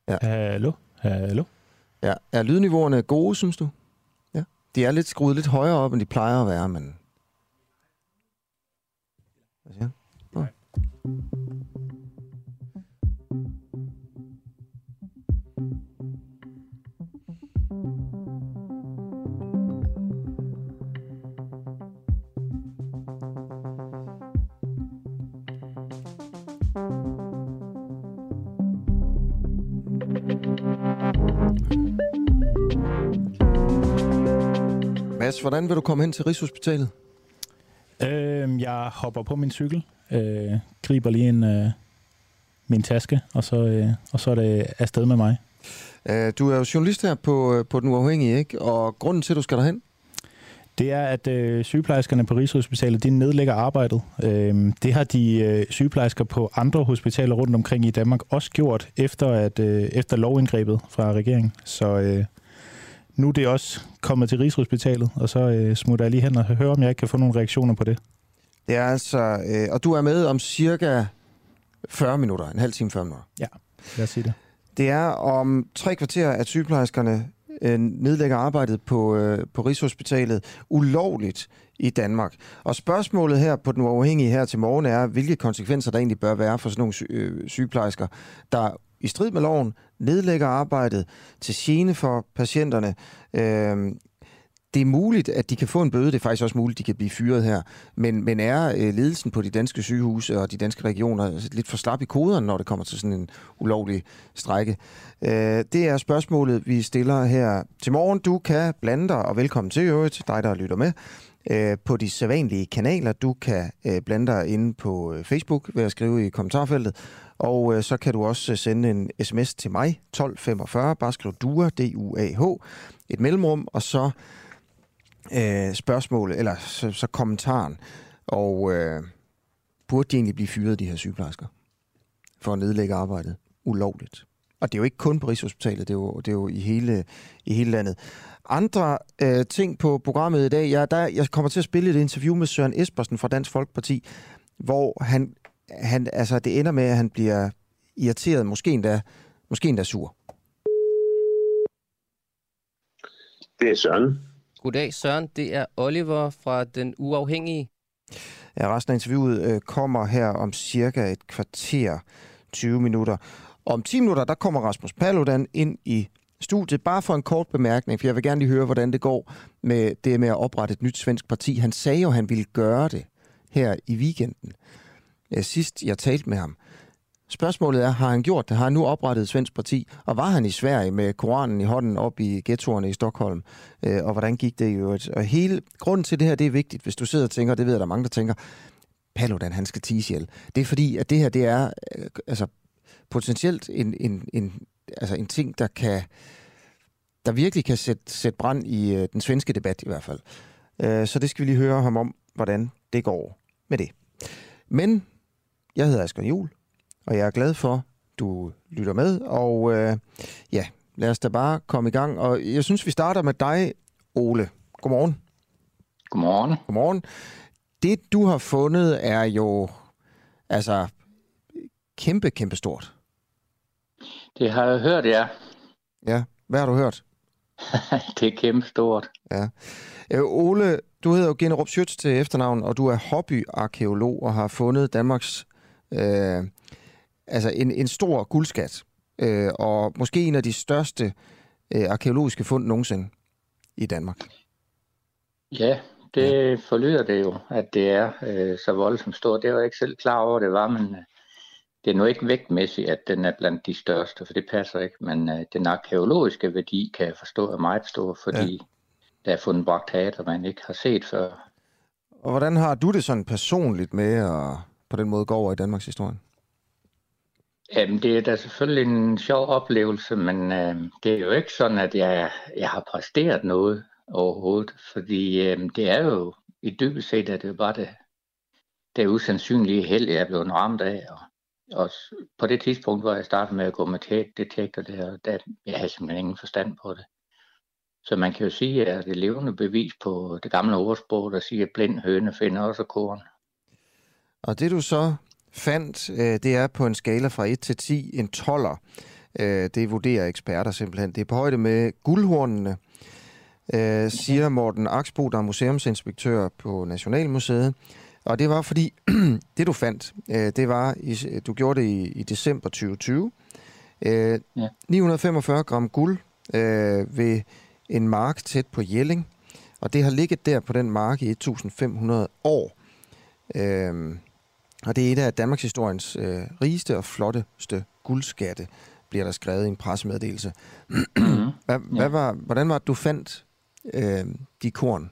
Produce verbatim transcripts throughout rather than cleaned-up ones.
Ja. Hallo? Hallo? Ja. Er lydniveauerne gode, synes du? Ja. De er lidt skruet lidt højere op, end de plejer at være, men... Hvad siger du? Oh. Mads, hvordan vil du komme hen til Rigshospitalet? Øh, jeg hopper på min cykel, øh, griber lige en, øh, min taske, og så, øh, og så er det afsted med mig. Øh, du er jo journalist her på, på Den Uafhængige, ikke? Og grunden til, at du skal derhen? Det er, at øh, sygeplejerskerne på Rigshospitalet, de nedlægger arbejdet. Øh, det har de øh, sygeplejersker på andre hospitaler rundt omkring i Danmark også gjort, efter, at, øh, efter lovindgrebet fra regeringen. Så øh, nu er det også kommet til Rigshospitalet, og så øh, smutter jeg lige hen og hører, om jeg ikke kan få nogle reaktioner på det. Det er altså... Øh, og du er med om cirka fyrre minutter, en halv time, fyrre minutter. Ja, lad os sige det. Det er om tre kvarter, at sygeplejerskerne øh, nedlægger arbejdet på, øh, på Rigshospitalet ulovligt i Danmark. Og spørgsmålet her på Den Uafhængige her til morgen er, hvilke konsekvenser der egentlig bør være for sådan nogle sy- øh, sygeplejersker, der i strid med loven nedlægger arbejdet til gene for patienterne. Øh, Det er muligt, at de kan få en bøde. Det er faktisk også muligt, at de kan blive fyret her. Men, men er øh, ledelsen på de danske sygehuse og de danske regioner lidt for slap i koderne, når det kommer til sådan en ulovlig strejke? Øh, det er spørgsmålet, vi stiller her til morgen. Du kan blande dig, og velkommen til øvrigt, dig der lytter med, øh, på de sædvanlige kanaler. Du kan øh, blande dig inde på Facebook ved at skrive i kommentarfeltet. Og øh, så kan du også sende en sms til mig, tolv femogfyrre. Bare skriv D U A, D U A H, et mellemrum, og så... Øh, spørgsmålet, eller så, så kommentaren, og øh, burde de egentlig blive fyret, de her sygeplejersker, for at nedlægge arbejdet ulovligt? Og det er jo ikke kun på Rigshospitalet, det er jo, det er jo i, hele, i hele landet. Andre øh, ting på programmet i dag, jeg, der, jeg kommer til at spille et interview med Søren Espersen fra Dansk Folkeparti, hvor han, han, altså det ender med, at han bliver irriteret, måske endda, måske endda sur. Det er Søren. Goddag Søren, det er Oliver fra Den Uafhængige. Ja, resten af interviewet øh, kommer her om cirka et kvarter, tyve minutter. Om ti minutter, der kommer Rasmus Paludan ind i studiet, bare for en kort bemærkning, for jeg vil gerne lige høre, hvordan det går med det med at oprette et nyt svensk parti. Han sagde jo, at han ville gøre det her i weekenden, sidst jeg talte med ham. Spørgsmålet er, har han gjort det? Har han nu oprettet et svensk parti? Og var han i Sverige med Koranen i hånden op i ghettoerne i Stockholm? Øh, og hvordan gik det i øvrigt? Og hele grunden til det her, det er vigtigt, hvis du sidder og tænker, det ved jeg, der er mange, der tænker, Paludan, han skal ties ihjel. Det er fordi, at det her, det er øh, altså, potentielt en, en, en, altså, en ting, der kan der virkelig kan sætte, sætte brand i øh, den svenske debat i hvert fald. Øh, så det skal vi lige høre ham om, hvordan det går med det. Men jeg hedder Asger Juhl, og jeg er glad for, du lytter med, og øh, ja, lad os da bare komme i gang. Og jeg synes, vi starter med dig, Ole. Godmorgen. Godmorgen. Godmorgen. Det, du har fundet, er jo altså kæmpe, kæmpe stort. Det har jeg hørt, ja. Ja, hvad har du hørt? Det er kæmpe stort. Ja. Øh, Ole, du hedder jo Generop Schütz til efternavn, og du er hobbyarkæolog og har fundet Danmarks øh, altså en, en stor guldskat, øh, og måske en af de største øh, arkeologiske fund nogensinde i Danmark. Ja, det ja. forlyder det jo, at det er øh, så voldsomt stort. Det var jeg ikke selv klar over, det var, men øh, det er nu ikke vægtmæssigt, at den er blandt de største, for det passer ikke. Men øh, den arkeologiske værdi, kan jeg forstå, er meget stor, fordi ja. der er fundet brakteater, man ikke har set før. Og hvordan har du det sådan personligt med at på den måde gå over i Danmarks historie? Jamen, det er da selvfølgelig en sjov oplevelse, men øh, det er jo ikke sådan, at jeg, jeg har præsteret noget overhovedet, fordi øh, det er jo i dybest set, at det er bare det, det usandsynlige held, jeg er blevet ramt af. Og, og på det tidspunkt, hvor jeg startede med at gå med detektor, der, der jeg havde simpelthen ingen forstand på det. Så man kan jo sige, at det er levende bevis på det gamle ordsprog, der siger, at blind høne finder også korn. Og det du så fandt, det er på en skala fra et til ti, en tolver. Øh, det vurderer eksperter simpelthen. Det er på højde med guldhornene, øh, siger Morten Aksbo, der er museumsinspektør på Nationalmuseet. Og det var fordi, det du fandt, øh, det var, i, du gjorde det i, i december tyve tyve, øh, ja. ni hundrede femogfyrre gram guld øh, ved en mark tæt på Jelling, og det har ligget der på den mark i et tusind fem hundrede år. Øh, og det er et af Danmarks historiens øh, rigeste og flotteste guldskatte, bliver der skrevet i en pressemeddelelse. Mm-hmm. hvad, ja. hvad var, hvordan var det, du fandt øh, de korn?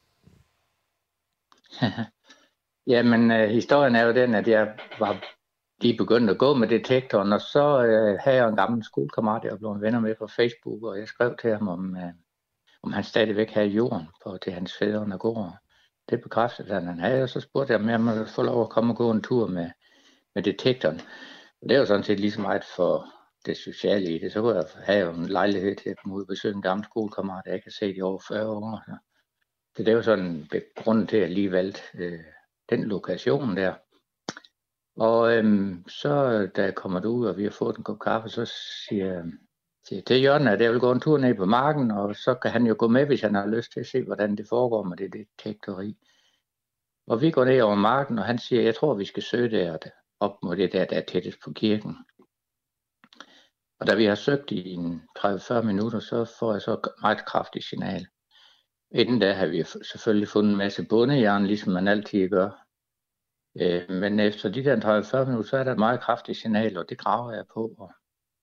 Jamen, øh, historien er jo den, at jeg var lige begyndt at gå med detektoren, og så øh, havde jeg en gammel skolekammerat, jeg blev venner med på Facebook, og jeg skrev til ham, om, øh, om han stadigvæk havde jorden på til hans fædrene gård. Det bekræftede han, han havde, og så spurgte jeg, om jeg måtte få lov at komme og gå en tur med, med detektoren. Og det er jo sådan set lige så meget for det sociale i det. Så kunne jeg have en lejlighed til at komme ud og besøge en gammel skolekammerat, jeg ikke har set i over fyrre år. Så det er jo sådan grunden til, at jeg lige valgte øh, den lokation der. Og øhm, så da jeg kommer ud, og vi har fået en kop kaffe, så siger jeg siger til Jørgen, at jeg vil gå en tur ned på marken, og så kan han jo gå med, hvis han har lyst til at se, hvordan det foregår med det detektori. Og vi går ned over marken, og han siger, jeg tror, vi skal søge der op mod det der, der er tættest på kirken. Og da vi har søgt i en tredive til fyrre minutter, så får jeg så et meget kraftigt signal. Inden da har vi selvfølgelig fundet en masse bondejern, ligesom man altid gør. Øh, men efter de der tredive til fyrre minutter, så er der et meget kraftigt signal, og det graver jeg på. Og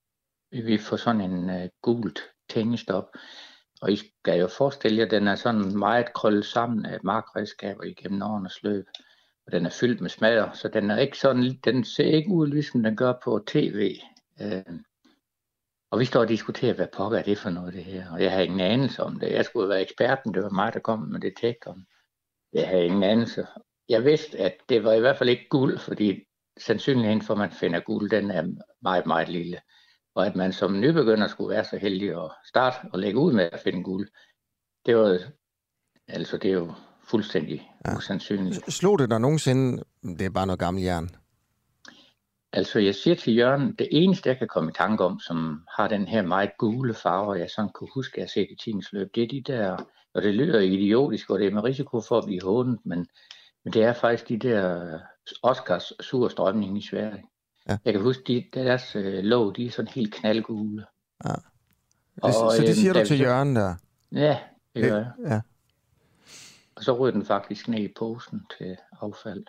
vi får sådan en uh, gult tængestop. Og I skal jo forestille jer, at den er sådan meget krøllet sammen af markredskaber igennem årenes løb. Og den er fyldt med smadder, så den er ikke sådan, den ser ikke ud, ligesom den gør på tv. Øh, og vi står og diskuterer, hvad pokker er det for noget, det her. Og jeg har ingen anelse om det. Jeg skulle være eksperten, det var mig, der kom med detektoren. Jeg havde ingen anelse. Jeg vidste, at det var i hvert fald ikke guld, fordi sandsynligheden for, at man finder guld, den er meget, meget lille. Og at man som nybegynder skulle være så heldig at starte og lægge ud med at finde guld, det var altså det er jo fuldstændig ja. usandsynligt. Slog det dig nogensinde, det er bare noget gammelt jern? Altså jeg siger til Jørgen, det eneste jeg kan komme i tanke om, som har den her meget gule farve, jeg sådan kunne huske, at jeg har set i tidens løb, det er de der, og det lyder idiotisk, og det er med risiko for at blive hånet, men, men det er faktisk de der Oscars surstrømning i Sverige. Ja. Jeg kan huske, de, deres øh, låg, de er sådan helt knaldgule. Ja. Det, og, så det siger øh, du til så... Jørgen der? Ja, det gør jeg. Ja. Og så ryger den faktisk ned i posen til affald.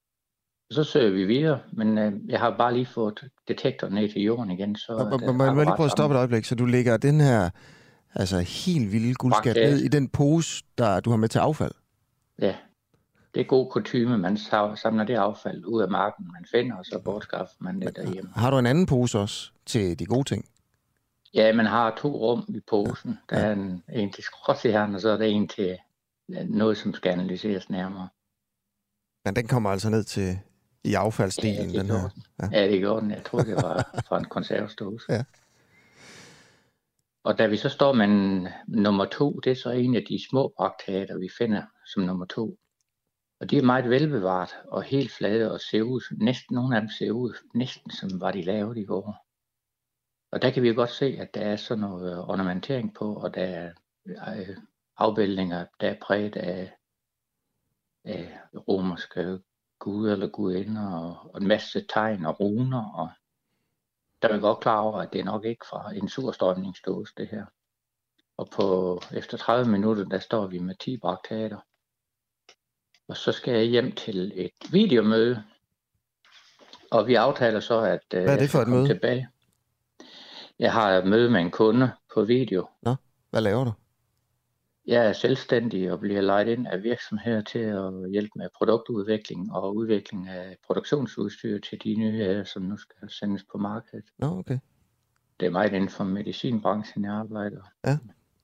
Og så søger vi videre, men øh, jeg har bare lige fået detektoren ned til jorden igen. Så må jeg lige prøve at stoppe et øjeblik, så du lægger den her altså helt vilde guldskat ned i den pose, der du har med til affald? Ja. Det er god kutyme, man samler det affald ud af marken, man finder, og så bortskaffer man det derhjemme. Har du en anden pose også til de gode ting? Ja, man har to rum i posen. Ja. Der er en, en til skråtjern, og så er der en til noget, som skal analyseres nærmere. Men den kommer altså ned til i affaldsdelen, ja, den her? Ja. ja, det gjorde den. Jeg troede, det var fra en konservesdåse. Ja. Og da vi så står med en, nummer to, det er så en af de små brakteater, vi finder som nummer to. Og de er meget velbevaret og helt flade og ser ud, næsten nogle af dem ser ud, næsten som var de lavet i går. Og der kan vi jo godt se, at der er sådan noget ornamentering på, og der er afbildninger, der er præget af, af romerske guder eller gudinder, og, og en masse tegn og runer. Og der er vi godt klar over, at det er nok ikke fra en surstrømningsdåse, det her. Og på efter tredive minutter, der står vi med ti brakteater. Og så skal jeg hjem til et videomøde, og vi aftaler så, at Hvad er det for et møde? Tilbage. Jeg har et møde med en kunde på video. Nå, hvad laver du? Jeg er selvstændig og bliver lejet ind af virksomheder til at hjælpe med produktudvikling og udvikling af produktionsudstyr til de nye, som nu skal sendes på markedet. Nå, okay. Det er meget inden for medicinbranchen, jeg arbejder. Ja.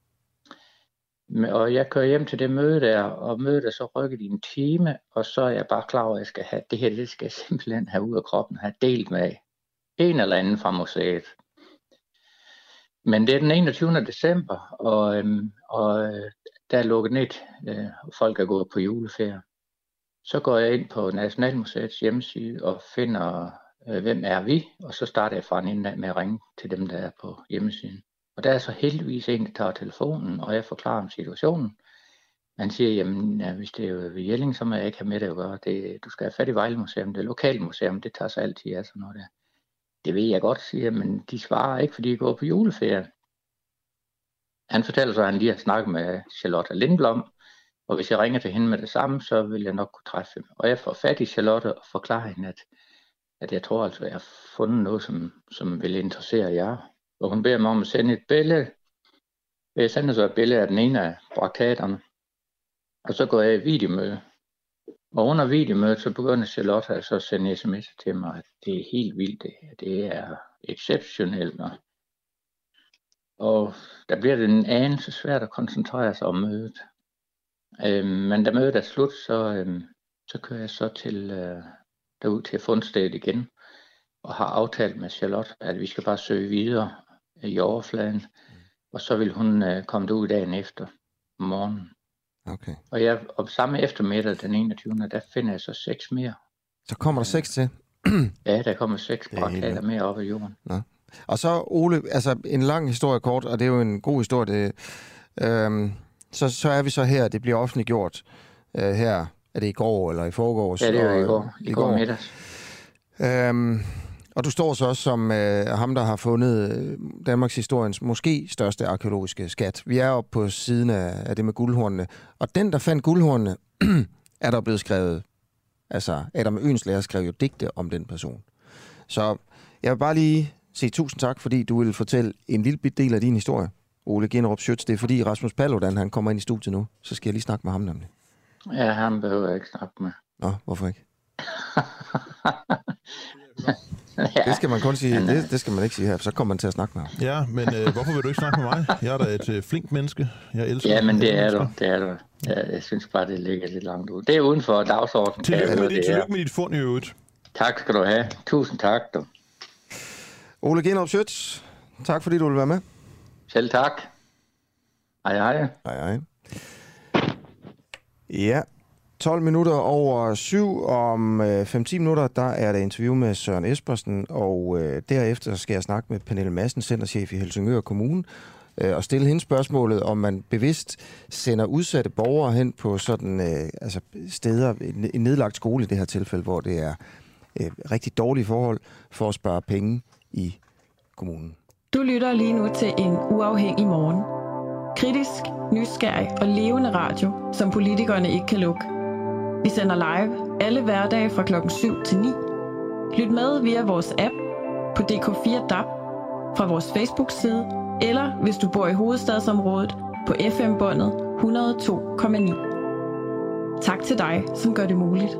Og jeg kører hjem til det møde der, og mødet er så rykket i en time, og så er jeg bare klar over, at jeg skal have, det her det skal jeg simpelthen have ud af kroppen, have delt med en eller anden fra museet. Men det er den enogtyvende december, og, øhm, og der er lukket ned, øh, og folk er gået på juleferie. Så går jeg ind på Nationalmuseets hjemmeside og finder øh, hvem er vi? Og så starter jeg fra en ende af med at ringe til dem, der er på hjemmesiden. Og der er så heldigvis en, der tager telefonen, og jeg forklarer om situationen. Man siger, jamen ja, hvis det er jo ved Jelling, så må jeg ikke have med det at gøre. Det, du skal have fat i Vejle Museum, det lokale museum, det tager sig altid af sådan noget der. Det ved jeg godt, siger, men de svarer ikke, fordi de går på juleferie. Han fortæller så, at han lige har snakket med Charlotte Lindblom, og hvis jeg ringer til hende med det samme, så vil jeg nok kunne træffe hende. Og jeg får fat i Charlotte og forklarer hende, at, at jeg tror altså, at jeg har fundet noget, som, som vil interessere jer. Og hun beder mig om at sende et billede. Jeg sender så et billede af den ene af brakaterne. Og så går jeg i videomøde. Og under videomødet, så begynder Charlotte altså at sende sms'er til mig, at det er helt vildt det her. Det er exceptionelt. Og der bliver det en anelse svært at koncentrere sig om mødet. Øhm, men da mødet er slut, så, øhm, så kører jeg så til, øh, derud til fundstedet igen. Og har aftalt med Charlotte, at vi skal bare søge videre i overfladen. Og så vil hun øh, komme derud dagen efter om morgenen. Okay. Og, jeg, og samme eftermiddag, den enogtyvende, der finder jeg så seks mere. Så kommer der seks til? Ja, der kommer seks brakater mere op af jorden. Nå. Og så, Ole, altså en lang historie kort, og det er jo en god historie. Det, øhm, så, så er vi så her, det bliver offentliggjort øh, her. Er det i går eller i forgårs? Ja, det er jo i går. I, I går middags. Øhm, og du står så også som øh, ham, der har fundet øh, Danmarks historiens måske største arkæologiske skat. Vi er oppe på siden af, af det med guldhornene. Og den, der fandt guldhornene, er der blevet skrevet. Altså, Adam Oehlenschläger skrev jo digte om den person. Så jeg vil bare lige sige tusind tak, fordi du vil fortælle en lille bit del af din historie. Ole Ginnerup Schütz, det er fordi Rasmus Paludan, han kommer ind i studiet nu. Så skal jeg lige snakke med ham nemlig. Ja, ham behøver jeg ikke snakke med. Nå, hvorfor ikke? Ja. Det skal man kun sige, det, det skal man ikke sige her, for så kommer man til at snakke med ham. Ja, men øh, hvorfor vil du ikke snakke med mig? Jeg er da et øh, flink menneske. Jeg elsker Ja, men det er du, det er du. Jeg, jeg synes bare, det ligger lidt langt ud. Det er uden for dagsordenen. Tillykke med, dit, tillykke med dit fund i øvrigt. Tak skal du have. Tusind tak, du. Ole Ginnerup Schütz, tak fordi du vil være med. Selv tak. Hej, hej. Hej, hej. Ja, tolv minutter over syv. Om øh, fem til ti minutter, der er der interview med Søren Espersen, og øh, derefter skal jeg snakke med Pernille Madsen, centerchef i Helsingør Kommune, øh, og stille hende spørgsmålet, om man bevidst sender udsatte borgere hen på sådan øh, altså steder, en, en nedlagt skole i det her tilfælde, hvor det er øh, rigtig dårlige forhold for at spare penge i kommunen. Du lytter lige nu til en uafhængig morgen. Kritisk, nysgerrig og levende radio, som politikerne ikke kan lukke. Vi sender live alle hverdage fra klokken syv til ni. Lyt med via vores app på D K fire D A B, fra vores Facebook-side, eller hvis du bor i hovedstadsområdet på F M-båndet et hundrede og to komma ni. Tak til dig, som gør det muligt.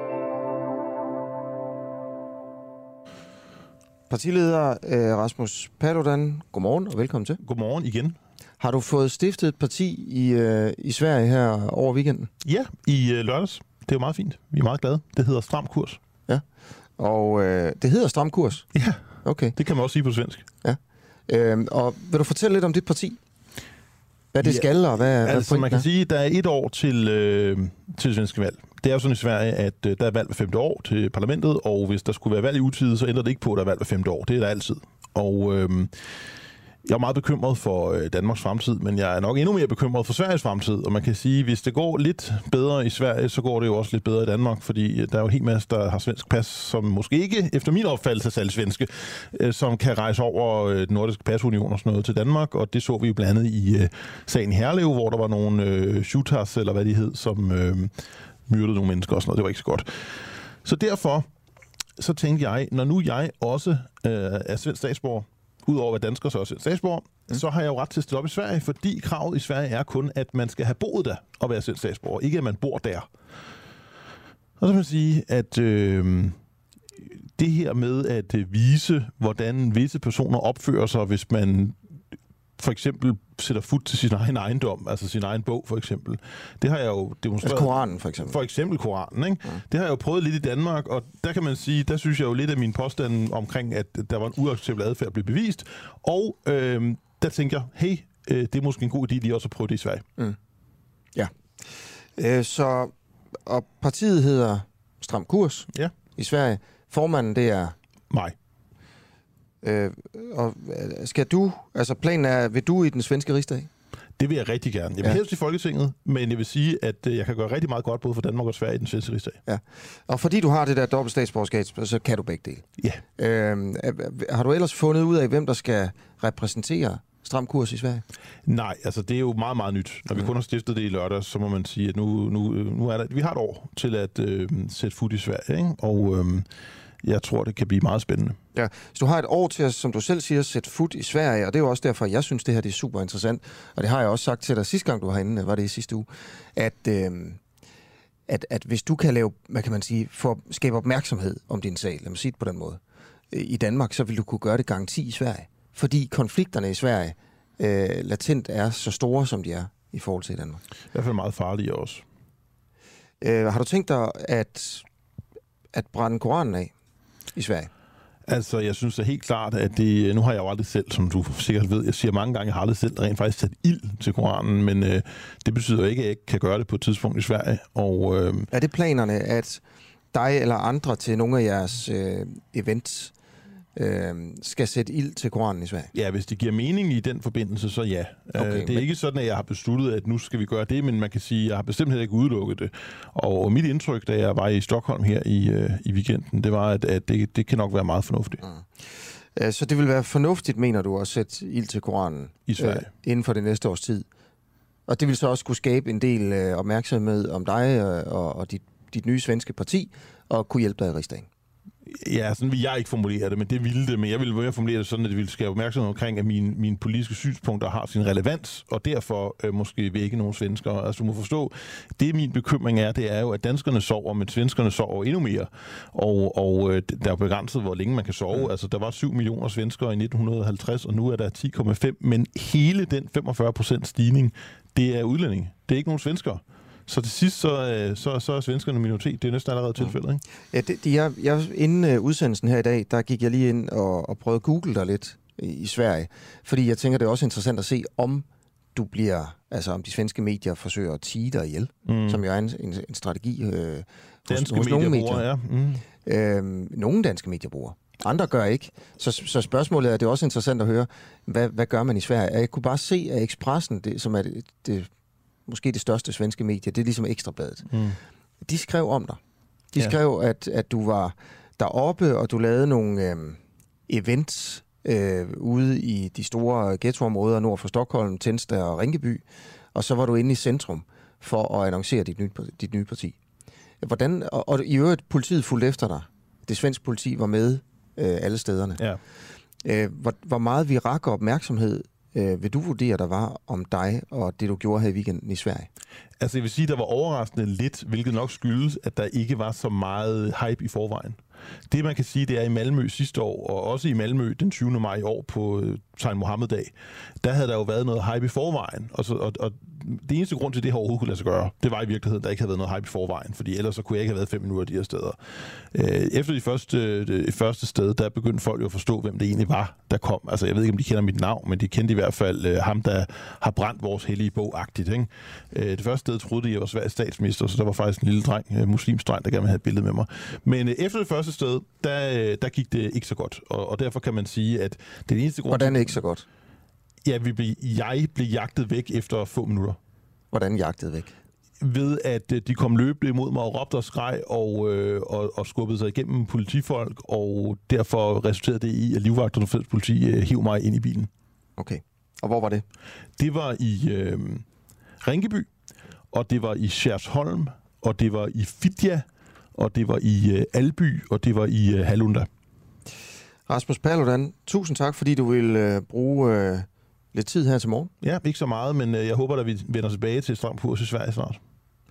Partileder øh, Rasmus Paludan, godmorgen og velkommen til. Godmorgen igen. Har du fået stiftet et parti i, øh, i Sverige her over weekenden? Ja, i øh, lørdags. Det er jo meget fint. Vi er meget glade. Det hedder Stram Kurs. Ja, og øh, det hedder Stram Kurs? Ja, okay. Det kan man også sige på svensk. Ja, øh, og vil du fortælle lidt om dit parti? Hvad det ja, skal, og hvad, altså, hvad man kan sige, der er et år til, øh, til svenske valg. Det er jo sådan i Sverige, at øh, der er valg hver femte år til parlamentet, og hvis der skulle være valg i utide, så ændrer det ikke på, at der er valg hver femte år. Det er der altid. Og øh, jeg er meget bekymret for øh, Danmarks fremtid, men jeg er nok endnu mere bekymret for Sveriges fremtid. Og man kan sige, at hvis det går lidt bedre i Sverige, så går det jo også lidt bedre i Danmark, fordi der er jo helt masse, der har svensk pas, som måske ikke, efter min opfattelse, er særlig svenske, øh, som kan rejse over øh, den nordiske pasunion og sådan noget til Danmark. Og det så vi jo blandt andet i øh, sagen i Herlev, hvor der var nogle øh, shooters, eller hvad de hed, som øh, myrdede nogle mennesker og sådan noget. Det var ikke så godt. Så derfor så tænkte jeg, når nu jeg også øh, er svensk statsborger, udover at dansker så også er statsborger, mm. så har jeg jo ret til at stille op i Sverige, fordi kravet i Sverige er kun, at man skal have boet der og være selv statsborger, ikke at man bor der. Og så kan man sige, at øh, det her med at vise, hvordan visse personer opfører sig, hvis man for eksempel sætter fod til sin egen ejendom, altså sin egen bog for eksempel. Det har jeg jo demonstreret. Altså Koranen for eksempel. For eksempel Koranen, ikke? Ja. Det har jeg jo prøvet lidt i Danmark, og der kan man sige, der synes jeg jo lidt af min påstand omkring, at der var en uacceptabel adfærd at blive bevist. Og øh, der tænker jeg, hey, øh, det er måske en god idé lige også at prøve det i Sverige. Mm. Ja. Øh, så, og partiet hedder Stram Kurs ja. i Sverige. Formanden, det er Nej. Øh, og skal du, altså planen er, vil du i den svenske rigsdag? Det vil jeg rigtig gerne. Jeg vil ja. helst i Folketinget, men jeg vil sige, at jeg kan gøre rigtig meget godt både for Danmark og Sverige i den svenske rigsdag. Ja, og fordi du har det der dobbelt statsborgerskab, så kan du begge dele. Ja. Øh, har du ellers fundet ud af, hvem der skal repræsentere Stram Kurs i Sverige? Nej, altså det er jo meget, meget nyt. Når vi kun har stiftet det i lørdag, så må man sige, at nu, nu, nu er der, vi har et år til at øh, sætte fod i Sverige, ikke? Og øh, jeg tror, det kan blive meget spændende. Ja, så du har et år til at, som du selv siger, sætte fod i Sverige, og det er jo også derfor, jeg synes, det her det er super interessant. Og det har jeg også sagt til dig sidste gang, du var herinde, var det i sidste uge, at, øh, at, at hvis du kan lave, hvad kan man sige, for skabe opmærksomhed om din sag, lad mig sige det på den måde, i Danmark, så vil du kunne gøre det garanti i Sverige. Fordi konflikterne i Sverige øh, latent er så store, som de er i forhold til Danmark. I hvert fald meget farlige også. Øh, har du tænkt dig at, at brænde Koranen af i Sverige? Altså, jeg synes da helt klart, at det... Nu har jeg jo aldrig selv, som du sikkert ved, jeg siger mange gange, jeg har aldrig selv rent faktisk sat ild til Koranen, men øh, det betyder jo ikke, at jeg ikke kan gøre det på et tidspunkt i Sverige. Og, øh, er det planerne, at dig eller andre til nogle af jeres øh, events øh, skal sætte ild til Koranen i Sverige? Ja, hvis det giver mening i den forbindelse, så ja. Okay, det er men... ikke sådan, at jeg har besluttet, at nu skal vi gøre det, men man kan sige, at jeg har bestemt heller ikke udelukket det. Og mit indtryk, da jeg var i Stockholm her i, øh, i weekenden, det var, at, at det, det kan nok være meget fornuftigt. Mm. Så det vil være fornuftigt, mener du, at sætte ild til Koranen i Sverige øh, inden for det næste års tid? Og det vil så også kunne skabe en del øh, opmærksomhed om dig og, og dit, dit nye svenske parti, og kunne hjælpe dig i rigsdagen? Ja, sådan vil jeg ikke formulere det, men det ville det. Men jeg ville mere formulere det sådan, at det ville skabe opmærksomhed omkring, at mine, mine politiske synspunkter har sin relevans, og derfor øh, måske vække nogle svenskere. Altså, du må forstå, det min bekymring er, det er jo, at danskerne sover, men svenskerne sover endnu mere. Og, og øh, der er begrænset, hvor længe man kan sove. Mm. Altså, der var syv millioner svenskere i nitten halvtreds, og nu er der ti komma fem. Men hele den femogfyrre procent stigning, det er udlændinge. Det er ikke nogen svenskere. Så til sidst, så, så, så er svenskerne minoritet. Det er næsten allerede tilfældet, ikke? Ja, det, det, jeg, jeg, inden uh, udsendelsen her i dag, der gik jeg lige ind og, og prøvede at google dig lidt i, i Sverige. Fordi jeg tænker, det er også interessant at se, om du bliver, altså om de svenske medier forsøger at tige dig ihjel, mm. som jo er en, en, en strategi øh, hos, hos nogle medier. Ja. Mm. Øhm, nogle danske medier bruger. Andre gør ikke. Så, så spørgsmålet er, det er også interessant at høre, hvad, hvad gør man i Sverige? Jeg kunne bare se, at Expressen, det, som er det, det måske det største svenske medie, det er ligesom Ekstrabladet. Mm. De skrev om dig. De ja. skrev, at, at du var deroppe, og du lavede nogle øh, events øh, ude i de store ghettoområder nord for Stockholm, Tensta og Rinkeby, og så var du inde i centrum for at annoncere dit nye, dit nye parti. Hvordan, og, og i øvrigt, politiet fulgte efter dig. Det svenske politi var med øh, alle stederne. Ja. Øh, hvor, hvor meget virak og opmærksomhed Øh, vil du vurdere, der var om dig og det, du gjorde her i weekenden i Sverige? Altså, jeg vil sige, der var overraskende lidt, hvilket nok skyldes, at der ikke var så meget hype i forvejen. Det, man kan sige, det er i Malmø sidste år, og også i Malmø den tyvende maj i år på Tegn Mohammed-dag, der havde der jo været noget hype i forvejen. Og, så, og, og det eneste grund til, det her overhovedet kunne lade sig gøre, det var i virkeligheden, der ikke havde været noget hype i forvejen, fordi ellers så kunne jeg ikke have været fem minutter de her steder. Efter de første, det første sted, der begyndte folk jo at forstå, hvem det egentlig var, der kom. Altså, jeg ved ikke, om de kender mit navn, men de kendte i hvert fald øh, ham, der har brændt vores hellige bog-agtigt. Ikke? Det første sted troede de, jeg var Sveriges statsminister, så der var faktisk en lille dreng, øh, muslimsk dreng, der gerne ville have et billede med mig. Men øh, efter det første sted, der, der gik det ikke så godt, og, og derfor kan man sige, at det eneste grund... Hvordan ikke så godt? Ja, vi blev, jeg blev jagtet væk efter få minutter. Hvordan jagtet væk? Ved at de kom løbende imod mig og råbte og skreg og, øh, og, og skubbede sig igennem politifolk, og derfor resulterede det i, at livvagterne og fælles politi øh, hiv mig ind i bilen. Okay. Og hvor var det? Det var i øh, Rinkeby, og det var i Skærsholm, og det var i Fitja, og det var i øh, Alby, og det var i øh, Hallunda. Rasmus Paludan, tusind tak, fordi du ville øh, bruge øh, lidt tid her til morgen. Ja, ikke så meget, men øh, jeg håber, at vi vender tilbage til Stram Kurs i Sverige snart.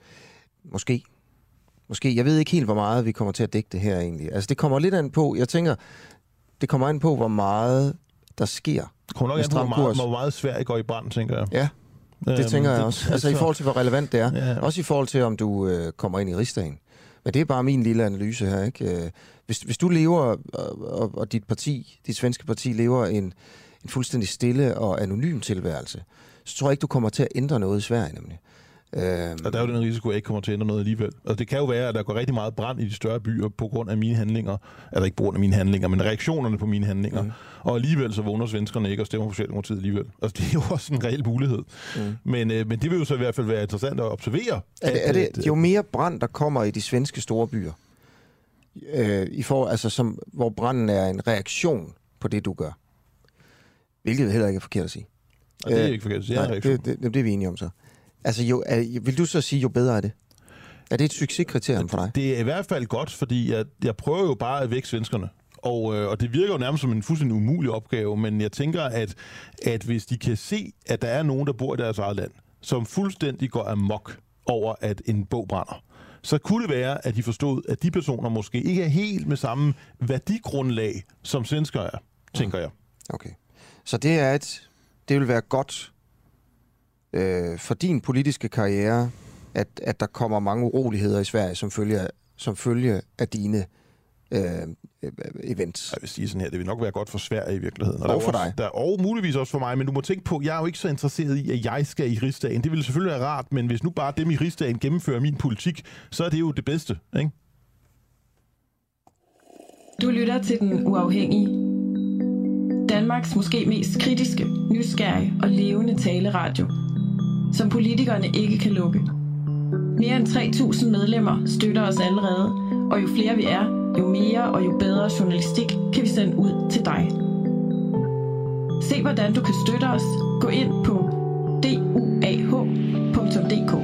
Måske. Måske. Jeg ved ikke helt, hvor meget vi kommer til at dække det her egentlig. Altså, det kommer lidt an på, jeg tænker, det kommer an på, hvor meget der sker. Det kommer nok an på, hvor meget, hvor meget Sverige går i brand, tænker jeg. Ja, det øhm, tænker jeg også. Det, altså, i forhold til, hvor relevant det er. Ja. Også i forhold til, om du øh, kommer ind i rigsdagen. Men det er bare min lille analyse her, ikke? Hvis, hvis du lever, og, og dit parti, dit svenske parti, lever en, en fuldstændig stille og anonym tilværelse, så tror jeg ikke, du kommer til at ændre noget i Sverige, nemlig. Øhm, og der er jo den risiko, at jeg ikke kommer til at ændre noget alligevel. Og det kan jo være, at der går rigtig meget brand i de større byer på grund af mine handlinger. Eller ikke på grund af mine handlinger, men reaktionerne på mine handlinger. Mm. Og alligevel så vågner svenskerne ikke og stemmer på Socialdemokratiet alligevel. Altså, det er jo også en reel mulighed. Mm. Men, øh, men det vil jo så i hvert fald være interessant at observere. Er det, er det, at, jo mere brand, der kommer i de svenske store byer, øh, i for, altså som, hvor branden er en reaktion på det, du gør. Hvilket heller ikke er forkert at sige. Og det er ikke forkert at sige. Nej, det, det, det, det er vi enige om så. Altså, jo, er, vil du så sige, jo bedre er det? Er det et succeskriterium for dig? Det er i hvert fald godt, fordi jeg, jeg prøver jo bare at vække svenskerne. Og, øh, og det virker jo nærmest som en fuldstændig umulig opgave, men jeg tænker, at, at hvis de kan se, at der er nogen, der bor i deres eget land, som fuldstændig går amok over, at en bog brænder, så kunne det være, at de forstod, at de personer måske ikke er helt med samme værdigrundlag, som svensker er, tænker jeg. Okay. Så det er et, det vil være godt øh, for din politiske karriere, at, at der kommer mange uroligheder i Sverige, som følge af, som følge af dine øh, events. Jeg vil sige sådan her, det vil nok være godt for Sverige i virkeligheden. Og, og for også, dig. Der, og muligvis også for mig, men du må tænke på, jeg er jo ikke så interesseret i, at jeg skal i Rigsdagen. Det ville selvfølgelig være rart, men hvis nu bare dem i Rigsdagen gennemfører min politik, så er det jo det bedste, ikke? Du lytter til Den Uafhængige. Danmarks måske mest kritiske, nysgerrige og levende taleradio, som politikerne ikke kan lukke. Mere end tre tusind medlemmer støtter os allerede, og jo flere vi er, jo mere og jo bedre journalistik kan vi sende ud til dig. Se hvordan du kan støtte os. Gå ind på d u a h punktum d k.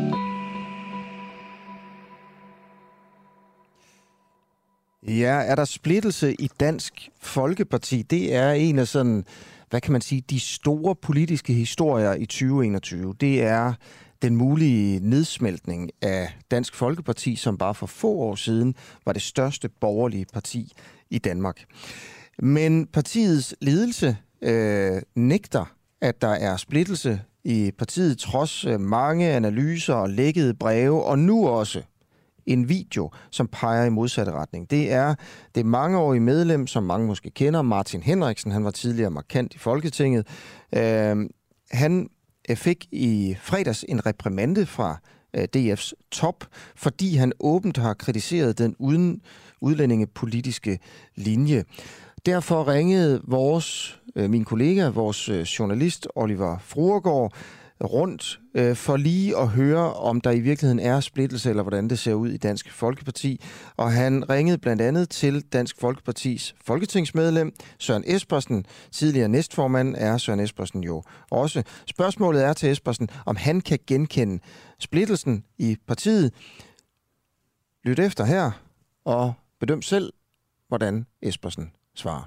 Ja, er der splittelse i Dansk Folkeparti? Det er en af sådan, hvad kan man sige, de store politiske historier i tyve enogtyve. Det er den mulige nedsmeltning af Dansk Folkeparti, som bare for få år siden var det største borgerlige parti i Danmark. Men partiets ledelse øh, nægter, at der er splittelse i partiet, trods mange analyser og lækkede breve, og nu også en video, som peger i modsatte retning. Det er det mangeårige medlem, som mange måske kender, Martin Henriksen. Han var tidligere markant i Folketinget. Øh, han fik i fredags en reprimande fra D F's top, fordi han åbent har kritiseret den uden udlændingepolitiske linje. Derfor ringede vores, min kollega, vores journalist Oliver Fruergaard, rundt øh, for lige at høre, om der i virkeligheden er splittelse, eller hvordan det ser ud i Dansk Folkeparti. Og han ringede blandt andet til Dansk Folkepartis folketingsmedlem, Søren Espersen. Tidligere næstformand er Søren Espersen jo også. Spørgsmålet er til Espersen, om han kan genkende splittelsen i partiet. Lyt efter her, og bedøm selv, hvordan Espersen svarer.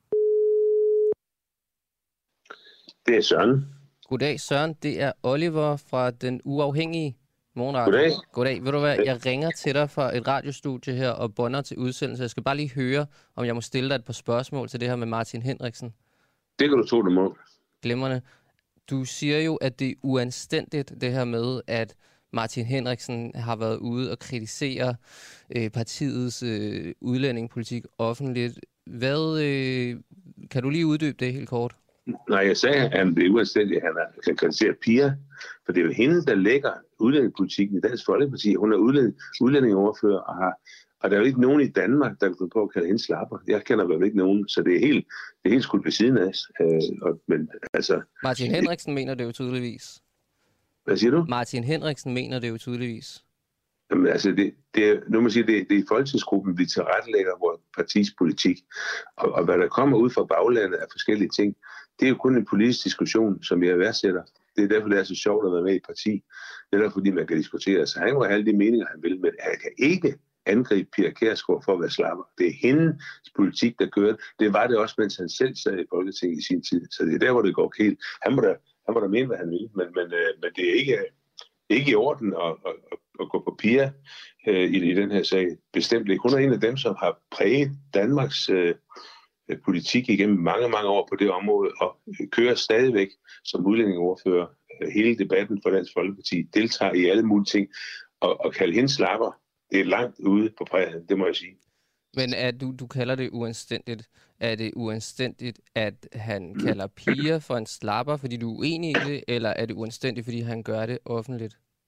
Det er Søren. Goddag, Søren. Det er Oliver fra Den Uafhængige Morgenradio. Goddag. Goddag. Ved du hvad, jeg ringer til dig fra et radiostudie her og bonder til udsendelse. Jeg skal bare lige høre, om jeg må stille dig et par spørgsmål til det her med Martin Henriksen. Det kan du tro, du må. Glimrende. Du siger jo, at det er uanstændigt, det her med, at Martin Henriksen har været ude og kritisere øh, partiets øh, udlændingepolitik offentligt. Hvad, øh, kan du lige uddybe det helt kort? Nej, jeg sagde, at det er uanstændigt, at han kan kritisere Pia, for det er jo hende, der lægger udlændingepolitikken i Dansk Folkeparti. Hun er udlænding, udlændingeoverfører, og, har, og der er jo ikke nogen i Danmark, der kan finde på at kalde hende slapper. Jeg kender vel ikke nogen, så det er helt, det er helt skudt ved siden af. Øh, og, men, altså, Martin Henriksen det, mener det jo tydeligvis. Hvad siger du? Martin Henriksen mener det jo tydeligvis. Jamen, altså, det, det, nu må man sige, det, det er i folketingsgruppen, vi tilrettelægger vores partis politik. Og, og hvad der kommer ud fra baglandet af forskellige ting, det er jo kun en politisk diskussion, som jeg værdsætter. Det er derfor, det er så sjovt at være med i et parti. Netop fordi man kan diskutere. Så han må have alle de meninger, han vil, men han kan ikke angribe Pia Kjærsgaard for at være slapper. Det er hendes politik, der kører. Det var det også, mens han selv sad i Folketinget i sin tid. Så det er der, hvor det går helt. Han må da, han må da mene, hvad han vil, men, men, men det er ikke, ikke i orden at, at, at gå på Pia øh, i, i den her sag. Bestemt ikke. Hun er en af dem, som har præget Danmarks øh, politik igennem mange, mange år på det område, og kører stadigvæk som udlændingeordfører hele debatten for Dansk Folkeparti, deltager i alle mulige ting, og, og kalde hende slapper, det er langt ude på prægen, det må jeg sige. Men er du, du kalder det uanstændigt. Er det uanstændigt, at han kalder Pia for en slapper, fordi du er uenig i det, eller er det uanstændigt, fordi han gør det offentligt?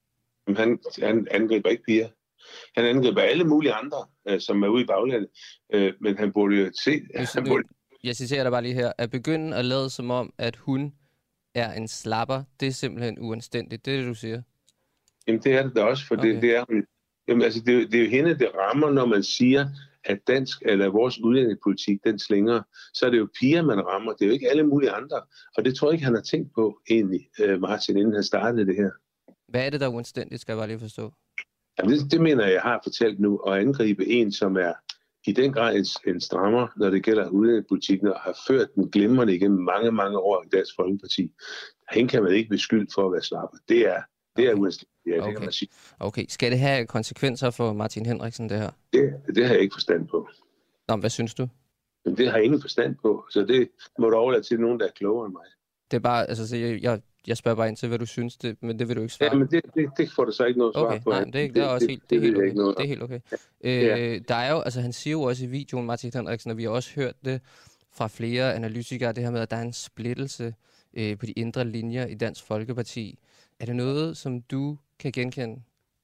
Men han, han angriber ikke piger. Han angriber alle mulige andre, øh, som er ude i baglandet. Øh, men han burde jo se... Hvis, han nu, burde... Jeg citerer dig bare lige her. At begynde at lade som om, at hun er en slapper, det er simpelthen uanstændigt. Det er det, du siger. Jamen, det er det da også, for okay. det, det, er, jamen, altså, det, det er jo hende, det rammer, når man siger, at dansk eller vores udlændingepolitik, den slinger, så er det jo piger, man rammer. Det er jo ikke alle mulige andre. Og det tror jeg ikke, han har tænkt på, egentlig, Martin, inden han startede det her. Hvad er det, der er uanstændigt, skal jeg bare lige forstå? Jamen, det, det mener jeg, jeg har fortalt nu, at angribe en, som er i den grad en, en strammer, når det gælder udlændingepolitikken, og har ført den glimrende igennem mange, mange år i Dansk Folkeparti. Hende kan man ikke beskylde for at være slapper. Det er, det er uanstændigt, ja, det okay. kan man sige. Okay, skal det have konsekvenser for Martin Henriksen, det her? Det, det har jeg ikke forstand på. Nå, hvad synes du? Men det har jeg ingen forstand på, så det må du overlade til nogen, der er klogere end mig. Det er bare, altså, så jeg, jeg, jeg spørger bare ind til, hvad du synes, det, men det vil du ikke svare. Ja, men det, det, det får du så ikke noget svar okay, på. Nej, det, det, det er også helt, det er helt okay. Det er helt okay. Ja. Øh, der er jo, altså han siger jo også i videoen, Martin Henriksen, og vi har også hørt det fra flere analytikere, det her med, at der er en splittelse øh, på de indre linjer i Dansk Folkeparti. Er det noget, som du kan genkende?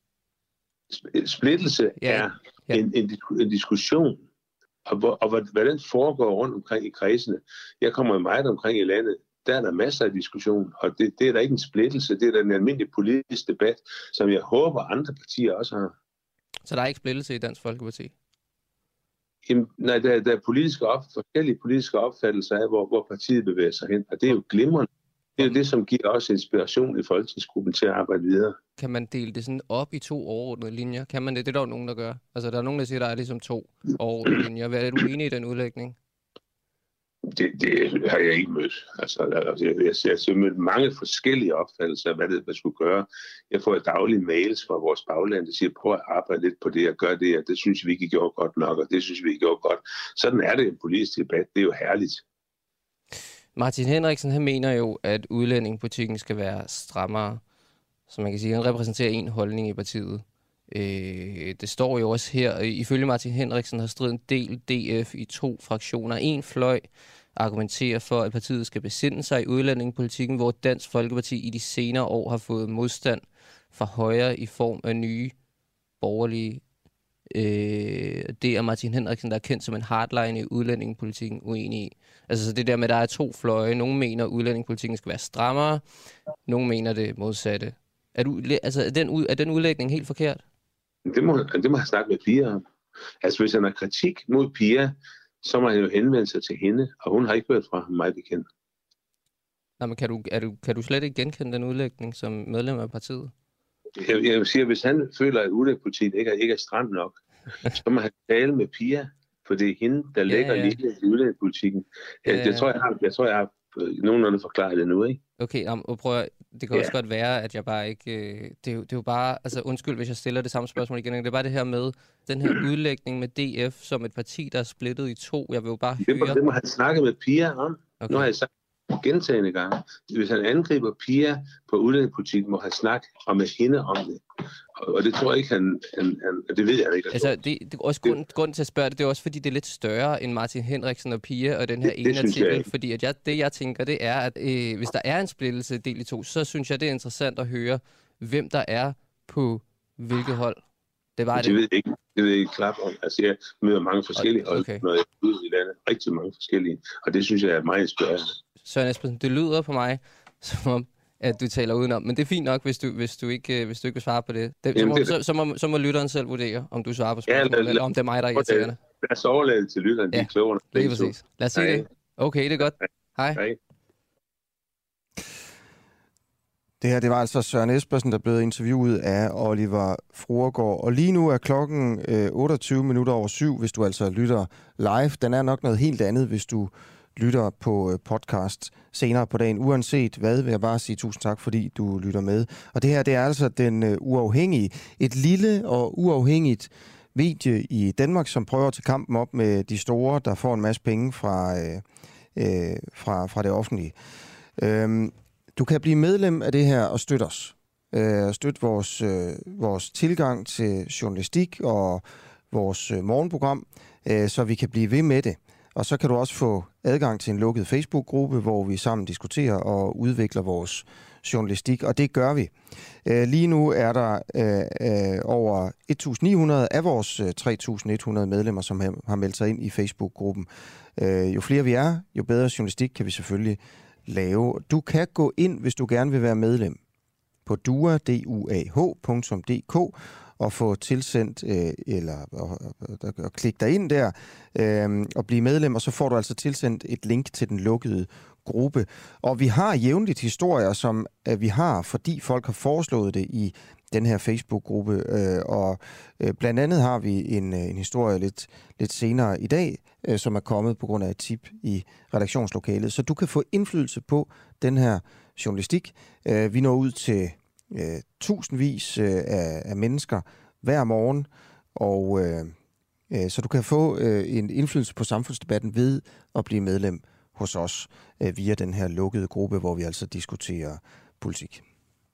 Splittelse ja. er ja. En, en, en diskussion, og, hvor, og hvad den foregår rundt omkring i kredsene. Jeg kommer meget omkring i landet. Der er der masser af diskussion, og det, det er der ikke en splittelse, det er der en almindelig politisk debat, som jeg håber andre partier også har. Så der er ikke splittelse i Dansk Folkeparti? Jamen, nej, der, der er politiske op, forskellige politiske opfattelser af, hvor, hvor partiet bevæger sig hen, og det er jo glimrende. Det er jo det, som giver os inspiration i folketingsgruppen til at arbejde videre. Kan man dele det sådan op i to overordnede linjer? Kan man det? Det er der jo nogen, der gør. Altså, der er nogen, der siger, der er ligesom to overordnede linjer. Hvad er du enig i den udlægning? Det, det har jeg ikke mødt. Altså, jeg, jeg, jeg har mødt mange forskellige opfattelser af, hvad det man skulle gøre. Jeg får daglige mails fra vores bagland, der siger, prøv at arbejde lidt på det og gøre det, og det synes vi ikke gjorde godt nok, og det synes vi ikke gjorde godt. Sådan er det en politisk debat. Det er jo herligt. Martin Henriksen, han mener jo, at udlændingepolitikken skal være strammere. Så man kan sige, han repræsenterer en holdning i partiet. Øh, det står jo også her, ifølge Martin Henriksen har striden delt D F i to fraktioner. En fløj argumenterer for, at partiet skal besinde sig i udlændingepolitikken, hvor Dansk Folkeparti i de senere år har fået modstand fra højre i form af nye borgerlige. Øh, det er Martin Henriksen, der er kendt som en hardline i udlændingepolitikken, uenig i. Altså så det der med, at der er to fløje. Nogle mener, at udlændingepolitikken skal være strammere. Nogle mener det modsatte. Er, du, altså, er, den, er den udlægning helt forkert? Det må, det må han snakke med Pia om. Altså hvis han har kritik mod Pia, så må han jo henvende sig til hende, og hun har ikke hørt fra mig bekendt. Nå, men kan du, er du, kan du slet ikke genkende den udlægning som medlem af partiet? Jeg, jeg vil sige, at hvis han føler, at udlændingepolitikken ikke er, ikke er stram nok, så må han tale med Pia, for det er hende, der lægger ja, ja. linjen i udlændingepolitikken. Jeg, ja. jeg, tror, jeg, har, jeg tror, jeg har nogenlunde forklaret det nu, ikke? Okay, og prøv at, det kan ja. også godt være, at jeg bare ikke... Øh, det, er jo, det er jo bare... Altså undskyld, hvis jeg stiller det samme spørgsmål igen. Det er bare det her med, den her udlægning med D F som et parti, der er splittet i to. Jeg vil jo bare det må, høre... Det må han snakke med Pia om. Okay. Nu har jeg sagt gentagende gange. Hvis han angriber Pia på udlændingepolitik, må han snakke og med hende om det. Og det tror jeg ikke, han... han, han det ved jeg ikke. Altså, det, det er også grund, grunden til at spørge det, det er også, fordi det er lidt større end Martin Henriksen og Pia og den her det, ene det artikel. Fordi at jeg, det, jeg tænker, det er, at øh, hvis der er en splittelse del i to, så synes jeg, det er interessant at høre, hvem der er på hvilket hold. Det var det. Det ved jeg ikke. Det ved jeg ikke klart om. Altså, jeg møder mange forskellige hold, okay. når jeg er ude i landet. Rigtig mange forskellige. Og det synes jeg er meget inspirerende. Søren Espersen, det lyder på mig, som om, at du taler udenom. Men det er fint nok, hvis du, hvis du, ikke, hvis du ikke vil svare på det. det, Jamen, så, må, det så, så, må, så må lytteren selv vurdere, om du svarer på spørgsmålet, ja, lad, eller om det er mig, der er irriterende. Lad os overlade til lytteren, ja, de er klogere. Lige præcis. Lad os sige Hej. det. Okay, det er godt. Hej. Hej. Det her, det var altså Søren Espersen, der blev interviewet af Oliver Fruergaard. Og lige nu er klokken øh, otteogtyve minutter over syv, hvis du altså lytter live. Den er nok noget helt andet, hvis du lytter på podcast senere på dagen. Uanset hvad, vil jeg bare sige tusind tak, fordi du lytter med. Og det her, det er altså den uh, uafhængige. Et lille og uafhængigt medie i Danmark, som prøver at tage kampen op med de store, der får en masse penge fra, øh, øh, fra, fra det offentlige. Øhm, du kan blive medlem af det her og støtte os. Øh, støtte vores, øh, vores tilgang til journalistik og vores øh, morgenprogram, øh, så vi kan blive ved med det. Og så kan du også få adgang til en lukket Facebook-gruppe, hvor vi sammen diskuterer og udvikler vores journalistik, og det gør vi. Øh, lige nu er der øh, øh, over et tusind ni hundrede af vores øh, tre tusind et hundrede medlemmer, som har, har meldt sig ind i Facebook-gruppen. Øh, jo flere vi er, jo bedre journalistik kan vi selvfølgelig lave. Du kan gå ind, hvis du gerne vil være medlem, på duah punktum d k og få tilsendt, øh, eller og, og, og klikke dig ind der øh, og blive medlem, og så får du altså tilsendt et link til den lukkede gruppe. Og vi har jævnligt historier, som øh, vi har, fordi folk har foreslået det i den her Facebook-gruppe, øh, og øh, blandt andet har vi en, en historie lidt, lidt senere i dag, øh, som er kommet på grund af et tip i redaktionslokalet. Så du kan få indflydelse på den her journalistik. Øh, vi når ud til øh, tusindvis øh, af, af mennesker hver morgen, og øh, øh, så du kan få øh, en indflydelse på samfundsdebatten ved at blive medlem hos os øh, via den her lukkede gruppe, hvor vi altså diskuterer politik.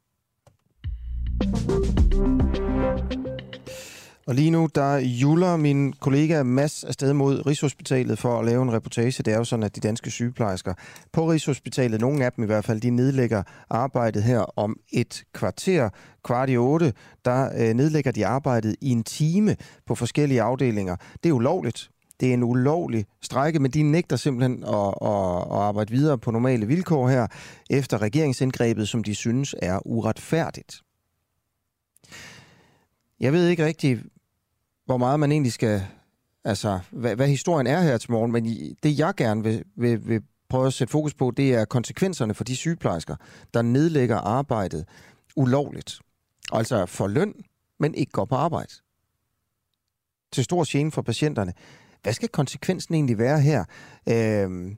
Og lige nu, der juler min kollega Mads afsted mod Rigshospitalet for at lave en reportage. Det er jo sådan, at de danske sygeplejersker på Rigshospitalet, nogle af dem i hvert fald, de nedlægger arbejdet her om et kvarter. Kvart i otte, der øh, nedlægger de arbejdet i en time på forskellige afdelinger. Det er ulovligt. Det er en ulovlig strejke, men de nægter simpelthen at, at, at arbejde videre på normale vilkår her, efter regeringsindgrebet, som de synes er uretfærdigt. Jeg ved ikke rigtig, hvor meget man egentlig skal, altså, hvad, hvad historien er her til morgen, men det jeg gerne vil, vil, vil prøve at sætte fokus på, det er konsekvenserne for de sygeplejersker, der nedlægger arbejdet ulovligt. Altså for løn, men ikke går på arbejde. Til stor gene for patienterne. Hvad skal konsekvensen egentlig være her? Øh,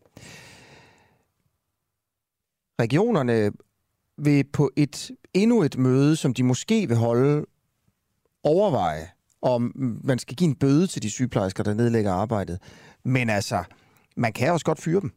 regionerne vil på et endnu et møde, som de måske vil holde, overveje, om man skal give en bøde til de sygeplejersker, der nedlægger arbejdet. Men altså, man kan også godt fyre dem.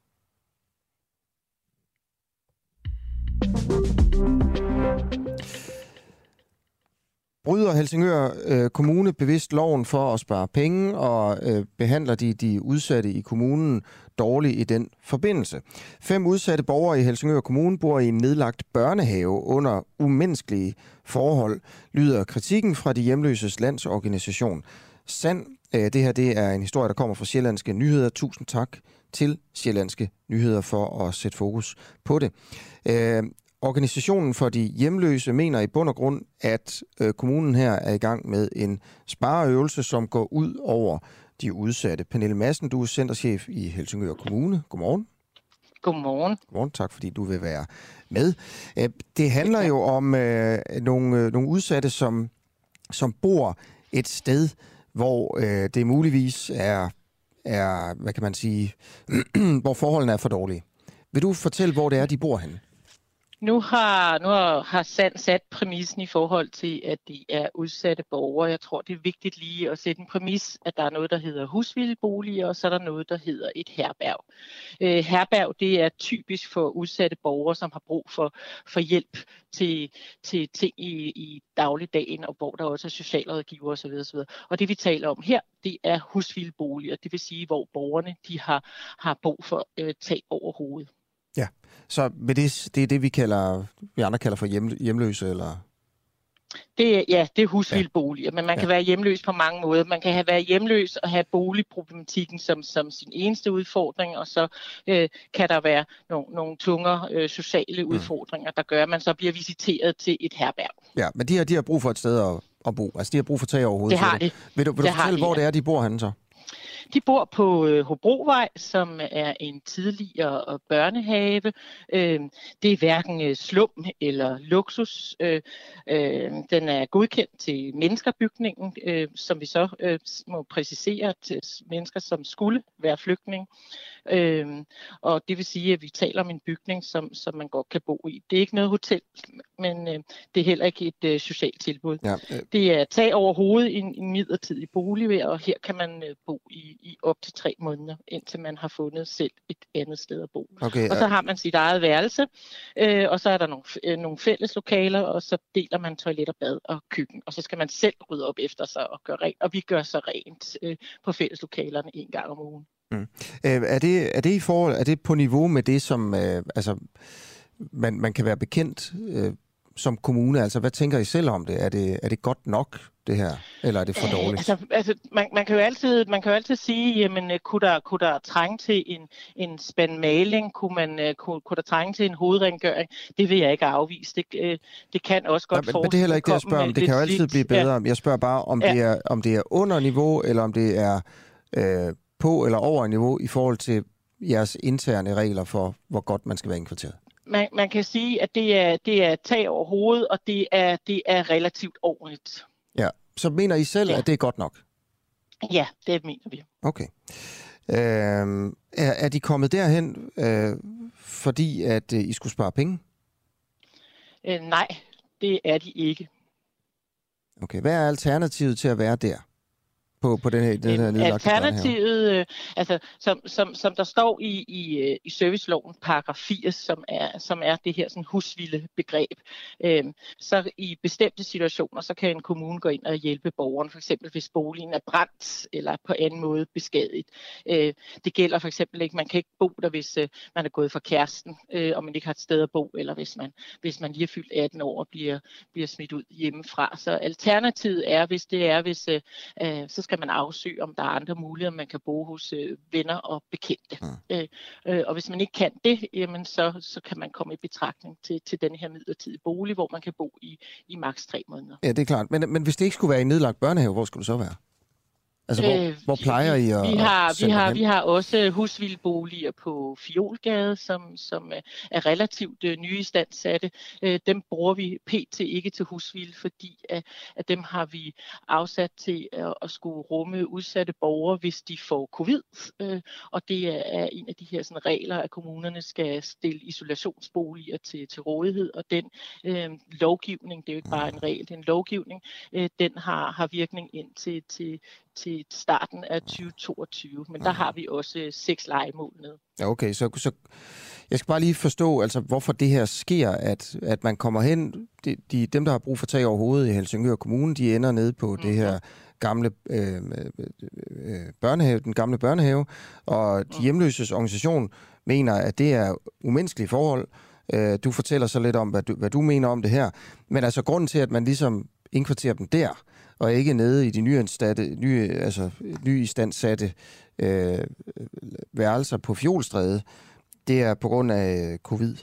Bryder Helsingør øh, Kommune bevidst loven for at spare penge, og øh, behandler de de udsatte i kommunen dårligt i den forbindelse. Fem udsatte borgere i Helsingør Kommune bor i en nedlagt børnehave under umenneskelige forhold, lyder kritikken fra de hjemløses landsorganisation. Sand, øh, det her det er en historie, der kommer fra Sjællandske Nyheder. Tusind tak til Sjællandske Nyheder for at sætte fokus på det. Øh, Organisationen for de hjemløse mener i bund og grund, at øh, kommunen her er i gang med en spareøvelse, som går ud over de udsatte. Pernille Madsen, du er centerchef i Helsingør Kommune. Godmorgen. Godmorgen. Godmorgen, tak fordi du vil være med. Det handler jo om øh, nogle, øh, nogle udsatte, som, som bor et sted, hvor øh, det muligvis er, er, hvad kan man sige, hvor forholdene er for dårlige. Vil du fortælle, hvor det er, de bor henne? Nu har, nu har Sand sat præmissen i forhold til, at de er udsatte borgere. Jeg tror, det er vigtigt lige at sætte en præmis, at der er noget, der hedder husvildeboliger, og så er der noget, der hedder et herberg. Øh, herberg, det er typisk for udsatte borgere, som har brug for, for hjælp til, til ting i, i dagligdagen, og hvor der også er socialrådgiver osv. osv. Og det vi taler om her, det er husvildeboliger, det vil sige, hvor borgerne de har, har brug for øh, tag over hovedet. Ja, så det, det er det, vi kalder, vi andre kalder for hjem, hjemløse, eller? Det er, ja, det er husvildeboliger, men man kan ja. være hjemløs på mange måder. Man kan have været hjemløs og have boligproblematikken som, som sin eneste udfordring, og så øh, kan der være nogle, nogle tungere øh, sociale udfordringer, der gør, at man så bliver visiteret til et herberg. Ja, men de har, de har brug for et sted at, at bo. Altså, de har brug for tag over hovedet. Det har de. Vil du, vil du fortælle, hvor det er, de bor henne så? De bor på øh, Hobrovej, som er en tidligere børnehave. Øh, det er hverken øh, slum eller luksus. Øh, øh, den er godkendt til menneskerbygningen, øh, som vi så øh, må præcisere til mennesker, som skulle være flygtning. Øh, og det vil sige, at vi taler om en bygning, som, som man godt kan bo i. Det er ikke noget hotel, men øh, det er heller ikke et øh, socialt tilbud. Ja, øh. Det er tag over hovedet i en, en midlertidig bolig, og her kan man øh, bo i, i op til tre måneder, indtil man har fundet selv et andet sted at bo. Okay, og så har man sit eget værelse, øh, og så er der nogle, øh, nogle fælles lokaler, og så deler man toilet og bad og køkken, og så skal man selv rydde op efter sig og gøre rent, og vi gør så rent øh, på fælleslokalerne en gang om ugen. Mm. Øh, er, det, er det i forhold, er det på niveau med det, som øh, altså, man, man kan være bekendt øh, som kommune? Altså, hvad tænker I selv om det? Er det, er det godt nok, det her, eller er det for dårligt? Øh, altså, altså man, man, kan jo altid, man kan jo altid sige, jamen, kunne der, kunne der trænge til en, en spand maling? Kunne, man, kunne, kunne der trænge til en hovedrengøring? Det vil jeg ikke afvise. Det, øh, det kan også godt forestille. Men det er heller ikke det, jeg spørger om. Det kan jo altid blive bedre. Ja. Jeg spørger bare, om, ja. det er, om det er under niveau, eller om det er øh, på eller over niveau i forhold til jeres interne regler for, hvor godt man skal være indkvarteret. Man, man kan sige, at det er, det er tag over hovedet, og det er, det er relativt ordentligt. Ja, så mener I selv, ja. at det er godt nok? Ja, det mener vi. Okay. Øh, er, er de kommet derhen, øh, fordi at øh, I skulle spare penge? Øh, nej, det er de ikke. Okay, hvad er alternativet til at være der? På, på den her, den her nedlagte Alternativet, øh, altså som, som, som der står i, i, i serviceloven paragraf firs, som er, som er det her sådan husvilde begreb, øh, så i bestemte situationer, så kan en kommune gå ind og hjælpe borgeren, for eksempel hvis boligen er brændt eller på anden måde beskadiget. Øh, det gælder for eksempel ikke, man kan ikke bo der, hvis øh, man er gået fra kæresten, øh, og man ikke har et sted at bo, eller hvis man, hvis man lige er fyldt atten år og bliver, bliver smidt ud hjemmefra. Så alternativet er, hvis det er, hvis øh, øh, så skal man afsøge, om der er andre muligheder, man kan bo hos øh, venner og bekendte. Mm. Øh, øh, og hvis man ikke kan det, jamen så, så kan man komme i betragtning til, til den her midlertidige bolig, hvor man kan bo i, i maks tre måneder. Ja, det er klart. Men, men hvis det ikke skulle være i nedlagt børnehave, hvor skulle det så være? Altså, hvor, øh, hvor plejer I at vi har, vi har, vi har også husvildboliger på Fiolgade, som, som er relativt uh, nyistandsatte. Uh, dem bruger vi pt. Ikke til husvild, fordi uh, at dem har vi afsat til uh, at skulle rumme udsatte borgere, hvis de får covid. Uh, og det er en af de her sådan, regler, at kommunerne skal stille isolationsboliger til, til rådighed. Og den uh, lovgivning, det er jo ikke bare en regel, det er en lovgivning, uh, den har, har virkning ind til, til til starten af tyve toogtyve, men der har vi også seks lejemål med. Ja, okay, så, så jeg skal bare lige forstå, altså, hvorfor det her sker, at, at man kommer hen, de, de, dem, der har brug for tag over hovedet i Helsingør Kommune, de ender nede på mm-hmm. det her gamle øh, øh, børnehave, den gamle børnehave, og de hjemløses organisation mener, at det er umenneskelige forhold. Øh, du fortæller så lidt om, hvad du, hvad du mener om det her, men altså grunden til, at man ligesom indkvarterer dem der, og ikke nede i de nyistandssatte, nye, altså nyistandssatte øh, værelser på Fiolstræde, det er på grund af covid.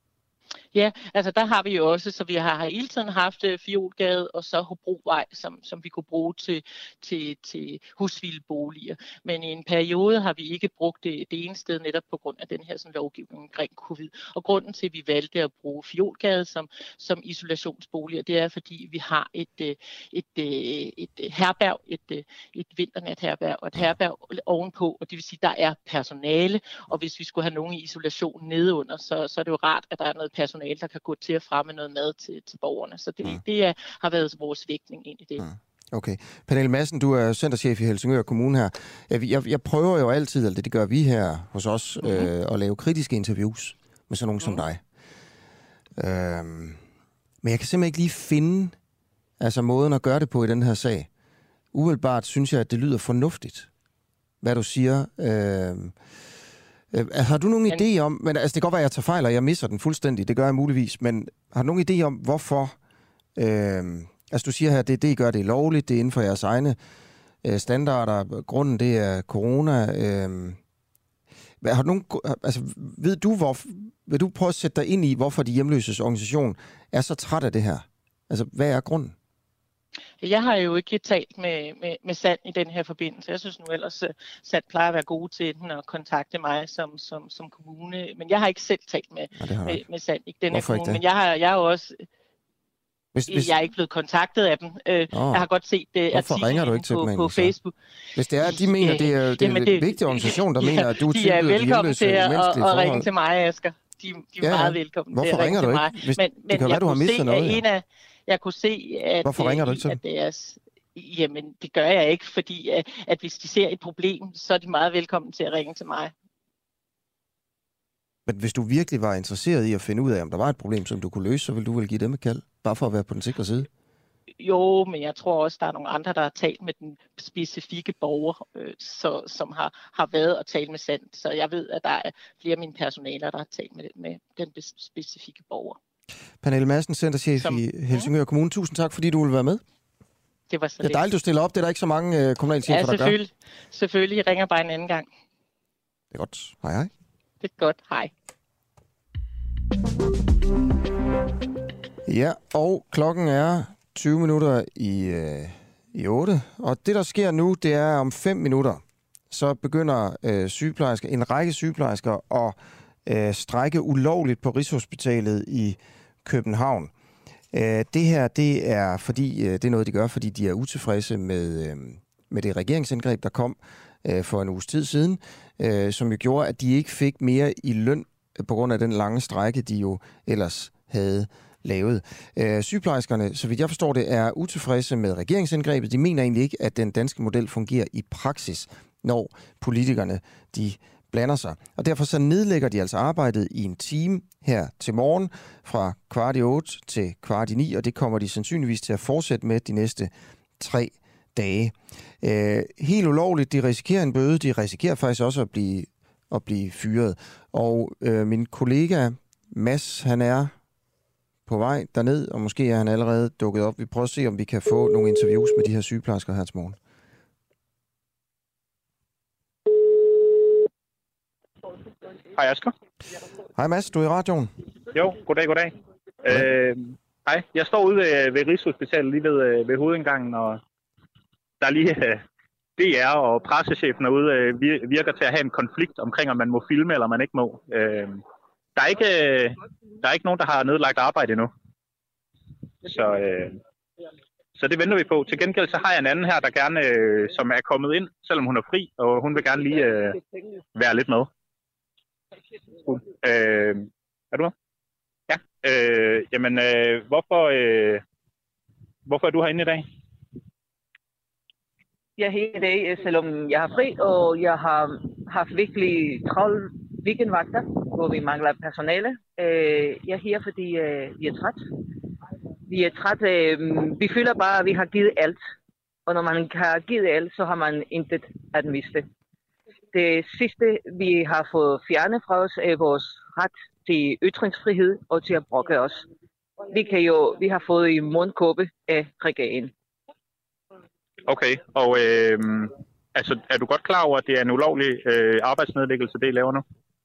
Ja, altså der har vi jo også, så vi har hele tiden haft uh, Fiolgade og så Hobrovej, som, som vi kunne bruge til, til, til husvildeboliger. Men i en periode har vi ikke brugt det, det ene sted netop på grund af den her sådan, lovgivning omkring covid. Og grunden til, at vi valgte at bruge Fiolgade som, som isolationsboliger, det er, fordi vi har et, et, et, et herberg, et, et vinternatherberg og et herberg ovenpå, og det vil sige, at der er personale, og hvis vi skulle have nogen i isolation nedenunder, så, så er det jo rart, at der er noget personale, der kan gå til at fremme noget mad til, til borgerne. Så det, mm. det er, har været vores vægtning ind i det. Mm. Okay. Pernille Madsen, du er centerchef i Helsingør Kommune her. Jeg, jeg prøver jo altid, eller det gør vi her hos os, mm-hmm. øh, at lave kritiske interviews med sådan nogen mm. som dig. Øhm, men jeg kan simpelthen ikke lige finde altså måden at gøre det på i den her sag. Umiddelbart synes jeg, at det lyder fornuftigt, hvad du siger. Øhm, Har du nogen men, idé om, men altså det kan godt være, at jeg tager fejl, og jeg misser den fuldstændig, det gør jeg muligvis, men har du nogen idé om, hvorfor, øh, altså du siger her, at det, det I gør, det er lovligt, det er inden for jeres egne øh, standarder, grunden det er corona, øh, har du nogen, altså ved du, hvor, vil du prøve at sætte dig ind i, hvorfor de hjemløses organisation er så træt af det her? Altså, hvad er grunden? Jeg har jo ikke talt med, med, med Sand i den her forbindelse. Jeg synes nu ellers, at Sand plejer at være gode til enten at kontakte mig som, som, som kommune. Men jeg har ikke selv talt med, med, med Sand i den her kommune. Men jeg har, jeg har også... Hvis, hvis... Jeg er ikke blevet kontaktet af dem. Øh, oh. Jeg har godt set det artiklen på, på, på Facebook. Hvis det er, de mener, det er, det er en vigtig organisation, der ja, mener, at du er tilbydet de er velkommen til at, at, at ringe til mig, Asger. De, de er ja, meget velkommen Hvorfor til at ringe til mig. Hvis, men, men det kan være, du har mistet noget. En af, jeg kunne se, at, Hvorfor ringer du ikke til dem? Deres, jamen, det gør jeg ikke, fordi at, at hvis de ser et problem, så er de meget velkommen til at ringe til mig. Men hvis du virkelig var interesseret i at finde ud af, om der var et problem, som du kunne løse, så ville du vel give dem et kald, bare for at være på den sikre side? jo, men jeg tror også, der er nogle andre, der har talt med den specifikke borger, øh, så, som har, har været og talt med Sandt. Så jeg ved, at der er flere af mine personaler, der har talt med, med den specifikke borger. Pernille Madsen, centerchef som, i Helsingør Kommune. Tusind tak, fordi du ville være med. Det var så det er dejligt, du stiller op. Det er der ikke så mange øh, kommunalchefer, ja, der gør. selvfølgelig. Selvfølgelig. Jeg ringer bare en anden gang. Det er godt. Hej, hej. Det er godt. Hej. Ja, og klokken er tyve minutter i, øh, i otte. Og det, der sker nu, det er om fem minutter, så begynder øh, sygeplejersker, en række sygeplejersker at øh, strække ulovligt på Rigshospitalet i København. Øh, det her, det er fordi øh, det er noget, de gør, fordi de er utilfredse med, øh, med det regeringsindgreb, der kom øh, for en uges tid siden, øh, som jo gjorde, at de ikke fik mere i løn øh, på grund af den lange strejke, de jo ellers havde lavet. Øh, sygeplejerskerne, så vidt jeg forstår det, er utilfredse med regeringsindgrebet. De mener egentlig ikke, at den danske model fungerer i praksis, når politikerne de blander sig. Og derfor så nedlægger de altså arbejdet i en time her til morgen fra kvart i otte til kvart i ni, og det kommer de sandsynligvis til at fortsætte med de næste tre dage. Øh, helt ulovligt, de risikerer en bøde, de risikerer faktisk også at blive, at blive fyret. Og øh, min kollega Mads, han er på vej derned, og måske er han allerede dukket op. Vi prøver at se, om vi kan få nogle interviews med de her sygeplejersker her til morgen. Hej Asger. Hej Mads, du er i radioen. Jo, goddag, goddag. Øh, hej, jeg står ude ved, ved Rigshospitalet lige ved, ved hovedindgangen, og der er lige øh, D R og pressechefen derude øh, virker til at have en konflikt omkring, om man må filme eller man ikke må. Øh, der, er ikke, øh, der er ikke nogen, der har nedlagt arbejde endnu. Så, øh, så det venter vi på. Til gengæld så har jeg en anden her, der gerne, øh, som er kommet ind, selvom hun er fri, og hun vil gerne lige øh, være lidt med. Øh, er du med? Ja. Øh, jamen, øh, hvorfor, øh, hvorfor er du herinde i dag? Jeg er her i dag, selvom jeg har fri, og jeg har haft virkelig travlt weekendvagter, hvor vi mangler personale. Øh, jeg er her, fordi øh, vi er træt. Vi er træt. Øh, vi føler bare, at vi har givet alt. Og når man har givet alt, så har man intet at miste. Det sidste, vi har fået fjernet fra os, er vores ret til ytringsfrihed og til at brokke os. Vi, kan jo, vi har fået i mundkåbe af regeringen. Okay, og øh, altså, er du godt klar over, at det er en ulovlig øh, arbejdsnedlæggelse, det I laver nu?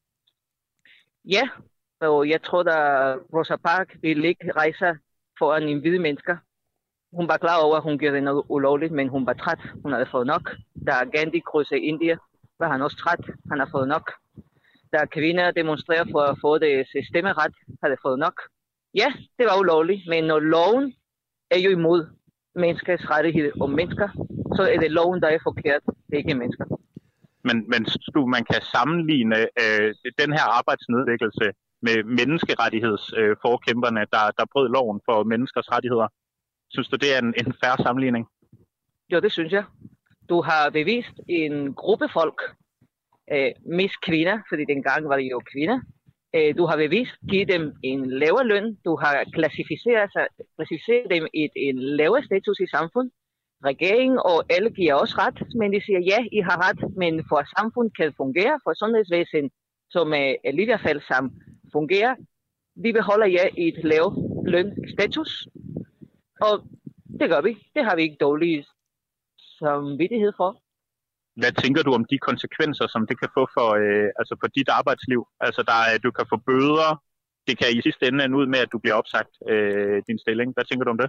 Ja, og jeg tror, at Rosa Parks ville ikke rejse foran en hvide mennesker. Hun var klar over, at hun gjorde noget ulovligt, men hun var træt. Hun havde fået nok. Da Gandhi krydsede Indien, var han også træt. Han har fået nok. Da kvinder demonstrerer for at få det stemmeret, havde fået nok. Ja, det var ulovligt, men når loven er jo imod menneskers rettighed og mennesker, så er det loven, der er forkert. Det er ikke mennesker. Men, men du, man kan sammenligne øh, den her arbejdsnedlæggelse med menneskerettighedsforkæmperne, øh, der, der brød loven for menneskers rettigheder. Synes du, det er en, en fair sammenligning? Jo, det synes jeg. Du har bevist en gruppe folk, øh, mest kvinder, fordi dengang var det jo kvinder. Øh, du har bevist givet dem en lavere løn. Du har klassificeret, sig, klassificeret dem i et, en lavere status i samfundet. Regeringen og alle giver også ret, men de siger, ja, I har ret, men for at samfundet kan fungere, for sundhedsvæsen, som er, er lige i hvert fald sammen, fungerer, vi beholder jer i et lavt lønstatus. Og det gør vi. Det har vi ikke dårlig samvittighed for. Hvad tænker du om de konsekvenser, som det kan få for, øh, altså for dit arbejdsliv? Altså, der er, du kan få bøder. Det kan i sidste ende ende ud med, at du bliver opsagt øh, din stilling. Hvad tænker du om det?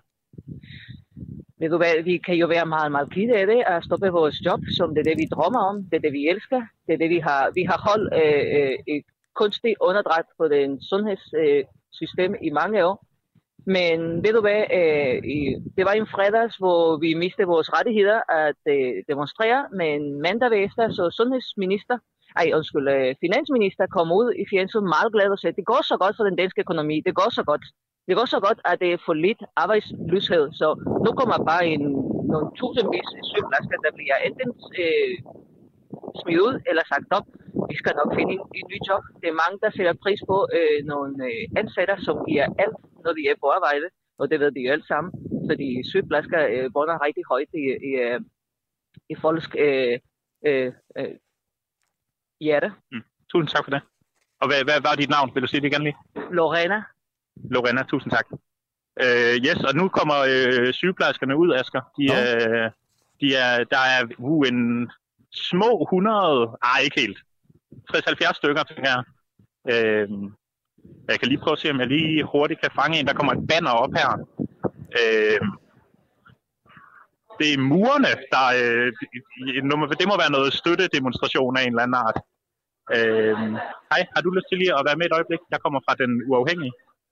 Ved du hvad, vi kan jo være meget, meget kede af det, at stoppe vores job, som det er det, vi drømmer om. Det er det, vi elsker. Det er det, vi har. Vi har holdt øh, et kunstigt underdræt på det sundhedssystem øh, i mange år. Men ved du hvad, øh, det var en fredags, hvor vi mistede vores rettigheder at øh, demonstrere, men mandag efter, så sundhedsminister, ej undskyld, øh, finansminister kom ud i fjernsynet meget glad og sagde, det går så godt for den danske økonomi, det går så godt. Det går så godt, at det er for lidt arbejdsløshed, så nu kommer bare en, nogle tusindvis af sygeplejersker, der bliver enten øh, smidt ud eller sagt op. Vi skal nok finde en, en ny job. Det er mange, der sætter pris på øh, nogle øh, ansatte, som giver alt, når de er på arbejde, og det ved de jo alle sammen. fordi sygeplejersker øh, bunder rigtig højt i, i, øh, i folks øh, øh, øh, hjerte. Mm. Tusind tak for det. Og hvad, hvad var dit navn? Vil du sige det igen lige? Lorena. Lorena, tusind tak. Uh, yes, og nu kommer uh, sygeplejerskerne ud, Asger. De, uh, de er, der er uh, en små hundrede, ah ikke helt, tres til halvfjerds stykker, tænker jeg. Uh, jeg kan lige prøve at se, om jeg lige hurtigt kan fange en. Der kommer et banner op her. Uh, det er murerne, der uh, det må være noget støttedemonstration af en eller anden art. Uh, hej, har du lyst til lige at være med et øjeblik? Jeg kommer fra Den Uafhængige.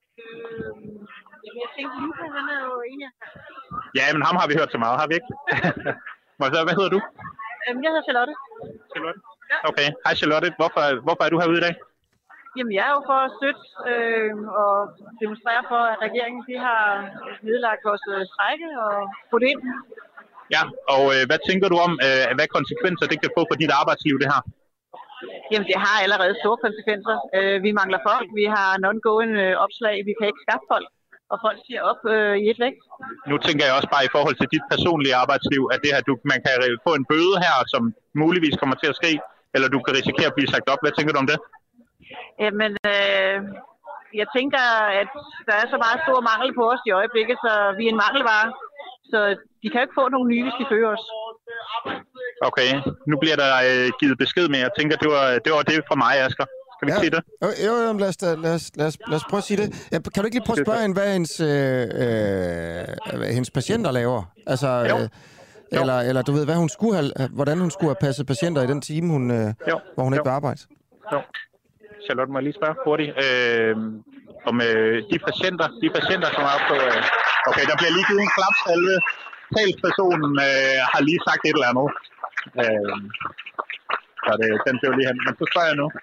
Jeg tænkte, Luca, han er jo en af... Ja, men ham har vi hørt så meget, har vi ikke? Hvad hedder du? Jeg hedder Charlotte. Charlotte? Okay. Hej Charlotte. Hvorfor, hvorfor er du herude i dag? Jamen, jeg er jo for at støtte øh, og demonstrere for, at regeringen de har nedlagt vores strejke og budt ind. Ja, og øh, hvad tænker du om, øh, hvad konsekvenser det kan få for dit arbejdsliv, det her? Jamen, det har allerede store konsekvenser. Øh, vi mangler folk, vi har non-going øh, opslag, vi kan ikke skaffe folk, og folk siger op øh, i et væk. Nu tænker jeg også bare i forhold til dit personlige arbejdsliv, at det her, du, man kan få en bøde her, som muligvis kommer til at ske, eller du kan risikere at blive sagt op. Hvad tænker du om det? Jamen, øh, jeg tænker, at der er så meget stor mangel på os i øjeblikket, så vi er en mangelvare. Så de kan jo ikke få nogen nye, hvis de fører os. Okay, nu bliver der øh, givet besked med. Jeg tænker, det var det, var det fra mig, Asger. Skal vi ja. sige det? Jo, jo, jo lad, os, lad, os, lad, os, lad os prøve at sige det. Ja, kan du ikke lige prøve at spørge hende, hvad hendes, øh, øh, hendes patienter laver? Altså, øh, eller, eller du ved, hvad hun skulle have, hvordan hun skulle have passet patienter i den time, hun, øh, hvor hun jo. ikke vil arbejde? Jo. Charlotte, må jeg lige spørge hurtigt. Øh, om øh, de patienter, de patienter, som er på... Øh, okay, der bliver lige givet en klapsalve. Talspersonen øh, har lige sagt et eller andet. Øh, så det, den blev lige hen. Men så spørger jeg nu.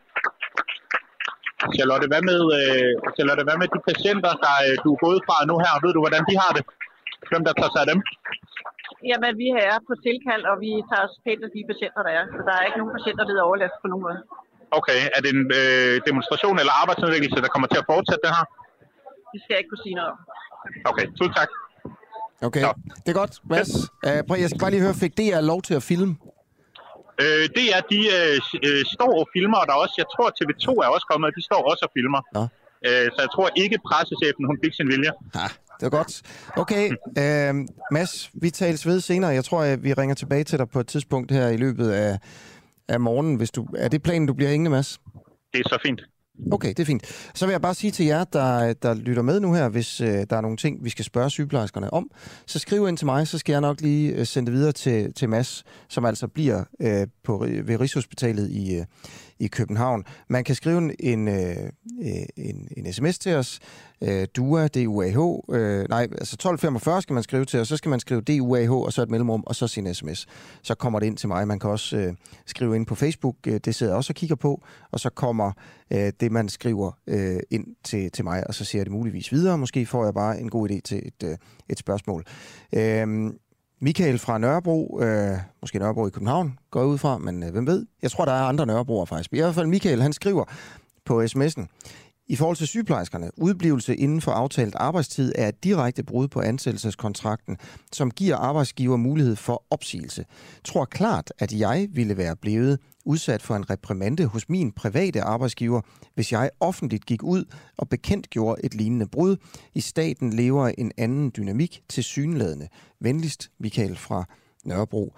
Charlotte, hvad med, øh, Charlotte, hvad med de patienter, der øh, du er gået fra nu her? Ved du, hvordan de har det? Hvem der tager sig af dem? Jamen, vi er på tilkald, og vi tager os pænt af de patienter, der er. Så der er ikke nogen patienter, der er overladt på nogen måde. Okay, er det en øh, demonstration eller arbejdsnedlæggelse, der kommer til at fortsætte det her? Det skal jeg ikke kunne sige noget om. Okay, tusind tak. Okay, så. Det er godt. Mads, uh, prøv, jeg skal bare lige høre, fik D R lov til at filme? Øh, det er, de øh, står og filmer, og der også, jeg tror T V to er også kommet, og de står også og filmer. Ja. Øh, så jeg tror ikke pressechefen, hun fik sin vilje. Ja, det er godt. Okay, øh, Mads, vi tales ved senere. Jeg tror, at vi ringer tilbage til dig på et tidspunkt her i løbet af, af morgenen. Hvis du, er det planen, du bliver hængende, Mads? Det er så fint. Okay, det er fint. Så vil jeg bare sige til jer, der, der lytter med nu her, hvis øh, der er nogle ting, vi skal spørge sygeplejerskerne om, så skriv ind til mig, så skal jeg nok lige øh, sende det videre til, til Mads, som altså bliver øh, på, ved Rigshospitalet i, øh, i København. Man kan skrive en, en, øh, en, en sms til os, øh, D U A, D U A H, øh, nej, altså tolv femogfyrre skal man skrive til os, så skal man skrive D U A H, og så et mellemrum, og så sin sms. Så kommer det ind til mig. Man kan også øh, skrive ind på Facebook, øh, det sidder jeg også og kigger på, og så kommer øh, det, man skriver øh, ind til, til mig, og så ser jeg det muligvis videre. Måske får jeg bare en god idé til et, øh, et spørgsmål. Øh, Michael fra Nørrebro, øh, måske Nørrebro i København, går ud fra, men øh, hvem ved? Jeg tror, der er andre Nørrebroer faktisk. I hvert fald Michael, han skriver på sms'en, i forhold til sygeplejerskerne, udblivelse inden for aftalt arbejdstid er et direkte brud på ansættelseskontrakten, som giver arbejdsgiver mulighed for opsigelse. Tror klart, at jeg ville være blevet udsat for en reprimande hos min private arbejdsgiver, hvis jeg offentligt gik ud og bekendt gjorde et lignende brud. I staten lever en anden dynamik tilsyneladende. Venligst, Michael fra Nørrebro.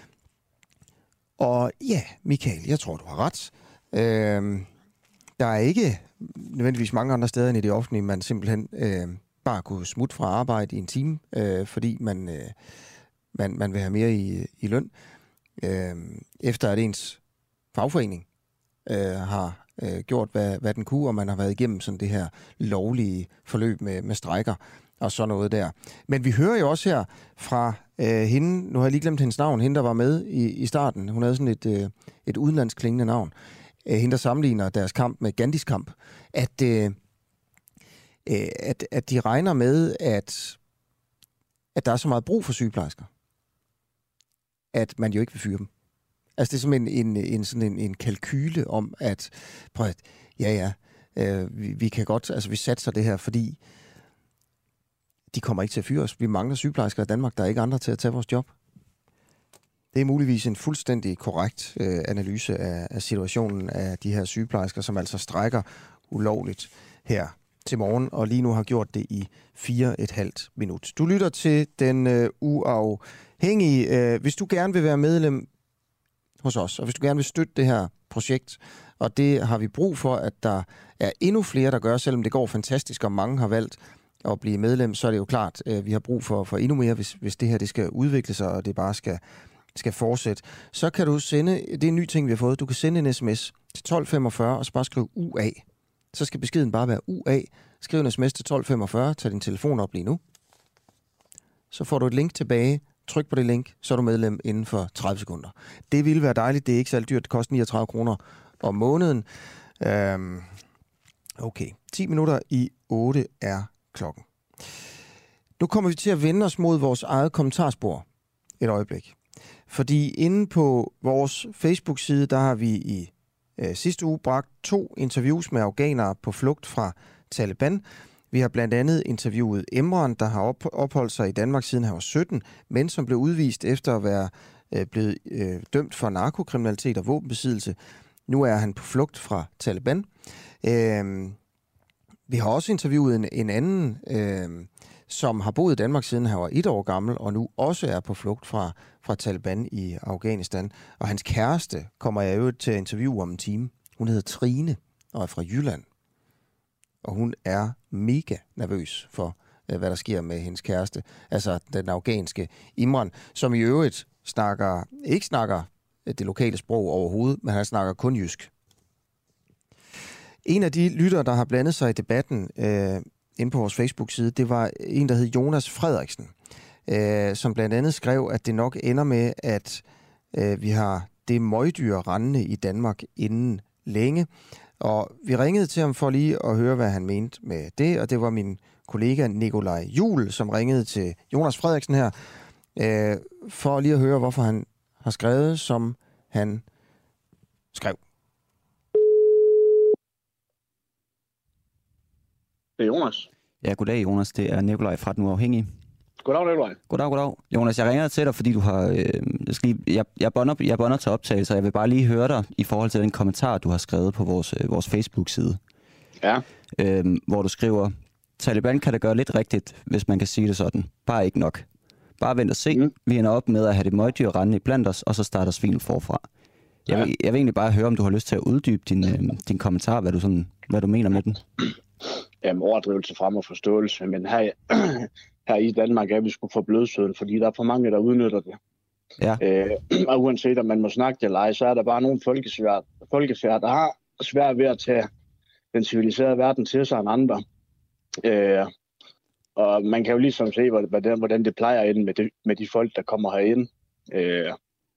Og ja, Michael, jeg tror, du har ret. Øh, der er ikke nødvendigvis mange andre steder end i det offentlige, man simpelthen øh, bare kunne smutte fra arbejde i en time, øh, fordi man, øh, man, man vil have mere i, i løn. Øh, efter at ens fagforening øh, har øh, gjort, hvad, hvad den kunne, og man har været igennem sådan det her lovlige forløb med, med strejker og sådan noget der. Men vi hører jo også her fra øh, hende, nu har jeg lige glemt hendes navn, hende der var med i, i starten, hun havde sådan et, øh, et udenlandsk klingende navn, øh, hende der sammenligner deres kamp med Gandhis kamp, at, øh, at, at de regner med, at, at der er så meget brug for sygeplejersker, at man jo ikke vil fyre dem. Altså det er simpelthen en, en, en, sådan en, en kalkyle om, at prøv at, ja ja, øh, vi, vi kan godt, altså vi satser det her, fordi de kommer ikke til at fyre os. Vi mangler sygeplejersker i Danmark, der er ikke andre til at tage vores job. Det er muligvis en fuldstændig korrekt øh, analyse af, af situationen af de her sygeplejersker, som altså strækker ulovligt her til morgen, og lige nu har gjort det i fire et halvt minut. Du lytter til Den øh, Uafhængige. Øh, hvis du gerne vil være medlem hos os, og hvis du gerne vil støtte det her projekt, og det har vi brug for, at der er endnu flere, der gør, selvom det går fantastisk, og mange har valgt at blive medlem, så er det jo klart, at vi har brug for, for endnu mere, hvis, hvis det her det skal udvikle sig, og det bare skal, skal fortsætte. Så kan du sende, det er en ny ting, vi har fået, du kan sende en sms til tolv femogfyrre, og så bare skrive U A. Så skal beskeden bare være U A. Skriv en sms til tolv femogfyrre, tag din telefon op lige nu. Så får du et link tilbage, tryk på det link, så er du medlem inden for tredive sekunder. Det ville være dejligt, det er ikke særlig dyrt, det koster niogtredive kroner om måneden. Øhm, okay, ti minutter i otte er klokken. Nu kommer vi til at vende os mod vores eget kommentarspor et øjeblik. Fordi inde på vores Facebook-side, der har vi i øh, sidste uge bragt to interviews med afghanere på flugt fra Taliban. Vi har blandt andet interviewet Emran, der har op- opholdt sig i Danmark siden han var sytten, men som blev udvist efter at være øh, blevet øh, dømt for narkokriminalitet og våbenbesiddelse. Nu er han på flugt fra Taliban. Øh, vi har også interviewet en, en anden, øh, som har boet i Danmark siden han var et år gammel, og nu også er på flugt fra, fra Taliban i Afghanistan. Og hans kæreste kommer jeg jo til at interviewe om en time. Hun hedder Trine og er fra Jylland. Og hun er mega nervøs for, hvad der sker med hendes kæreste. Altså den afghanske Imran, som i øvrigt snakker, ikke snakker det lokale sprog overhovedet, men han snakker kun jysk. En af de lyttere, der har blandet sig i debatten øh, inde på vores Facebook-side, det var en, der hed Jonas Frederiksen, øh, som blandt andet skrev, at det nok ender med, at øh, vi har det møgdyr rendende i Danmark inden længe. Og vi ringede til ham for lige at høre, hvad han mente med det, og det var min kollega Nikolaj Juhl, som ringede til Jonas Frederiksen her, øh, for lige at høre, hvorfor han har skrevet, som han skrev. Det er Jonas. Ja, goddag Jonas. Det er Nikolaj fra Den Uafhængige. Goddag, Nikolaj. Goddag, goddag. Jonas, jeg ringer til dig, fordi du har... Øh, jeg, skal lige, jeg, jeg, bonder, jeg bonder til optagelse, og jeg vil bare lige høre dig i forhold til den kommentar, du har skrevet på vores, øh, vores Facebook-side. Ja. Øh, hvor du skriver, Taliban kan da gøre lidt rigtigt, hvis man kan sige det sådan. Bare ikke nok. Bare vent og se. Mm. Vi ender op med at have det møgdyr rendende blandt os, og så starter svinen forfra. Jeg, ja. vil, jeg vil egentlig bare høre, om du har lyst til at uddybe din, øh, din kommentar, hvad du, sådan, hvad du mener med den. Jamen, overdrivelse frem og forståelse, men her, her i Danmark er vi sgu for blødsøden, fordi der er for mange, der udnytter det. Ja. Øh, og uanset om man må snakke det eller ej, så er der bare nogle folkefærd, folkefærd, der har svært ved at tage den civiliserede verden til sig end andre. Øh, og man kan jo ligesom se, hvordan, hvordan det plejer ind med, det, med de folk, der kommer herind. Øh,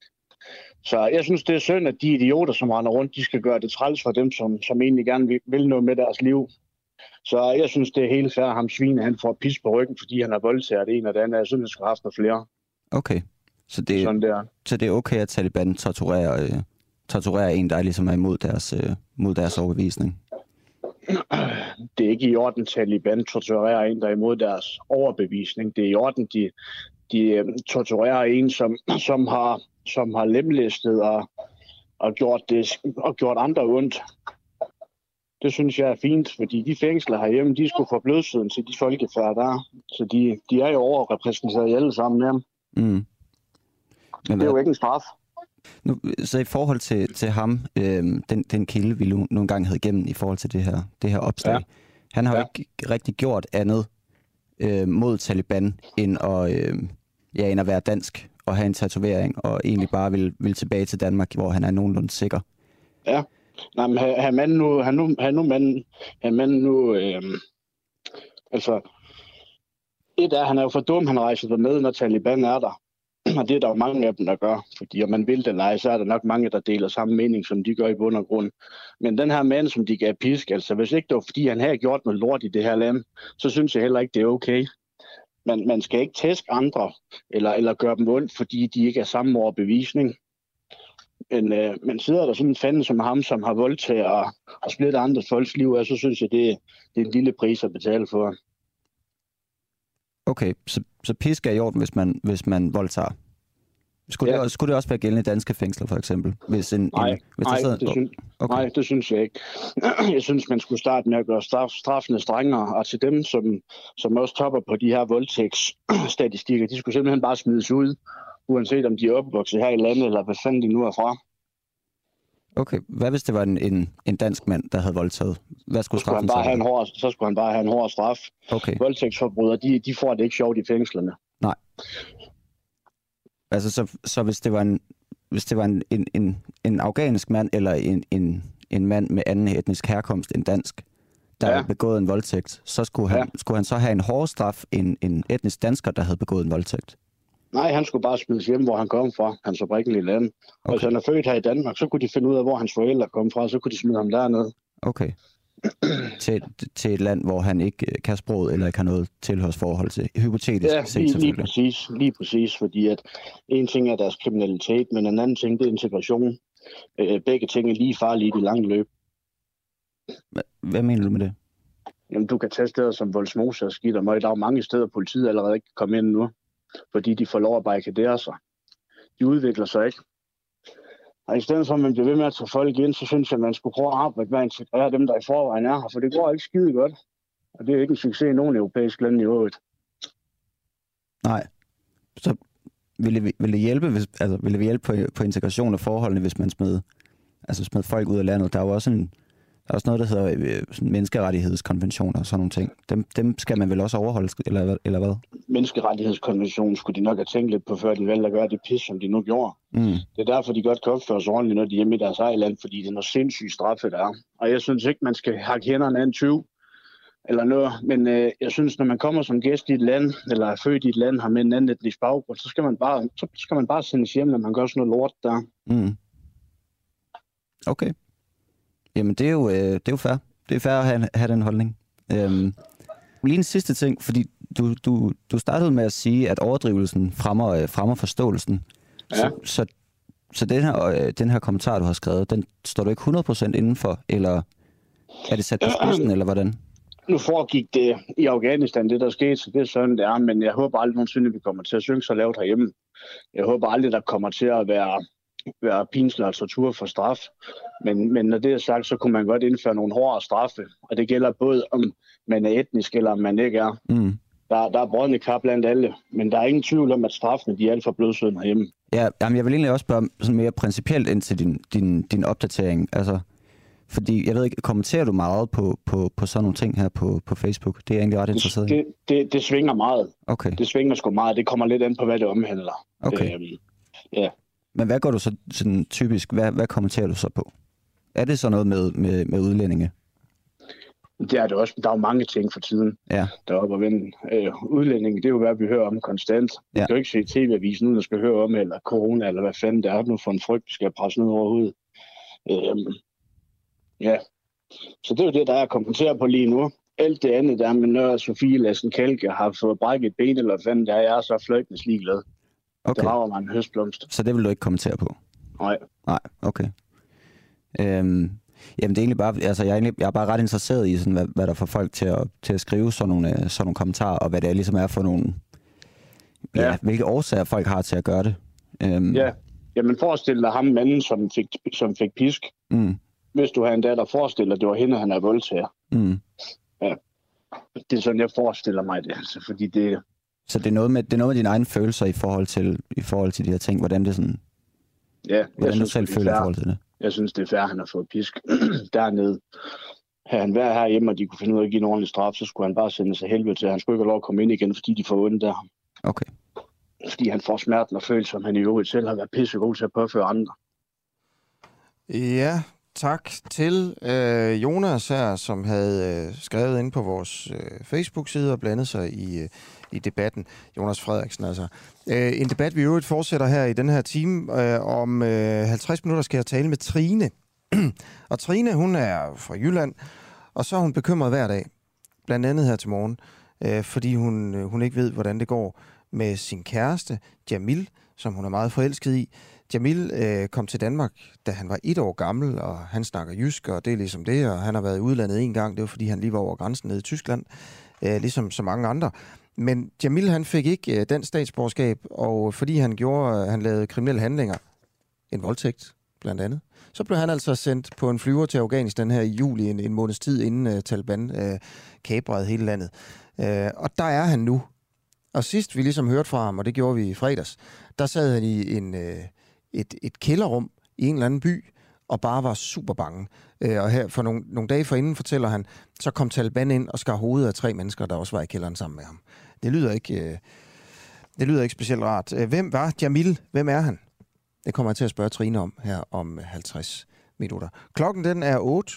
så jeg synes, det er synd, at de idioter, som render rundt, de skal gøre det træls for dem, som, som egentlig gerne vil, vil noget med deres liv. Så jeg synes, det er helt fair, at ham svine, han får pis på ryggen, fordi han har voldtaget en og det andet. Jeg synes, han skulle have haft noget flere. Okay, så det, Sådan der. så det er okay, at Taliban torturerer, øh, torturerer en, der ligesom er imod deres, øh, mod deres overbevisning? Det er ikke i orden, Taliban torturerer en, der er imod deres overbevisning. Det er i orden, de, de torturerer en, som, som, har, som har lemlæstet og, og, gjort det, og gjort andre ondt. Det synes jeg er fint, fordi de fængsler herhjemme, de skulle få blødsøden til de folkefærd, der er. Så de, de er jo overrepræsenteret alle sammen her. Mm. Men det er jo ikke en straf. Nu, så i forhold til, til ham, øh, den, den kilde, vi nu, nogle gange havde igennem i forhold til det her, det her opslag, ja. Han har ja. jo ikke rigtig gjort andet øh, mod Taliban, end at, øh, ja, end at være dansk og have en tatovering, og egentlig bare vil, vil tilbage til Danmark, hvor han er nogenlunde sikker. Ja. Nej, men han mand nu, han nu, han nu, mand, han mand nu, øh, altså, et er, han er jo for dum, han rejser derned, når Taliban er der. Og det er der jo mange af dem, der gør. Fordi om man vil det eller ej, så er der nok mange, der deler samme mening, som de gør i bund og grund. Men den her mand, som de gav pisk, altså hvis ikke det var, fordi han havde gjort noget lort i det her land, så synes jeg heller ikke, det er okay. Man, man skal ikke tæske andre, eller, eller gøre dem ondt, fordi de ikke er samme overbevisning. Men, øh, men sidder der sådan en fanden som ham, som har voldtaget og, og splittet andres folks liv, så synes jeg, det, det er en lille pris at betale for. Okay, så, så pisk er i orden, hvis man, hvis man voldtager. Skulle, ja. det også, skulle det også være gældende i danske fængsler, for eksempel? Hvis en, nej, en, hvis nej, sidder... det synes, okay. nej, det synes jeg ikke. Jeg synes, man skulle starte med at gøre straf, straffene strengere, og til dem, som, som også topper på de her voldtægtsstatistikker, de skulle simpelthen bare smides ud, uanset om de er opvokset her i landet, eller hvad fanden de nu er fra. Okay, hvad hvis det var en, en, en dansk mand, der havde voldtaget? Hvad skulle så, skulle han straffen bare så have en hård, så skulle han bare have en hård straf. Okay. Voldtægtsforbrydere, de, de får det ikke sjovt i fængslerne. Nej. Altså, så, så hvis det var en, hvis det var en, en, en, en afghansk mand, eller en, en, en mand med anden etnisk herkomst end dansk, der ja. havde begået en voldtægt, så skulle han, ja. skulle han så have en hårdere straf end en etnisk dansker, der havde begået en voldtægt? Nej, han skulle bare smides hjem, hvor han kom fra, hans oprindelige land. Okay. Og hvis han er født her i Danmark, så kunne de finde ud af, hvor hans forældre kom fra, så kunne de smide ham dernede. Okay. til, til et land, hvor han ikke kan sproget, eller ikke har noget tilhørsforhold til. Hypotetisk ja, set, lige, lige præcis, lige præcis, fordi at en ting er deres kriminalitet, men en anden ting, det er integration. Begge ting er lige farlige i det lange løb. Hvad mener du med det? Jamen, du kan tage steder som Vollsmose og Skidt og Møg. Der er jo mange steder, politiet allerede ikke kan komme ind nu, fordi de får lov at barrikadere sig. De udvikler sig ikke. Og i stedet for, at man bliver ved med at tage folk ind, så synes jeg, at man skulle prøve at arbejde med at integrere dem, der i forvejen er her, for det går ikke skide godt. Og det er ikke en succes i nogen europæiske lande i øvrigt. Nej. Så ville det, ville det hjælpe, hvis, altså, ville det hjælpe på, på integration af forholdene, hvis man smed, altså smed folk ud af landet? Der er jo også en Der er også noget, der hedder øh, menneskerettighedskonventioner og sådan nogle ting. Dem, dem skal man vel også overholde, eller, eller hvad? Menneskerettighedskonventionen skulle de nok have tænkt lidt på, før de valgte at gøre det pis, som de nu gjorde. Mm. Det er derfor, de godt kan opføre sig ordentligt, når de er hjemme i deres eget land, fordi det er noget sindssygt straffe, der er. Og jeg synes ikke, man skal hakke hænderne af en tyv eller noget, men øh, jeg synes, når man kommer som gæst i et land, eller er født i et land, har med en anden etnisk baggrund, så skal man bare, så skal man bare sendes hjem, når man gør sådan noget lort der. Mm. Okay. Jamen, det er jo, øh, det er jo fair. Det er fair at have, have den holdning. Øhm, lige en sidste ting, fordi du, du, du startede med at sige, at overdrivelsen fremmer, øh, fremmer forståelsen. Ja. Så, så, så den, her, øh, den her kommentar, du har skrevet, den står du ikke hundrede procent indenfor, eller er det sat på spidsen, eller hvordan? Nu foregik det i Afghanistan, det der skete, så det er sådan, det er, men jeg håber aldrig nogensinde, vi kommer til at synge så lavt herhjemme. Jeg håber aldrig, der kommer til at være... være pinsler og tortur for straf. Men, men når det er sagt, så kunne man godt indføre nogle hårdere straffe. Og det gælder både, om man er etnisk, eller om man ikke er. Mm. Der, der er brodne kar blandt alle. Men der er ingen tvivl om, at straffene de er alt for blødsødende herhjemme. Ja, jamen jeg vil egentlig også spørge sådan mere principielt ind til din, din, din opdatering. Altså, fordi, jeg ved ikke, kommenterer du meget på, på, på sådan nogle ting her på, på Facebook? Det er jeg egentlig ret interesseret i. Det, det, det svinger meget. Okay. Det svinger sgu meget. Det kommer lidt an på, hvad det omhandler. Okay. Øhm, ja. Men hvad går du så sådan typisk, hvad, hvad kommenterer du så på? Er det så noget med, med, med udlændinge? Det er det også. Der er jo mange ting for tiden, ja. der er oppe at vende. Øh, udlændinge, det er jo hvad vi hører om konstant. Vi ja. kan jo ikke se T V-avisen uden at skal høre om, eller corona, eller hvad fanden det er nu for en frygt, vi skal presse ned over hovedet. Øh, ja. Så det er jo det, der er at kompensere på lige nu. Alt det andet, der med når Sofie Lassen Kalke har fået brækket et ben, eller hvad fanden det er, jeg er så fløjtende ligeglad. Okay. Det rager mig en høstblomst. Så det vil du ikke kommentere på? Nej. Nej, okay. Øhm, jamen det er egentlig bare, altså jeg er, egentlig, jeg er bare ret interesseret i, sådan, hvad, hvad der får folk til at, til at skrive sådan nogle, sådan nogle kommentarer, og hvad det er, ligesom er for nogle, ja, ja. hvilke årsager folk har til at gøre det. Øhm. Ja, jamen forestil dig ham manden, som fik, som fik pisk. Mm. Hvis du har en datter, forestil dig, det var hende, han er voldtager. Mm. Ja, det er sådan, jeg forestiller mig det, altså, fordi det... Så det er noget med, det er noget med dine egne følelser i forhold til, i forhold til de her ting, hvordan det sådan... Ja, hvordan synes, du selv føler i forhold til det? Jeg synes, det er fair, han har fået pisk dernede. Havde han været herhjemme, og de kunne finde ud af at give en ordentlig straf, så skulle han bare sende sig helvede til. Han skulle ikke have lov at komme ind igen, fordi de får ondt der. Okay. Fordi han får smerten og følelser, som han i øvrigt selv har været pissegod til at påføre andre. Ja, tak til øh, Jonas her, som havde øh, skrevet ind på vores øh, Facebook-side og blandet sig i, øh, i debatten. Jonas Frederiksen altså. Øh, en debat, vi i øvrigt fortsætter her i den her time. Øh, om øh, halvtreds minutter skal jeg tale med Trine. Og Trine, hun er fra Jylland, og så er hun bekymret hver dag. Blandt andet her til morgen, øh, fordi hun, øh, hun ikke ved, hvordan det går med sin kæreste, Jamil, som hun er meget forelsket i. Jamil øh, kom til Danmark, da han var et år gammel, og han snakker jysk, og det er ligesom det, og han har været i udlandet en gang, det var fordi han lige var over grænsen nede i Tyskland, øh, ligesom så mange andre. Men Jamil, han fik ikke øh, den statsborgerskab, og fordi han gjorde, øh, han lavede kriminelle handlinger, en voldtægt blandt andet, så blev han altså sendt på en flyver til Afghanistan her i juli, en, en måneds tid inden uh, Taliban uh, kabrede hele landet. Uh, og der er han nu. Og sidst vi ligesom hørte fra ham, og det gjorde vi i fredags, der sad han i en, uh, et, et kælderrum i en eller anden by, og bare var super bange. Uh, og her for nogle, nogle dage forinden, fortæller han, så kom Taliban ind og skar hovedet af tre mennesker, der også var i kælderen sammen med ham. Det lyder ikke, uh, det lyder ikke specielt rart. Uh, hvem var Jamil? Hvem er han? Det kommer jeg til at spørge Trine om her om halvtreds minutter. Klokken den er otte.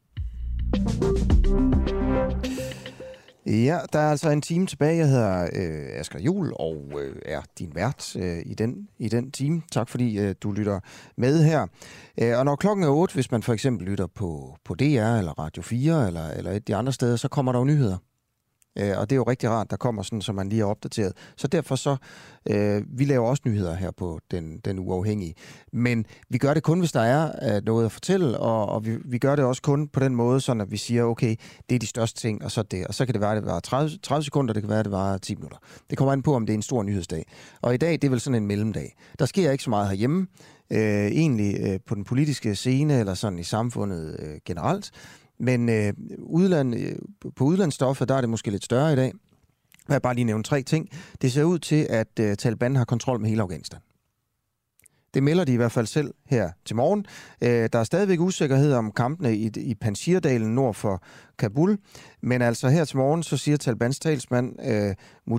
Ja, der er altså en time tilbage. Jeg hedder øh, Asger Juhl og øh, er din vært øh, i, den, i den time. Tak fordi øh, du lytter med her. Øh, og når klokken er otte, hvis man for eksempel lytter på, på D R eller Radio fire eller, eller et af de andre steder, så kommer der jo nyheder. Øh, og det er jo rigtig rart, der kommer sådan, så man lige er opdateret. Så derfor så, øh, vi laver også nyheder her på Den, den Uafhængige. Men vi gør det kun, hvis der er øh, noget at fortælle, og, og vi, vi gør det også kun på den måde, sådan at vi siger, okay, det er de største ting, og så det. Og så kan det være, at det var tredive, tredive sekunder, det kan være, at det var ti minutter. Det kommer an på, om det er en stor nyhedsdag. Og i dag, det er vel sådan en mellemdag. Der sker ikke så meget herhjemme, øh, egentlig øh, på den politiske scene, eller sådan i samfundet øh, generelt. Men øh, udland, øh, på udlandsstoffet, der er det måske lidt større i dag. Jeg vil bare lige nævne tre ting. Det ser ud til, at øh, Taliban har kontrol med hele Afghanistan. Det melder de i hvert fald selv her til morgen. Øh, der er stadigvæk usikkerhed om kampene i, i Panjshirdalen nord for Kabul. Men altså her til morgen, så siger Talibans talsmand øh,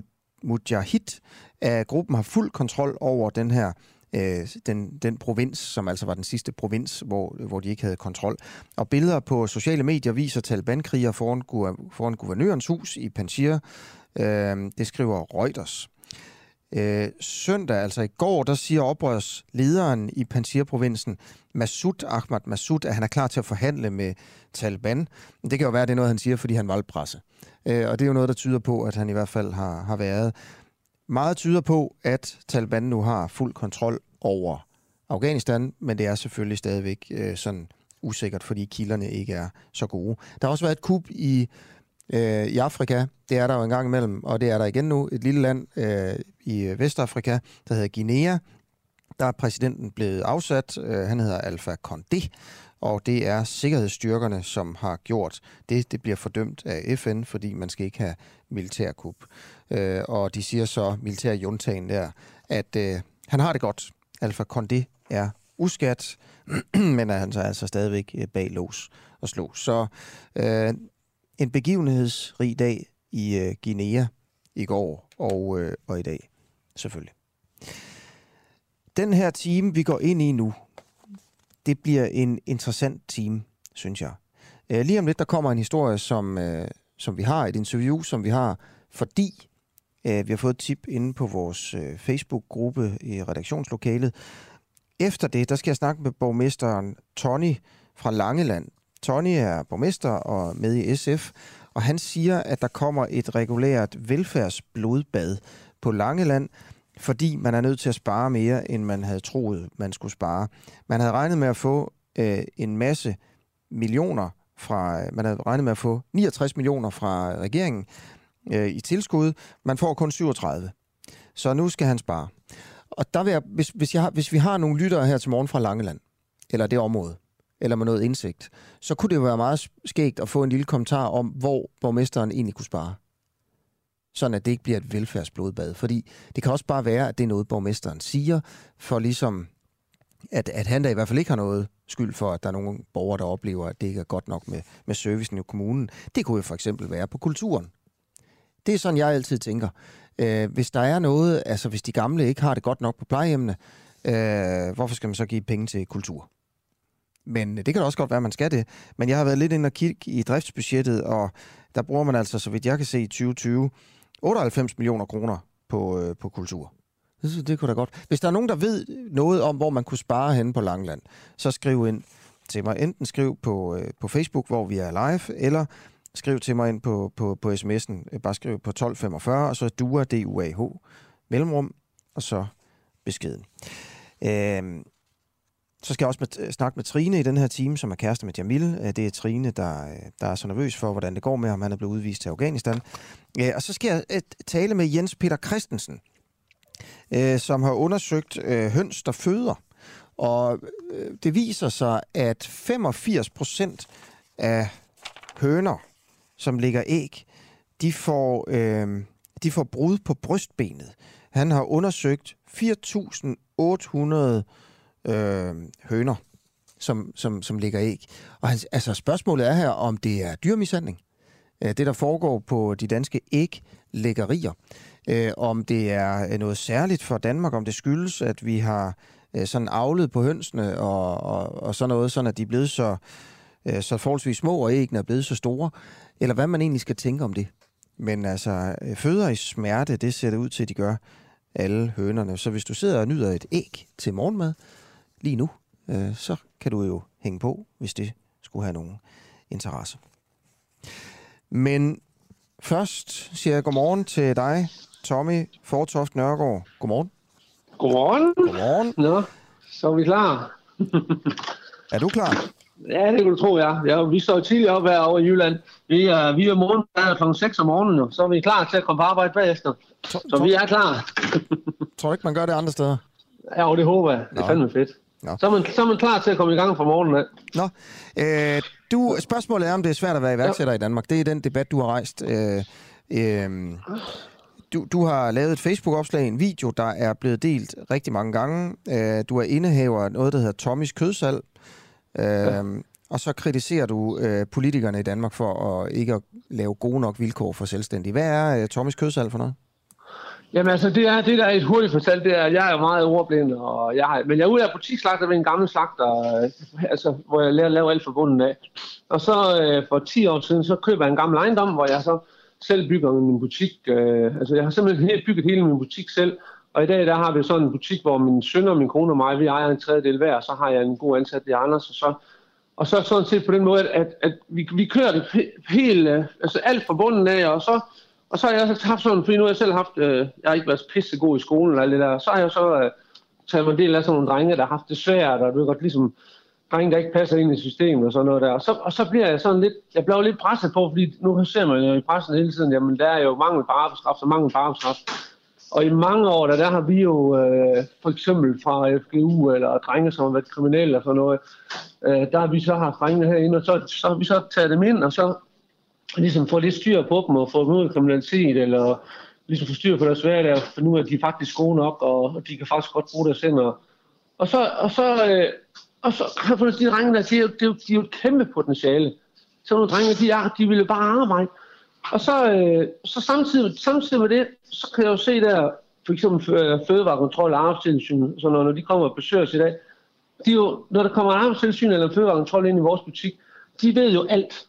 Mujahid, at gruppen har fuld kontrol over den her Den, den provins, som altså var den sidste provins, hvor, hvor de ikke havde kontrol. Og billeder på sociale medier viser Taliban-krigere foran, foran guvernørens hus i Panjshir. Øh, det skriver Reuters. Øh, søndag, altså i går, der siger oprørslederen i Panjshir-provinsen, Massoud Ahmad Massoud, at han er klar til at forhandle med Taliban. Det kan jo være, at det er noget, han siger, fordi han valgte presse. Øh, og det er jo noget, der tyder på, at han i hvert fald har, har været. Meget tyder på, at Taliban nu har fuld kontrol over Afghanistan, men det er selvfølgelig stadigvæk øh, sådan usikkert, fordi kilderne ikke er så gode. Der har også været et kup i, øh, i Afrika, det er der jo en gang imellem, og det er der igen nu, et lille land øh, i Vestafrika, der hedder Guinea. Der er præsidenten blevet afsat, øh, han hedder Alpha Condé, og det er sikkerhedsstyrkerne, som har gjort det. Det bliver fordømt af F N, fordi man skal ikke have militærkup. Øh, og de siger så, militærjuntagen der, at øh, han har det godt. Alpha Condé er uskat, men er han så altså stadigvæk bag lås og slå. Så øh, en begivenhedsrig dag i øh, Guinea i går og, øh, og i dag, selvfølgelig. Den her time, vi går ind i nu, det bliver en interessant time, synes jeg. Øh, lige om lidt, der kommer en historie, som, øh, som vi har, et interview, som vi har, fordi øh, vi har fået et tip inde på vores øh, Facebook-gruppe i redaktionslokalet. Efter det, der skal jeg snakke med borgmesteren Tony fra Langeland. Tony er borgmester og med i S F, og han siger, at der kommer et regulært velfærdsblodbad på Langeland, fordi man er nødt til at spare mere, end man havde troet, man skulle spare. Man havde regnet med at få øh, en masse millioner fra, man havde regnet med at få niogtres millioner fra regeringen øh, i tilskud. Man får kun syvogtredive. Så nu skal han spare. Og der vil jeg, hvis, hvis, jeg har, hvis vi har nogle lyttere her til morgen fra Langeland, eller det område, eller med noget indsigt, så kunne det jo være meget skægt at få en lille kommentar om, hvor borgmesteren egentlig kunne spare. Sådan at det ikke bliver et velfærdsblodbad. Fordi det kan også bare være, at det er noget, borgmesteren siger, for ligesom, at, at han da i hvert fald ikke har noget skyld for, at der er nogle borgere, der oplever, at det ikke er godt nok med, med servicen i kommunen. Det kunne jo for eksempel være på kulturen. Det er sådan, jeg altid tænker. Øh, hvis der er noget, altså hvis de gamle ikke har det godt nok på plejehjemmene, øh, hvorfor skal man så give penge til kultur? Men det kan da også godt være, at man skal det. Men jeg har været lidt inde og kigge i driftsbudgettet, og der bruger man altså, så vidt jeg kan se, i tyve tyve otteoghalvfems millioner kroner på, øh, på kultur. Det, det kunne da godt. Hvis der er nogen, der ved noget om, hvor man kunne spare henne på Langeland, så skriv ind til mig. Enten skriv på, øh, på Facebook, hvor vi er live, eller skriv til mig ind på, på, på sms'en. Bare skriv på tolv femogfyrre, og så D U A, D U A H, mellemrum, og så beskeden. Øh, Så skal jeg også med, snakke med Trine i den her time, som er kæreste med Jamil. Det er Trine, der, der er så nervøs for, hvordan det går med ham. Han er blevet udvist til Afghanistan. Og så skal jeg tale med Jens Peter Christensen, som har undersøgt høns, der føder. Og det viser sig, at femogfirs procent af høner, som lægger æg, de får, øh, de får brud på brystbenet. Han har undersøgt fire tusind otte hundrede øh, høner, som, som, som lægger æg. Og han, altså, spørgsmålet er her, om det er dyrmishandling. Det, der foregår på de danske æglæggerier. Øh, om det er noget særligt for Danmark, om det skyldes, at vi har øh, sådan avlet på hønsene og, og, og sådan noget, sådan at de er blevet så, øh, så forholdsvis små, og æggene er blevet så store. Eller hvad man egentlig skal tænke om det. Men altså, føder i smerte, det ser det ud til, at de gør alle hønerne. Så hvis du sidder og nyder et æg til morgenmad lige nu, øh, så kan du jo hænge på, hvis det skulle have nogen interesse. Men først siger jeg godmorgen til dig, Tommy Fortoft Nørgaard. Godmorgen. Godmorgen. Godmorgen. Nå, så er vi klar. Er du klar? Ja, det kan du tro, ja. ja vi står tidligt op herovre i Jylland. Vi er, vi er morgen klokken seks om morgenen, så er vi klar til at komme på arbejde bagefter. Så, så vi er klar. Tror du ikke, man gør det andre steder? Ja, det håber jeg. Det er fandme fedt. Så er, man, så er man klar til at komme i gang fra morgenen af. Nå, øh, du, spørgsmålet er, om det er svært at være iværksætter ja. i Danmark. Det er den debat, du har rejst. Øh, øh, du, du har lavet et Facebook-opslag, en video, der er blevet delt rigtig mange gange. Øh, du er indehaver af noget, der hedder Tommys Kødsalg. Øh, ja. Og så kritiserer du øh, politikerne i Danmark for at ikke at lave gode nok vilkår for selvstændige. Hvad er øh, Tommys Kødsalg for noget? Jamen altså, det er det der er et hurtigt fortalt, det er, at jeg er meget ordblind, og jeg har, men jeg er ude af butiksslagter ved en gammel slagter, øh, altså, hvor jeg lærer at lave alt forbundet af. Og så øh, for ti år siden, så køber jeg en gammel ejendom, hvor jeg så selv bygger min butik. Øh, altså, jeg har simpelthen helt bygget hele min butik selv, og i dag der har vi sådan en butik, hvor min søn og min kone og mig, vi ejer en tredjedel hver, og så har jeg en god ansat i Anders, og så Og så sådan set på den måde, at, at vi, vi kører det helt, altså alt fra bunden af, og så, og så har jeg også haft sådan, fordi nu har jeg selv haft, øh, jeg har ikke været pissegod i skolen eller alt det der, så har jeg så øh, taget mig en del af sådan nogle drenge, der har haft det svært, og du ved godt, ligesom drenge, der ikke passer ind i systemet og sådan noget der. Og så, og så bliver jeg sådan lidt, jeg bliver jo lidt presset på, fordi nu ser man jo i pressen hele tiden, jamen der er jo mangel på arbejdskraft, og mangel på arbejdskraft. Og i mange år, der, der har vi jo øh, for eksempel fra F G U eller drenge, som har været kriminelle og sådan noget, øh, der har vi så haft drengene herinde, og så, så har vi så taget dem ind, og så ligesom få lidt styr på dem og få dem ud af kriminalitet, eller ligesom få styr på deres hverdag, for nu er de faktisk gode nok, og de kan faktisk godt bruge deres hænder. Og så, og så, øh, og så har jeg fundet de drenge, der siger, de, de er jo et kæmpe potentiale. Så nogle drenge, de, er, de ville bare arbejde. Og så, øh, så samtidig, samtidig med det, så kan jeg jo se der, for eksempel Fødevarekontrol og Arbejdstilsyn, så når, når de kommer og besøger os i dag, de jo, når der kommer en Arbejdstilsyn eller en Fødevarekontrol ind i vores butik, de ved jo alt.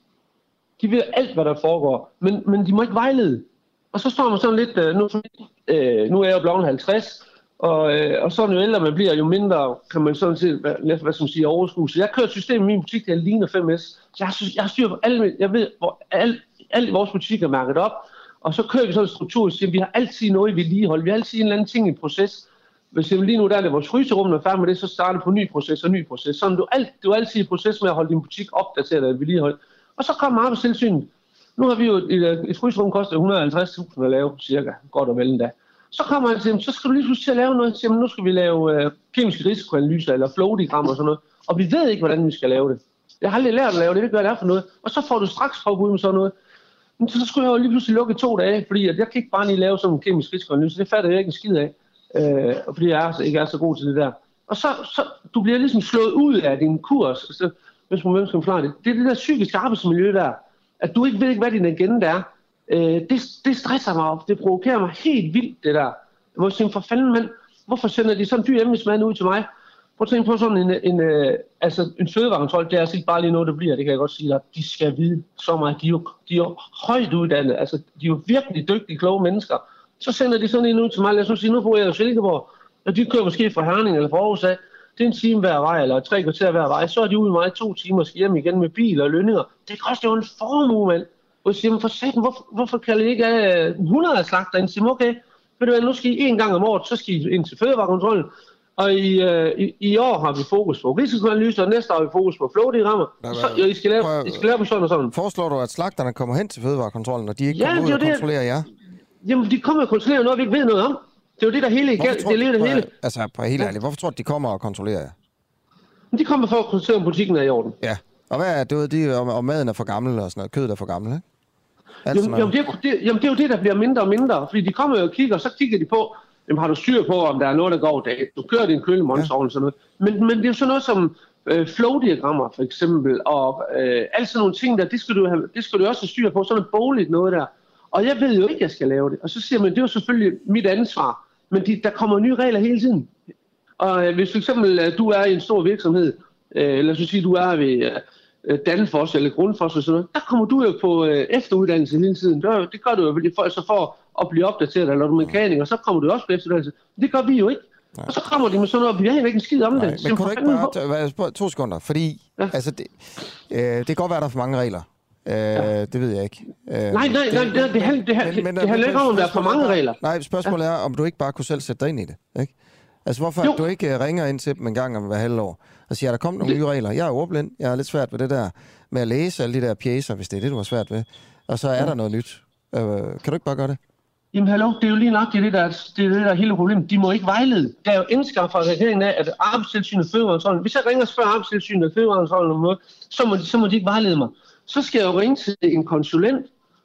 De ved alt, hvad der foregår, men, men de må ikke vejlede. Og så står man sådan lidt, øh, nu, øh, nu er jeg jo blevet halvtreds, og, øh, og så jo ældre man bliver, jo mindre kan man sådan set, hvad, hvad skal man sige, overskue. Så jeg kører et system i min butik, der ligner fem S. Så jeg, jeg har styr på alle, jeg ved, hvor alt, alt i vores butik er mærket op, og så kører vi sådan en struktur, så vi har altid noget i vedligehold. Vi har altid en eller anden ting i proces. Hvis jeg lige nu der er det vores fryserum, er færdig med det, så starter på ny proces og ny proces. Sådan du, alt, du er altid i proces med at holde din butik opdateret og vedligehold. Og så kommer Arbejdstilsynet. Nu har vi jo et, et fryserum, koster et hundrede og halvtreds tusind at lave, cirka, godt og vel endda. Så kommer han til, så skal du lige pludselig til at lave noget, så nu skal vi lave øh, kemiske risikoanalyser eller flowdiagrammer og sådan noget, og vi ved ikke, hvordan vi skal lave det. Jeg har aldrig lært at lave det, det gør det er for noget, og så får du straks påbud med sådan noget. Men så skulle jeg jo lige pludselig lukke to dage, fordi at jeg kan ikke bare lige lave sådan en kemisk risikoanalyse, det fatter jeg ikke en skid af, øh, fordi jeg er, ikke er så god til det der. Og så, så du bliver ligesom slået ud af din kurs, altså, hvis man skal forklare det. Det er det der psykiske arbejdsmiljø der, at du ikke ved ikke, hvad din agenda er. Øh, det, det stresser mig op, det provokerer mig helt vildt, det der. Jeg må sige, for fanden mand, hvorfor sender de sådan en dyr embedsmand ud til mig? Prøv at tænke på sådan en, en, en, altså en fødevarekontrol, det er altså ikke bare lige noget, der bliver, det kan jeg godt sige dig. De skal vide så meget, de er jo, de er jo højt uddannede, altså de er jo virkelig dygtige, kloge mennesker. Så sender de sådan en ud til mig, lad os sige, nu bor jeg jo Silkeborg, og de kører måske fra Herning eller fra Aarhus af, det er en time hver vej, eller tre kvarter hver vej, så er de ude med mig to timer og skal hjem igen med bil og lønninger. Det koster jo en formue, mand. Og så siger man, for satan, hvorfor, hvorfor kan I ikke have hundrede slagter ind? Så siger man, okay, ved du hvad, nu skal I en gang om året, så skal I ind til fødevarekontrollen, Og i, øh, i, i år har vi fokus på risikoanalyse, og næste år har vi fokus på flowdiagrammer. Så jo, I skal lave, I skal lave på sådan og sådan. Foreslår du, at slagterne kommer hen til fødevarekontrollen, og de ikke ja, kommer ud og det. kontrollerer jer? Jamen, de kommer og kontrollerer noget, vi ikke ved noget om. Det er jo det, der hele igen. Det er det hele. Altså, på helt ærligt, hvorfor tror du, de kommer og kontrollerer jer? De kommer for at kontrollere, om butikken er i orden. Ja, og hvad er det, de, om, om maden er for gammel og sådan noget, kødet er for gammel, ikke? Jamen, jamen, det, det, jamen, det er jo det, der bliver mindre og mindre, fordi de kommer jo og kigger, og så kigger de på, jamen, har du styr på, om der er noget, der går dag? Du kører din kølemondsovn og sådan noget. Men, men det er jo sådan noget som øh, flow-diagrammer, for eksempel, og øh, alt sådan nogle ting der, det skal, du have, det skal du også have styr på, sådan noget bogligt noget der. Og jeg ved jo ikke, at jeg skal lave det. Og så siger man, det er jo selvfølgelig mit ansvar, men de, der kommer nye regler hele tiden. Og øh, hvis for eksempel øh, du er i en stor virksomhed, øh, lad os sige, du er ved øh, Danfoss eller Grundfos og sådan noget, der kommer du jo på øh, efteruddannelse hele tiden. Det, det gør du jo, for, så for at blive opdateret, eller du er mekaniker, så kommer du også på efteruddannelse. Det gør vi jo ikke. Nej. Og så kommer de med sådan noget, vi har ikke en skid om Nej, det. Men kunne du ikke bare tage to sekunder, fordi ja. altså, det, øh, det kan godt være, der er for mange regler. Øh, ja. Det ved jeg ikke. Øh, nej, nej, nej, det, det, det, det, det, det, det handler ikke om, at der er for mange regler. Nej, spørgsmålet ja. er, om du ikke bare kunne selv sætte dig ind i det, ikke? Altså, hvorfor jo. du ikke ringer ind til dem en gang om hver halvår og siger, der kommer nogle det... nye regler. Jeg er ordblind, jeg har lidt svært ved det der med at læse alle de der pjecer, hvis det er det, du har svært ved. Og så er ja. der noget nyt. Øh, kan du ikke bare gøre det? Jamen hallo, det er jo lige nok det, der, det, er det der hele problemet. De må ikke vejlede. Der er jo indskab fra regeringen af, at Arbejdstilsynet og Fødevarekontrollen, hvis jeg ringer og spørger Arbejdstilsynet og Fødevarekontrollen om noget, så må, de, så må de ikke vejlede mig. Så skal jeg jo ringe til en konsulent,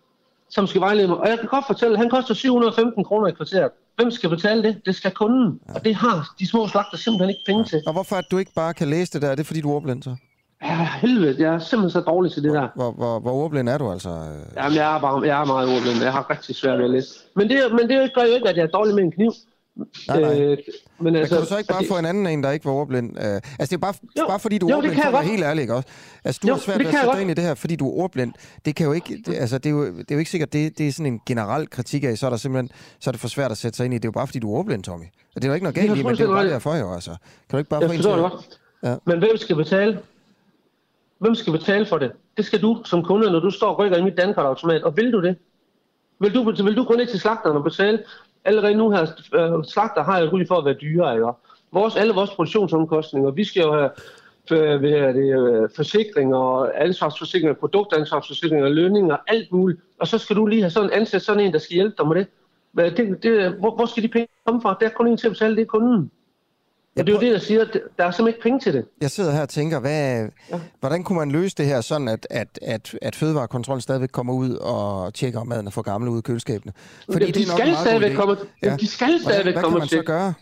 som skal vejlede mig. Og jeg kan godt fortælle, at han koster syv hundrede og femten kroner i kvarteret. Hvem skal betale det? Det skal kunden. Ja. Og det har de små slagter simpelthen ikke penge til. Og hvorfor at du ikke bare kan læse det der? Er det fordi, du er ordblind så? Ja, helvede. Jeg er simpelthen så dårlig til det der. Hvor, hvor, hvor ordblind er du altså? Jamen, jeg er, bare, jeg er meget ordblind. Jeg har rigtig svært ved at læse. Men det, men det gør jo ikke, at jeg er dårlig med en kniv. Nej, nej. Øh, men altså, kan du så ikke bare det... få en anden en, der ikke var ordblind? Uh, altså, det er bare, jo, bare fordi, du er ordblind, for at være helt ærlig, ikke også? Altså, du jo, har svært ved at sætte dig ind i det her, fordi du er ordblind. Det kan jo ikke, det, altså, det er jo, det er jo ikke sikkert, det, det er sådan en generel kritik af, så er der simpelthen, så er det for svært at sætte sig ind i. Det er jo bare fordi, du er ordblind, Tommy. Og det er jo ikke noget galt i, men det er jo bare derfor jo, altså. Kan du ikke bare jeg få en til? Godt. Ja. Men hvem skal betale? Hvem skal betale for det? Det skal du som kunde, når du står og rykker i mit dankortautomat. Og vil du det? Vil du, vil du gå ned til slagteren og betale? Allerede nu her, øh, slagter har jeg ry for at være dyre, ikke? Vores, alle vores produktionsomkostninger, vi skal jo have for, hvad det, øh, forsikringer, ansvarsforsikringer, produktansvarsforsikringer, lønninger, alt muligt. Og så skal du lige have sådan ansat sådan en, der skal hjælpe dig med det. Men det, det hvor, hvor skal de penge komme fra? Der er kun en til at betale, det er kunden. Og det er jo det, jeg siger, at der er simpelthen ikke penge til det. Jeg sidder her og tænker, hvad, ja. hvordan kunne man løse det her sådan, at, at, at, at fødevarekontrollen stadigvæk kommer ud og tjekker, om maden er for gammel ude i køleskabene? Fordi Jamen, de, det er skal stadigvæk komme, ja. de skal stadigvæk komme til. Hvad kan man så gøre?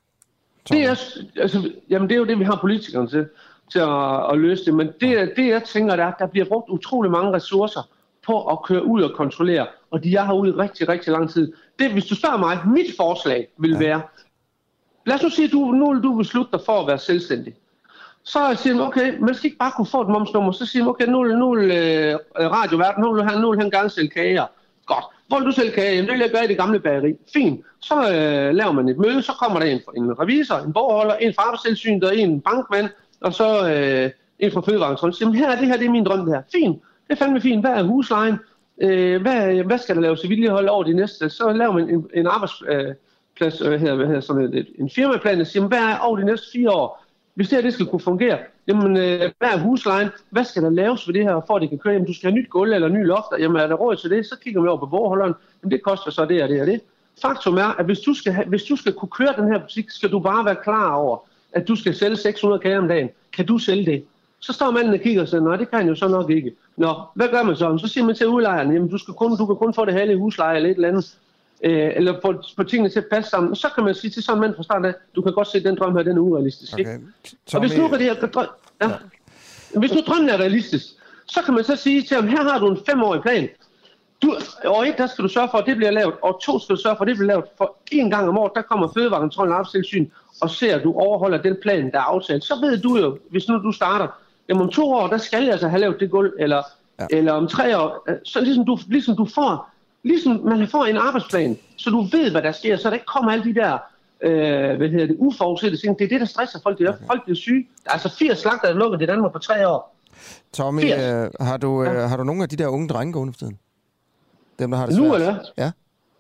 Det er, altså, jamen, det er jo det, vi har politikerne til, til at, at løse det. Men det, det jeg tænker, der, der bliver brugt utrolig mange ressourcer på at køre ud og kontrollere. Og de er herude i rigtig, rigtig lang tid. Det, hvis du spørger mig, mit forslag vil ja. være... Lad os nu sige, at du, nu vil du beslutte dig for at være selvstændig. Så siger man, okay, man skal ikke bare kunne få et momsnummer. Så siger man, okay, nu, nu vil øh, radioverden, nu vil han, nu vil han gerne sælge kager. Godt. Hvor vil du sælge kager? Jamen, det vil jeg gøre i det gamle bageri. Fint. Så øh, laver man et møde, så kommer der en, en revisor, en bogholder, en fra Arbejdstilsynet og en bankmand, og så øh, en fra Fødevarekontrollen. Så siger her, det her det er min drøm, det her. Fint. Det er fandme fint. Hvad er huslejen? Øh, hvad, hvad skal der laves til vedligehold over de næste? Så laver man en, en arbejds... Øh, Plads, hvad hedder, hvad hedder, sådan et, en firmaplan, der siger, hvad er over de næste fire år? Hvis det her det skal kunne fungere, jamen, øh, hvad er huslejen? Hvad skal der laves for det her, for at det kan køre? Jamen, du skal have nyt gulv eller ny lofter. Jamen, er der råd til det? Så kigger vi over på bogholderen. Jamen, det koster så det og det og det. Faktum er, at hvis du, skal have, hvis du skal kunne køre den her butik, skal du bare være klar over, at du skal sælge seks hundrede kager om dagen. Kan du sælge det? Så står manden og kigger og siger, nej, det kan han jo så nok ikke. Nå, hvad gør man så? Så siger man til udlejeren, jamen, du, skal kun, du kan kun få det halve husleje eller et eller andet. Øh, eller få, få tingene til at passe sammen. Og så kan man sige til sådan en mand fra starten af, du kan godt se, at den drøm her, den er urealistisk. Okay. Og hvis nu, det her, drøm, ja. Ja. hvis nu drømmen er realistisk, så kan man så sige til ham, her har du en femårig plan. Du, år et, der skal du sørge for, at det bliver lavet. År to skal du sørge for, at det bliver lavet. For en gang om året, der kommer Fødevarekontrollen og Arbejdstilsyn og ser, at du overholder den plan, der er aftalt. Så ved du jo, hvis nu du starter, jamen om to år, der skal jeg altså have lavet det gulv, eller, ja. eller om tre år, så ligesom du, ligesom du får Ligesom man får en arbejdsplan, så du ved, hvad der sker, så der ikke kommer alle de der øh, hvad hedder det, uforudsete ting. Det er det, der stresser folk. Det er, okay. Folk bliver syge. Der er altså firs slagter, der lukker i Danmark på tre år. Tommy, øh, har, du, øh, ja. har du nogle af de der unge drenge gående for tiden? Dem, der har det nu, svært? Eller? Ja.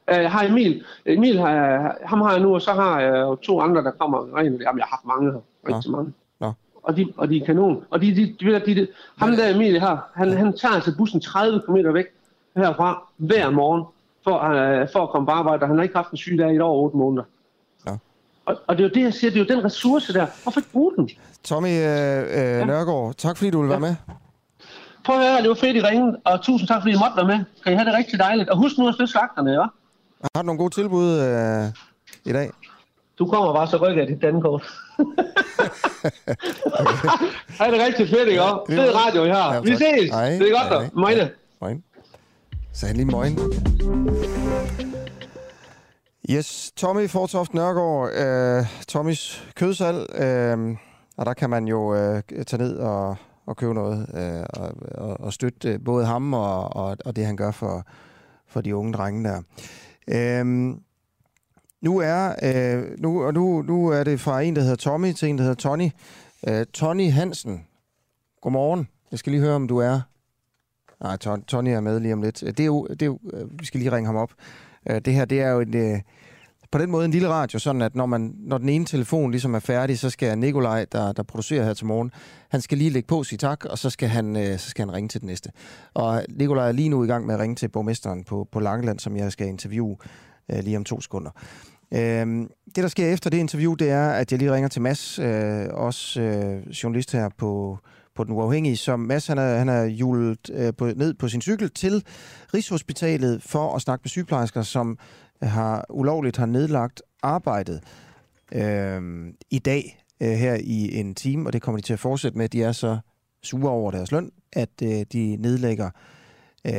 Jeg har Emil. Emil har, ham har jeg nu, og så har jeg to andre, der kommer. Jamen, jeg har haft mange her. Rigtig mange. Nå. Og de, og de er kanon. Og de, de, de, de, de, ham der Emil her, han, han tager altså bussen tredive kilometer væk herfra hver morgen for, uh, for at komme på arbejde. Han har ikke haft en syg dag i et år otte måneder. Ja. Og, og det er jo det, jeg siger. Det er jo den ressource der. Hvorfor ikke bruge den? Tommy øh, øh, ja. Nørgaard, tak fordi du ville ja. være med. Prøv at høre, det var fedt i ringen, og tusind tak fordi I måtte være med. Kan I have det rigtig dejligt. Og husk nu at støtte slagterne, ja? Har du nogle gode tilbud øh, i dag? Du kommer bare så rykker af dit dankort. Hej, det er rigtig fedt, ikke også? Fed radio, I har. Ja, vi ses. Hej. Det er godt, da. Møgne. Møgne. Så han lige møgne. Yes, Tommy Fortoft Nørgaard. Øh, Tommys kødsal. Øh, og der kan man jo øh, tage ned og, og købe noget. Øh, og, og, og støtte både ham og, og, og det, han gør for, for de unge drenge der. Øh, Nu er, øh, nu, og nu, nu er det fra en, der hedder Tommy, til en, der hedder Tony. Øh, Tony Hansen. Godmorgen. Jeg skal lige høre, om du er... Nej, Tony er med lige om lidt. Det er jo, det er jo, vi skal lige ringe ham op. Øh, det her, det er jo en, øh, på den måde en lille radio, sådan at når, man, når den ene telefon ligesom er færdig, så skal Nikolaj, der, der producerer her til morgen, han skal lige lægge på, sige tak, og så skal han, øh, så skal han ringe til den næste. Og Nikolaj er lige nu i gang med at ringe til borgmesteren på, på Langeland, som jeg skal interviewe øh, lige om to sekunder. Øhm, det, der sker efter det interview, det er, at jeg lige ringer til Mads, øh, også øh, journalist her på, på Den Uafhængige, som Mads, han er, han er hjulet øh, på, ned på sin cykel til Rigshospitalet for at snakke med sygeplejersker, som har ulovligt har nedlagt arbejdet øh, i dag øh, her i en time, og det kommer de til at fortsætte med. De er så sure over deres løn, at øh, de nedlægger... Øh,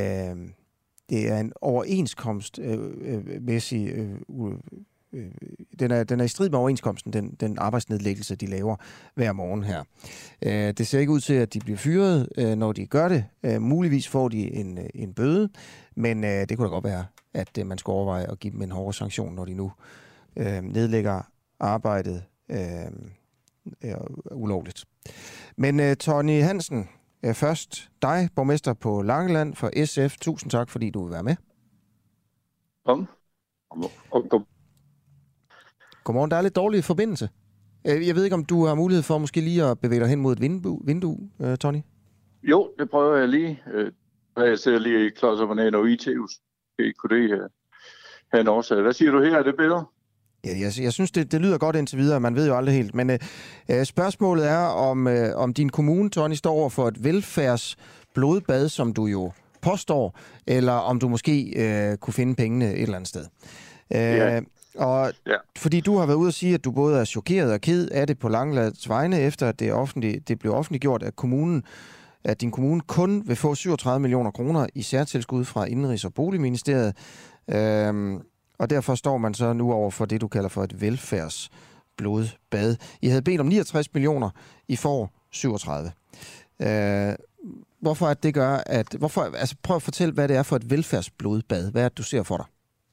det er en overenskomstmæssig... Øh, øh, øh, den, er, den er i strid med overenskomsten, den, den arbejdsnedlæggelse, de laver hver morgen her. Øh, det ser ikke ud til, at de bliver fyret, øh, når de gør det. Øh, muligvis får de en, en bøde, men øh, det kunne da godt være, at øh, man skal overveje at give dem en hårdere sanktion, når de nu øh, nedlægger arbejdet øh, øh, ulovligt. Men øh, Tony Hansen, øh, først dig, borgmester på Langeland for S F. Tusind tak, fordi du vil være med. Kom. Kom. Kom. Godmorgen, der er lidt dårlig forbindelse. Jeg ved ikke, om du har mulighed for måske lige at bevæge dig hen mod et vindue, vindue Tony? Jo, det prøver jeg lige. Jeg ser lige klods og banan og I T. Kunne det have en årsag? Hvad siger du her? Er det bedre? Ja, jeg, jeg synes, det, det lyder godt indtil videre. Man ved jo aldrig helt. Men øh, spørgsmålet er, om, øh, om din kommune, Tony, står over for et velfærdsblodbad, som du jo påstår, eller om du måske øh, kunne finde pengene et eller andet sted. Øh, ja. Og ja. Fordi du har været ude at sige, at du både er chokeret og ked af det på Langelands vegne, efter at det, offentlig, det blev offentliggjort, at kommunen, at din kommune kun vil få syvogtredive millioner kroner i særtilskud fra Indenrigs- og Boligministeriet. Øhm, og derfor står man så nu over for det, du kalder for et velfærdsblodbad. I havde bedt om niogtres millioner, I får syvogtredive. Øh, hvorfor at det gør, at... Hvorfor, altså prøv at fortælle, hvad det er for et velfærdsblodbad. Hvad er det, du ser for dig?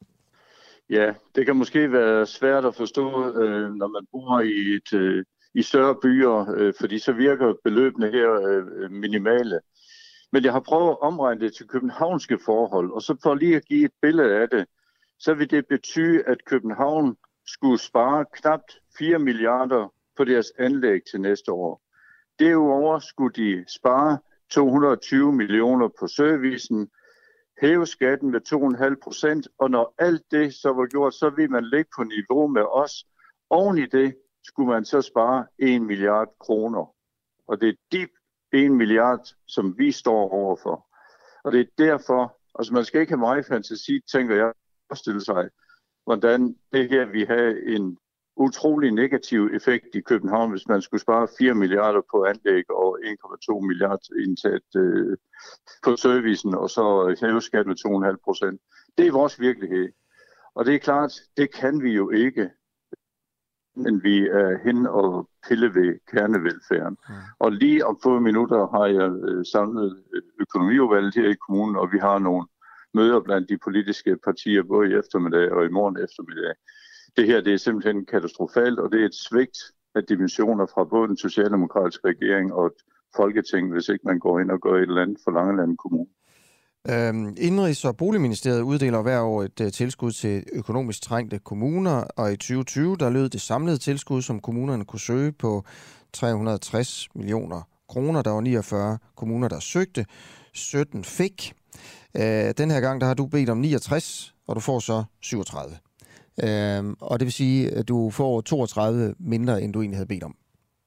Ja, det kan måske være svært at forstå, øh, når man bor i, et, øh, i større byer, øh, fordi så virker beløbene her øh, minimale. Men jeg har prøvet at omregne det til københavnske forhold, og så for lige at give et billede af det, så vil det betyde, at København skulle spare knap fire milliarder på deres anlæg til næste år. Derudover skulle de spare to hundrede og tyve millioner på servicen, hæve skatten med to komma fem procent, og når alt det så var gjort, så vil man ligge på niveau med os. Oven i det skulle man så spare en milliard kroner. Og det er de en milliard, som vi står overfor. Og det er derfor, altså man skal ikke have meget fantasi, tænker jeg, at stille sig, hvordan det her vil have en utrolig negativ effekt i København, hvis man skulle spare fire milliarder på anlæg og en komma to milliarder indsat øh, på servicen, og så hæve skat med to komma fem procent. Det er vores virkelighed. Og det er klart, det kan vi jo ikke, men vi er hen og pille ved kernevelfærden. Mm. Og lige om få minutter har jeg øh, samlet økonomiudvalget her i kommunen, og vi har nogle møder blandt de politiske partier, både i eftermiddag og i morgen eftermiddag. Det her det er simpelthen katastrofalt, og det er et svigt af dimensioner fra både den socialdemokratiske regering og et folketing, hvis ikke man går ind og gør et eller andet for Langeland Kommune. Øhm, Indenrigs- og Boligministeriet uddeler hver år et uh, tilskud til økonomisk trængte kommuner, og i tyve tyve der lød det samlede tilskud, som kommunerne kunne søge, på tre hundrede og tres millioner kroner. Der var niogfyrre kommuner, der søgte. sytten fik. Uh, den her gang der har du bedt om niogtres, og du får så syvogtredive. Uh, og det vil sige, at du får toogtredive mindre, end du egentlig havde bedt om.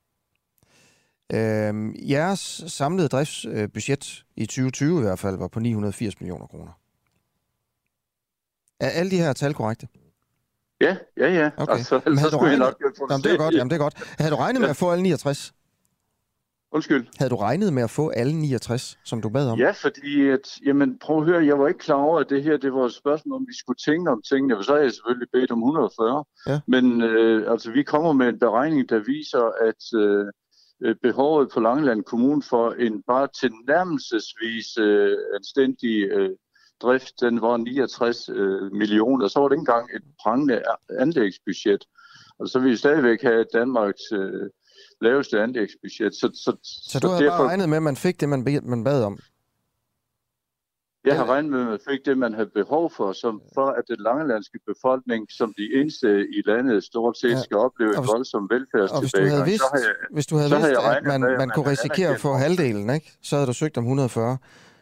Uh, jeres samlede driftsbudget i tyve tyve i hvert fald var på ni hundrede og firs millioner kroner. Er alle de her tal korrekte? Ja, ja, ja. Okay. Altså, Men så havde du skulle jeg regnet... nok få Jamen, det er godt, jamen, det er godt. Havde du regnet med at få alle niogtres? Undskyld? Havde du regnet med at få alle niogtres, som du bad om? Ja, fordi at, jamen, prøv at høre, jeg var ikke klar over, at det her, det var et spørgsmål, om vi skulle tænke om tingene. Så har jeg selvfølgelig bedt om et hundrede og fyrre. Ja. Men øh, altså, vi kommer med en beregning, der viser, at øh, behovet på Langeland Kommune for en bare tilnærmelsesvis øh, anstændig øh, drift, den var niogtres øh, millioner. Så var det ikke engang et prangende anlægsbudget. Og så vil vi stadigvæk have Danmarks øh, laveste anlægsbudget. Så, så, så, så du havde derfor... bare regnet med, at man fik det, man, be, man bad om? Jeg har regnet med, at man fik det, man havde behov for, som for at den langelandske befolkning, som de eneste i landet stort set, ja. skal opleve et voldsomt velfærdstilbage. Og hvis du havde vidst, jeg, hvis du havde vidst at man, man, man kunne risikere at få halvdelen, ikke? Så havde du søgt om et hundrede og fyrre.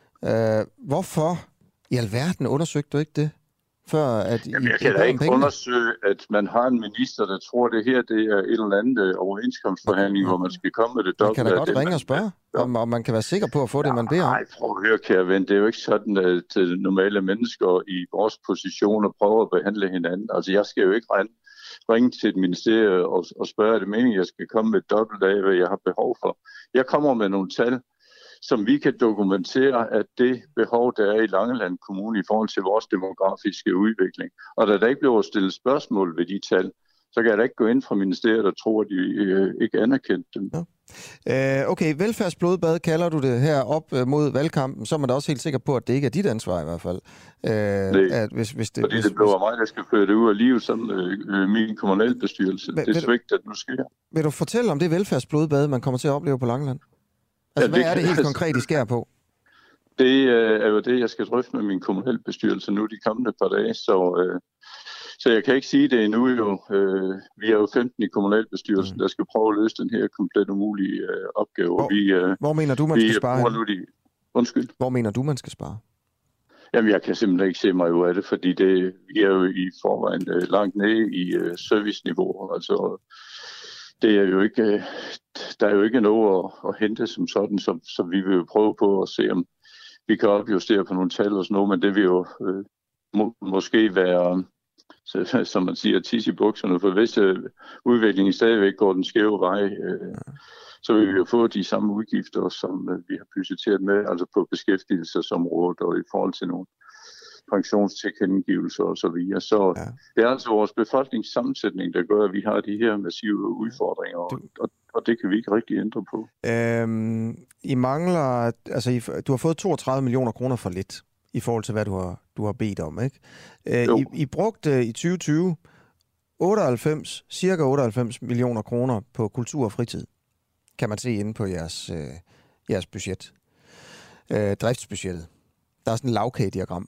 Uh, hvorfor i alverden undersøgte du ikke det? Før at Jamen, jeg kan da ikke pengene? undersøge, at man har en minister, der tror, at det her det er et eller andet overenskomstforhandling, okay. hvor man skal komme med det dobbelt. Man kan da godt det, ringe og spørge, om, om man kan være sikker på at få det, man beder om. Nej, prøv at høre, kære ven. Det er jo ikke sådan, at normale mennesker i vores positioner prøver at behandle hinanden. Altså, jeg skal jo ikke regne, ringe til et ministerie og, og spørge, er det meningen, at jeg skal komme med dobbelt af, hvad jeg har behov for. Jeg kommer med nogle tal, som vi kan dokumentere, at det behov, der er i Langeland Kommune i forhold til vores demografiske udvikling. Og da der ikke bliver stillet spørgsmål ved de tal, så kan jeg da ikke gå ind fra ministeriet og tro, at de øh, ikke anerkendte dem. Ja. Øh, okay, velfærdsblodbad kalder du det her op mod valgkampen, så er man da også helt sikker på, at det ikke er dit ansvar i hvert fald. Øh, det, at hvis, hvis det, fordi hvis, det bliver mig, der skal føre det ud af livet som øh, min kommunalbestyrelse. Men, det er svigt, at nu sker. Vil du fortælle om det velfærdsblodbad, man kommer til at opleve på Langeland? Altså, ja, hvad er det helt konkret, I skærer på? Det øh, er jo det, jeg skal drøfte med min kommunalbestyrelse nu de kommende par dage, så, øh, så jeg kan ikke sige det endnu jo. Øh, vi er jo femten i kommunalbestyrelsen, mm. der skal prøve at løse den her komplet umulige øh, opgave. Hvor, vi, øh, hvor mener du, man vi, skal spare? Nu de, undskyld? Hvor mener du, man skal spare? Jamen, jeg kan simpelthen ikke se mig ud af det, fordi det, vi er jo i forvejen øh, langt nede i øh, serviceniveau. Altså, det er jo ikke, der er jo ikke noget at, at hente som sådan, så, så vi vil jo prøve på at se, om vi kan opjustere på nogle tal og sådan noget, men det vil jo øh, må, måske være, så, som man siger, tis i bukserne, for hvis øh, udviklingen stadigvæk går den skæve vej, øh, så vil vi jo få de samme udgifter, som øh, vi har budgetteret med, altså på beskæftigelsesområdet og i forhold til nogle pensionstilkendegivelser og så videre. Så ja. det er altså vores befolkningssammensætning, der gør, at vi har de her massive udfordringer, og, og, og det kan vi ikke rigtig ændre på. Øhm, I mangler, altså I, du har fået toogtredive millioner kroner for lidt, i forhold til hvad du har, du har bedt om, ikke? Øh, I, I brugte i tyve tyve otteoghalvfems, cirka otteoghalvfems millioner kroner på kultur og fritid, kan man se inde på jeres, øh, jeres budget. Øh, driftsbudgettet. Der er sådan en lavkagediagram.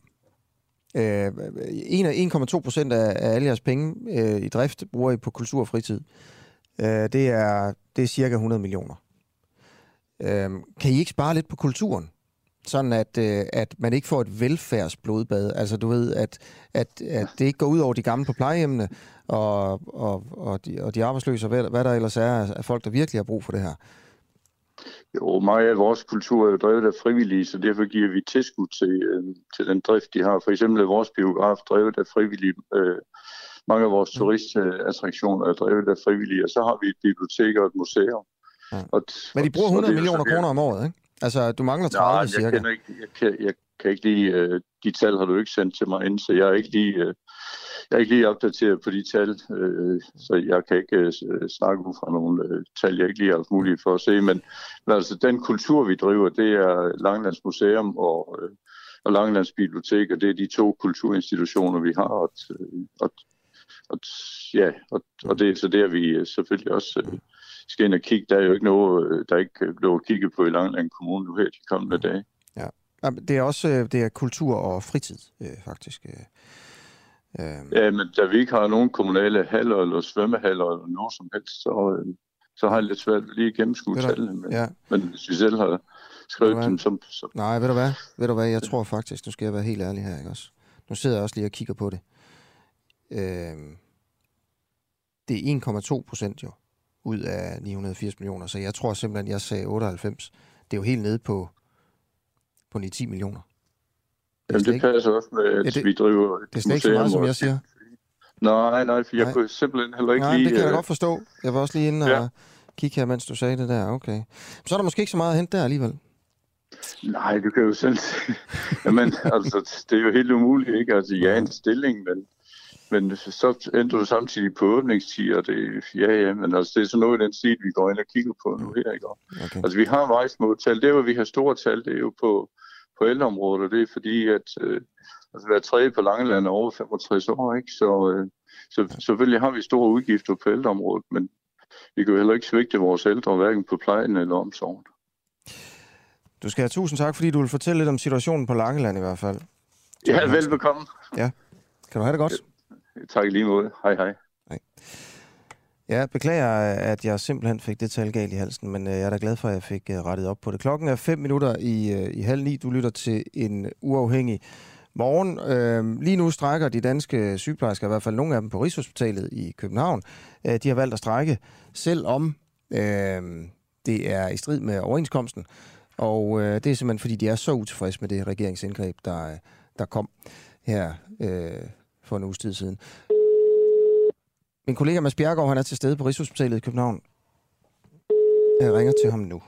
Øh, en komma to procent af, af alle jeres penge øh, i drift bruger I på kultur og fritid. Øh, det, er, det er cirka hundrede millioner. Øh, kan I ikke spare lidt på kulturen? Sådan at, øh, at man ikke får et velfærdsblodbad. Altså du ved, at, at, at det ikke går ud over de gamle på plejehjemmene og, og, og, de, og de arbejdsløse, og hvad, hvad der ellers er af folk, der virkelig har brug for det her. Jo, meget af vores kultur er jo drevet af frivillige, så derfor giver vi tilskud til, øh, til den drift, de har. For eksempel er vores biograf drevet af frivillige. Øh, mange af vores turistattraktioner er drevet af frivillige, og så har vi et bibliotek og et museum. Ja. Og, Men de bruger hundrede millioner kroner om året, ikke? Altså, du mangler tredive Nej, cirka. Jeg, ikke, jeg, kan, jeg kan ikke lige... Uh, de tal har du ikke sendt til mig ind, så jeg er ikke lige... Uh, Jeg er ikke lige opdateret på de tal, øh, så jeg kan ikke øh, snakke ud fra nogle øh, tal, jeg ikke lige har haft mulighed for at se. Men, men altså, den kultur, vi driver, det er Langelands Museum og, øh, og Langelands Bibliotek, og det er de to kulturinstitutioner, vi har. Og, og, og, ja, og, og det er så der, vi selvfølgelig også øh, skal ind og kigge. Der er jo ikke noget, der er ikke blevet kigget på i Langeland Kommune nu her de kommende dage. Ja. Det er også øh, det er kultur og fritid, øh, faktisk. Øh. Ja, men da vi ikke har nogen kommunale haller eller svømmehaller eller noget som helst, så, øh, så har jeg lidt svært ved lige at gennemskue tallene. Men, ja. men hvis vi selv har skrevet dem som... som... Nej, ved du hvad? Ved du hvad? Jeg tror faktisk, nu skal jeg være helt ærlig her, ikke også? Nu sidder jeg også lige og kigger på det. Øh, det er en komma to procent jo, ud af ni hundrede og firs millioner, så jeg tror simpelthen, jeg sagde otteoghalvfems. Det er jo helt nede på, på ni til ti millioner. Det Jamen, det ikke... passer også med, at ja, det... vi driver et Det er slet ikke så meget, som jeg siger. Nej, nej, for jeg nej. kunne simpelthen heller ikke nej, lige... det kan jeg da godt forstå. Jeg var også lige inde ja. og kigge her, mens du sagde det der. Okay. Så er der måske ikke så meget at hente der alligevel. Nej, du kan jo selv sige. Jamen, altså, det er jo helt umuligt, ikke? Altså, ja, en stilling, men, men så ændrer du samtidig på åbningstider. Det, ja, ja, men altså, det er sådan noget i den stil, vi går ind og kigger på nu her, ikke? Okay. Altså, vi har meget små tal. Det, hvor vi har store tal, det er jo på, på ældreområdet, og det er fordi, at øh, altså, hver tredje på Langeland er over femogtres år, ikke? Så, øh, så selvfølgelig har vi store udgifter på ældreområdet, men vi kan jo heller ikke svigte vores ældre, hverken på plejen eller omsorgen. Du skal have tusind tak, fordi du vil fortælle lidt om situationen på Langeland i hvert fald. Ja, velbekomme. Ja. Kan du have det godt? Tak i lige måde. Hej, hej. Hej. Ja, beklager, at jeg simpelthen fik det tal galt i halsen, men jeg er da glad for, at jeg fik rettet op på det. Klokken er fem minutter i, i halv ni. Du lytter til en uafhængig morgen. Øh, lige nu strækker de danske sygeplejersker, i hvert fald nogle af dem på Rigshospitalet i København. Øh, de har valgt at strække, selvom øh, det er i strid med overenskomsten. Og øh, det er simpelthen, fordi de er så utilfredse med det regeringsindgreb, der, der kom her øh, for en uges tid siden. Min kollega Mads Bjergaard, han er til stede på Rigshospitalet i København. Jeg ringer til ham nu.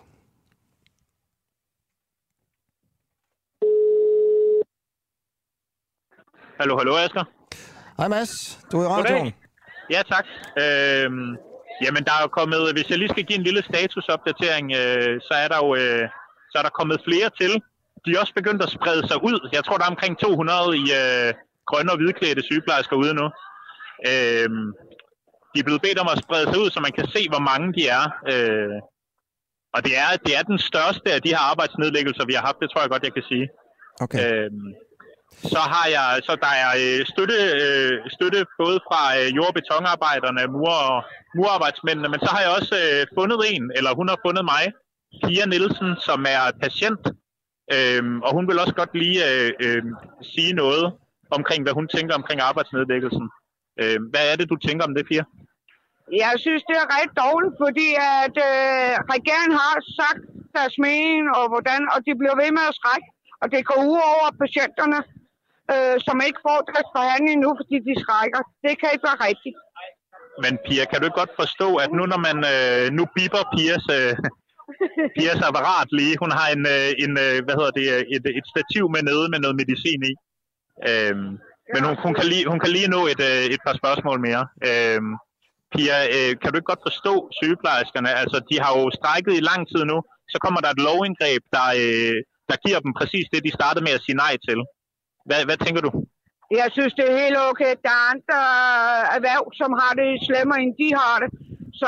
Hallo, hallo Asger. Hej Mads, du er i radioen. Ja, tak. Øhm, jamen, der er jo kommet, hvis jeg lige skal give en lille statusopdatering, øh, så er der jo øh, så er der kommet flere til. De er også begyndt at sprede sig ud. Jeg tror, der er omkring to hundrede i øh, grønne og hvidklædte sygeplejersker ude nu. Øhm, de er blevet bedt om at sprede sig ud, så man kan se, hvor mange de er. Øh, og det er, det er den største af de her arbejdsnedlæggelser, vi har haft. Det tror jeg godt, jeg kan sige. Okay. Øhm, så har jeg, så der er støtte, øh, støtte både fra øh, jord- og betonarbejderne, mur- og murarbejdsmændene, men så har jeg også øh, fundet en, eller hun har fundet mig, Pia Nielsen, som er patient, øhm, og hun vil også godt lige øh, øh, sige noget omkring, hvad hun tænker omkring arbejdsnedlæggelsen. Øh, hvad er det, du tænker om det, Pia? Jeg synes, det er rigtig dårligt, fordi at øh, regeringen har sagt deres mening, og hvordan, og de bliver ved med at skrække, og det går ud over patienterne, øh, som ikke får deres behandling nu, fordi de skrækker. Det kan ikke være rigtigt. Men Pia, kan du ikke godt forstå, at nu når man øh, nu bipper Pias, øh, Pias apparat lige, hun har en, øh, en hvad hedder det, et, et stativ med nede med noget medicin i. Øhm, men hun, hun, kan lige, hun kan lige nå et, et par spørgsmål mere. Øhm, Pia, øh, kan du ikke godt forstå sygeplejerskerne? Altså, de har jo strækket i lang tid nu. Så kommer der et lovindgreb, der, øh, der giver dem præcis det, de startede med at sige nej til. Hvad, hvad tænker du? Jeg synes, det er helt okay. Der er andre erhverv, som har det slemmere, end de har det. Så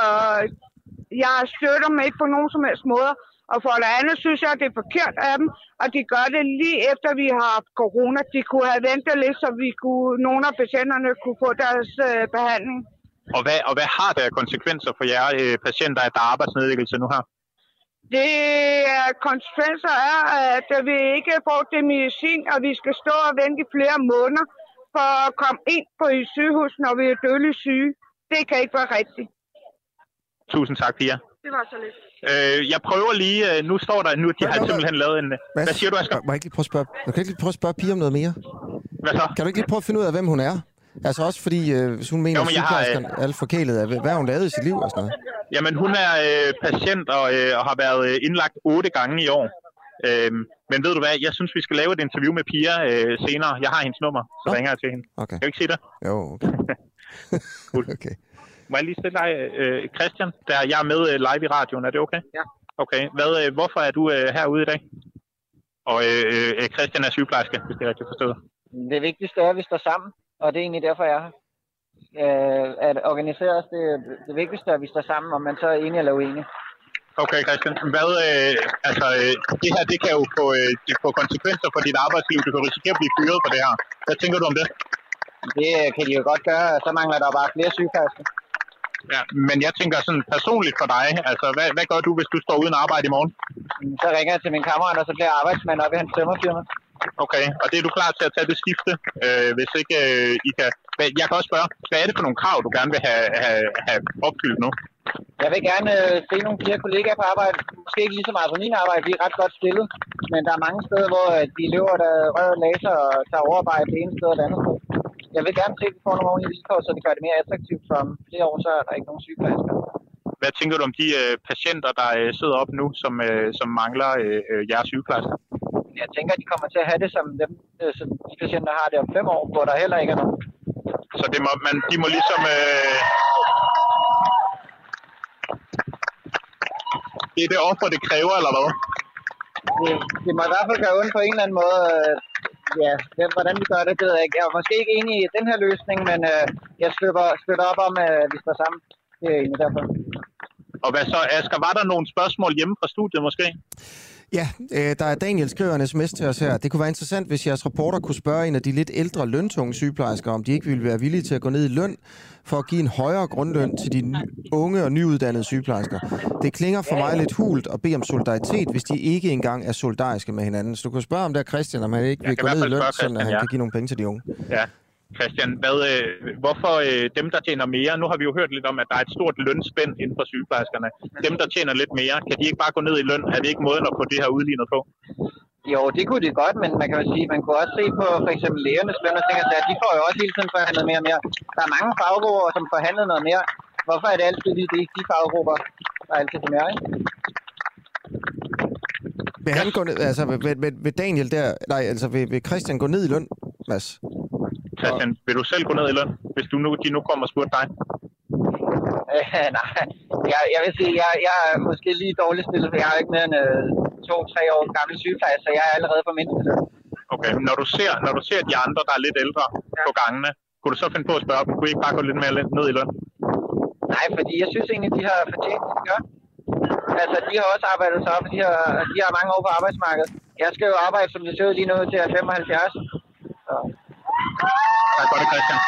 jeg støtter dem ikke på nogen som helst måder. Og for det andet synes jeg, at det er forkert af dem, og de gør det lige efter, vi har haft corona. De kunne have ventet lidt, så vi kunne, nogle af patienterne kunne få deres øh, behandling. Og hvad, og hvad har det af konsekvenser for jer øh, patienter, at der er arbejdsnedlæggelse nu her? Det er konsekvenser er, at vi ikke får det medicin, og vi skal stå og vente i flere måneder for at komme ind på et sygehus, når vi er dødeligt syge. Det kan ikke være rigtigt. Tusind tak, Pia. Det var så lidt. Øh, jeg prøver lige, nu står der, nu de har simpelthen lavet en... Hvad, hvad siger du, Asger? Må jeg ikke lige prøve at spørge, jeg kan ikke lige prøve at spørge Pia om noget mere? Hvad så? Kan du ikke lige prøve at finde ud af, hvem hun er? Altså også fordi, øh, hvis hun mener, jo, at sygeplejerskerne er alt forkælet af, hvad har hun lavet i sit liv og sådan noget? Jamen, hun er øh, patient og, øh, og har været indlagt otte gange i år. Øhm, men ved du hvad, jeg synes, vi skal lave et interview med Pia øh, senere. Jeg har hendes nummer, så ringer jeg til hende. Okay. Kan du ikke sige det? Jo, okay. okay. Må jeg lige stille dig, øh, Christian? Der, jeg er med øh, live i radioen, er det okay? Ja. Okay, Hvad, øh, hvorfor er du øh, herude i dag? Og øh, øh, Christian er sygeplejerske, hvis det er rigtigt forstået. Det vigtigste er, at vi står sammen, og det er egentlig derfor, jeg er her. Øh, at organisere os, det, det vigtigste er, at vi står sammen, om man så er enig eller uenig. Okay, Christian. Hvad, øh, altså, øh, det her, det kan jo få, øh, få konsekvenser for dit arbejdsliv. Du kan risikere at blive fyret for det her. Hvad tænker du om det? Det kan de jo godt gøre. Så mangler der bare flere sygeplejersker. Ja, men jeg tænker sådan personligt for dig. Altså, hvad, hvad gør du, hvis du står uden arbejde i morgen? Så ringer jeg til min kammerat, og så bliver jeg arbejdsmand op i hans tømmerfirma. Okay, og det er du klar til at tage det skifte, øh, hvis ikke øh, I kan... Jeg kan også spørge, hvad er det for nogle krav, du gerne vil have, have, have opfyldt nu? Jeg vil gerne øh, se nogle flere kollegaer på arbejde. Måske ikke lige så meget på min arbejde, vi er ret godt stillet. Men der er mange steder, hvor de løber, der rører laser og tager overarbejde det ene sted og det andet sted. Jeg vil gerne se, at vi får nogle ordentlige vilkår, så det gør det mere attraktivt for om flere år, så er der ikke nogen sygeplejersker. Hvad tænker du om de øh, patienter, der øh, sidder op nu, som, øh, som mangler øh, jeres sygeplejersker? Jeg tænker, at de kommer til at have det som dem, øh, som de patienter har det om fem år, hvor der heller ikke er nogen. Så det må, man, de må ligesom... Øh... Det er det offer, det kræver, eller hvad? Det, det må i hvert fald gøre ondt på en eller anden måde. Ja, hvordan vi gør det, det ved jeg ikke. Jeg er måske ikke enig i den her løsning, men øh, jeg støtter, støtter op om, at vi står sammen. Det er egentlig derfor. Og hvad så, Asger? Var der nogle spørgsmål hjemme fra studiet måske? Ja, øh, der er Daniel skriver en sms til os her. Det kunne være interessant, hvis jeres reporter kunne spørge en af de lidt ældre løntunge sygeplejersker, om de ikke ville være villige til at gå ned i løn for at give en højere grundløn til de unge og nyuddannede sygeplejersker. Det klinger for mig lidt hult at bede om solidaritet, hvis de ikke engang er solidariske med hinanden. Så du kan spørge om der Christian, om han ikke vil gå ned i løn, så han ja. kan give nogle penge til de unge. Ja. Christian, hvad, øh, hvorfor øh, dem, der tjener mere, nu har vi jo hørt lidt om, at der er et stort lønspænd inden for sygeplejerskerne. Dem, der tjener lidt mere, kan de ikke bare gå ned i løn? Er det ikke måden at få det her udlignet på? Jo, det kunne de godt, men man kan jo sige, man kunne også se på for eksempel lægernes løn og ting, at de får jo også hele tiden forhandlet mere og mere. Der er mange faggrupper, som forhandler noget mere. Hvorfor er det altid lige de, de faggrupper, der er altid for mere, ikke? Vil han gå ned, altså vil, vil, vil Daniel der, nej, altså vil, vil Christian gå ned i løn, Mads? Christian, vil du selv gå ned i løn, hvis du nu, de nu kommer og spurgte dig? Øh, nej, jeg, jeg vil sige, jeg, jeg er måske lige dårligt stillet, for jeg har ikke mere end øh, to-tre år gammel sygeplejer, så jeg er allerede på mindsteløn. Okay, når du ser, når du ser de andre, der er lidt ældre ja. på gangene, kunne du så finde på at spørge dem, kunne I ikke bare gå lidt mere ned i løn? Nej, fordi jeg synes egentlig, de har fortjent, det gør. Altså, de har også arbejdet sig op, de har, de har mange år på arbejdsmarkedet. Jeg skal jo arbejde, som det ser ud lige nu, til at femoghalvfjerds. Så. Tak for det, Christian.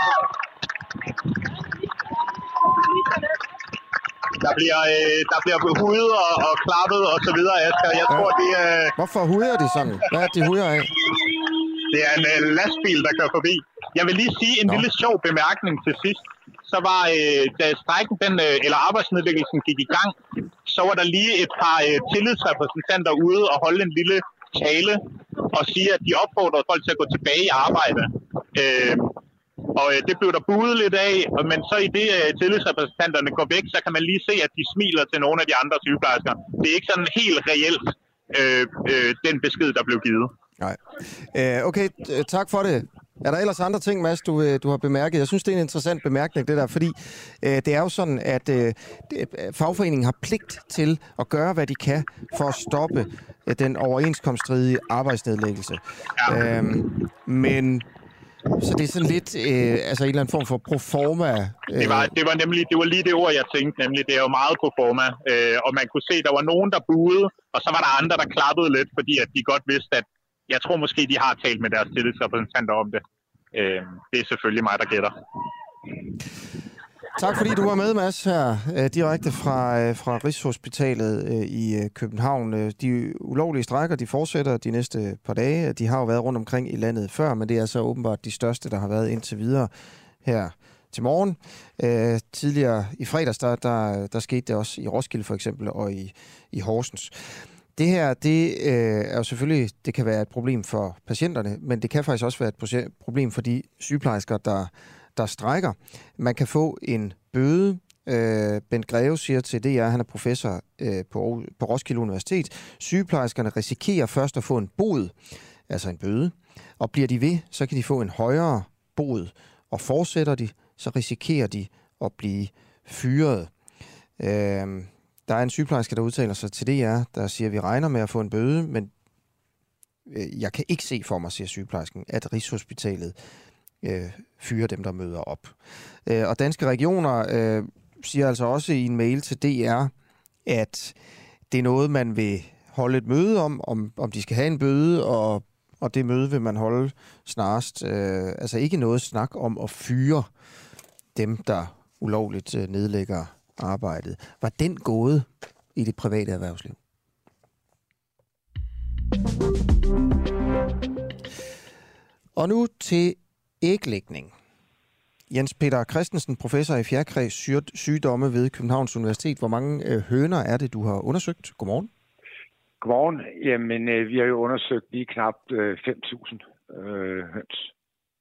Der bliver, øh, der bliver hudet og, og klappet og så videre, Asger. Jeg tror, det er... Øh... Hvorfor huder de sådan? Hvad er de huder af? Det er en øh, lastbil, der kører forbi. Jeg vil lige sige en Nå. lille sjov bemærkning til sidst. Så var, øh, da strejken, den, øh, eller arbejdsnedlæggelsen gik i gang, så var der lige et par øh, tillidsrepræsentanter ude og holde en lille tale og sige, at de opfordrede folk til at gå tilbage i arbejde. Øh, og øh, det blev der buet lidt af, men så i det øh, tillidsrepræsentanterne går væk, så kan man lige se, at de smiler til nogle af de andre sygeplejersker. Det er ikke sådan helt reelt, øh, øh, den besked, der blev givet. Nej. Øh, okay, tak for det. Er der ellers andre ting, Mads, du, du har bemærket? Jeg synes, det er en interessant bemærkning, det der, fordi øh, det er jo sådan, at øh, fagforeningen har pligt til at gøre, hvad de kan for at stoppe øh, den overenskomststridige arbejdsnedlæggelse. Ja. Øhm, men så det er sådan lidt, øh, altså en eller anden form for proforma. Øh. Det, var, det var nemlig, det var lige det ord, jeg tænkte, nemlig det er jo meget proforma, øh, og man kunne se, der var nogen, der buede, og så var der andre, der klappede lidt, fordi at de godt vidste, at jeg tror måske, de har talt med deres tillidsrepræsentanter om det. Øh, det er selvfølgelig mig, der gætter. Tak fordi du var med, Mads, her øh, direkte fra, øh, fra Rigshospitalet øh, i København. De ulovlige strejker, de fortsætter de næste par dage. De har jo været rundt omkring i landet før, men det er så åbenbart de største, der har været indtil videre her til morgen. Øh, tidligere i fredags, der, der, der skete det også i Roskilde for eksempel, og i, i Horsens. Det her, det øh, er jo selvfølgelig, det kan være et problem for patienterne, men det kan faktisk også være et problem for de sygeplejersker, der, der strejker. Man kan få en bøde. Øh, Bent Greve siger til D R, han er professor øh, på, på Roskilde Universitet. Sygeplejerskerne risikerer først at få en bod, altså en bøde, og bliver de ved, så kan de få en højere bod, og fortsætter de, så risikerer de at blive fyret. Øh, Der er en sygeplejerske, der udtaler sig til D R, der siger, at vi regner med at få en bøde, men jeg kan ikke se for mig, siger sygeplejersken, at Rigshospitalet øh, fyrer dem, der møder op. Øh, og Danske Regioner øh, siger altså også i en mail til D R, at det er noget, man vil holde et møde om, om, om de skal have en bøde, og, og det møde vil man holde snarest. Øh, altså ikke noget snak om at fyre dem, der ulovligt øh, nedlægger arbejdet. Var den gået i det private erhvervsliv? Og nu til æglægning. Jens Peter Christensen, professor i fjerkræs sygdomme ved Københavns Universitet. Hvor mange øh, høner er det, du har undersøgt? Godmorgen. Godmorgen. Jamen, øh, vi har jo undersøgt lige knap øh, fem tusind øh, høns.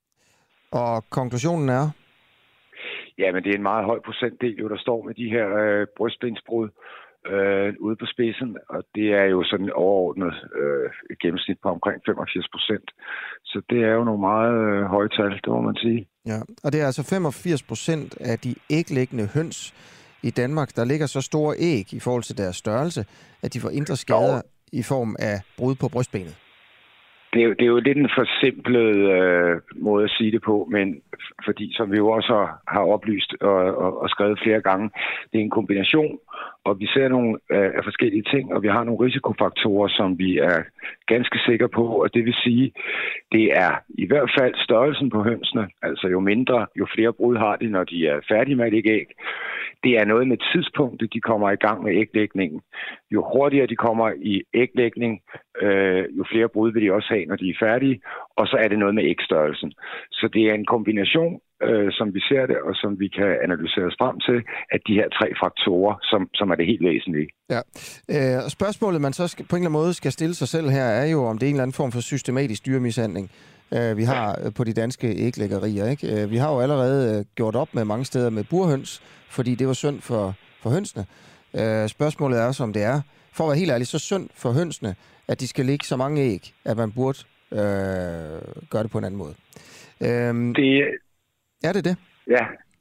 Og konklusionen er? Jamen, det er en meget høj procentdel, jo, der står med de her øh, brystbensbrud øh, ude på spidsen. Og det er jo sådan overordnet øh, et gennemsnit på omkring femogfirs procent. Så det er jo nogle meget øh, høje tal, det må man sige. Ja, og det er altså femogfirs procent af de æglæggende høns i Danmark, der ligger så store æg i forhold til deres størrelse, at de får indre skader i form af brud på brystbenet. Det er, jo, det er jo lidt en forsimplet øh, måde at sige det på, men fordi, som vi jo også har, har oplyst og, og, og skrevet flere gange, det er en kombination, og vi ser nogle øh, af forskellige ting, og vi har nogle risikofaktorer, som vi er ganske sikre på, og det vil sige, det er i hvert fald størrelsen på hønsene, altså jo mindre, jo flere brud har de, når de er færdige med at lægge æg. Det er noget med tidspunktet, de kommer i gang med æglægningen. Jo hurtigere de kommer i æglægning, øh, jo flere brud vil de også have, når de er færdige. Og så er det noget med ægstørrelsen. Så det er en kombination, øh, som vi ser det, og som vi kan analysere os frem til, at de her tre faktorer, som, som er det helt væsentlige. Ja. Øh, spørgsmålet, man så skal, på en eller anden måde skal stille sig selv her, er jo, om det er en eller anden form for systematisk dyremishandling, vi har på de danske æglæggerier, ikke? Vi har jo allerede gjort op med mange steder med burhøns, fordi det var synd for, for hønsene. Spørgsmålet er så, om det er, for at være helt ærlig, så synd for hønsene, at de skal lægge så mange æg, at man burde øh, gøre det på en anden måde. Øhm, det, er det det? Ja.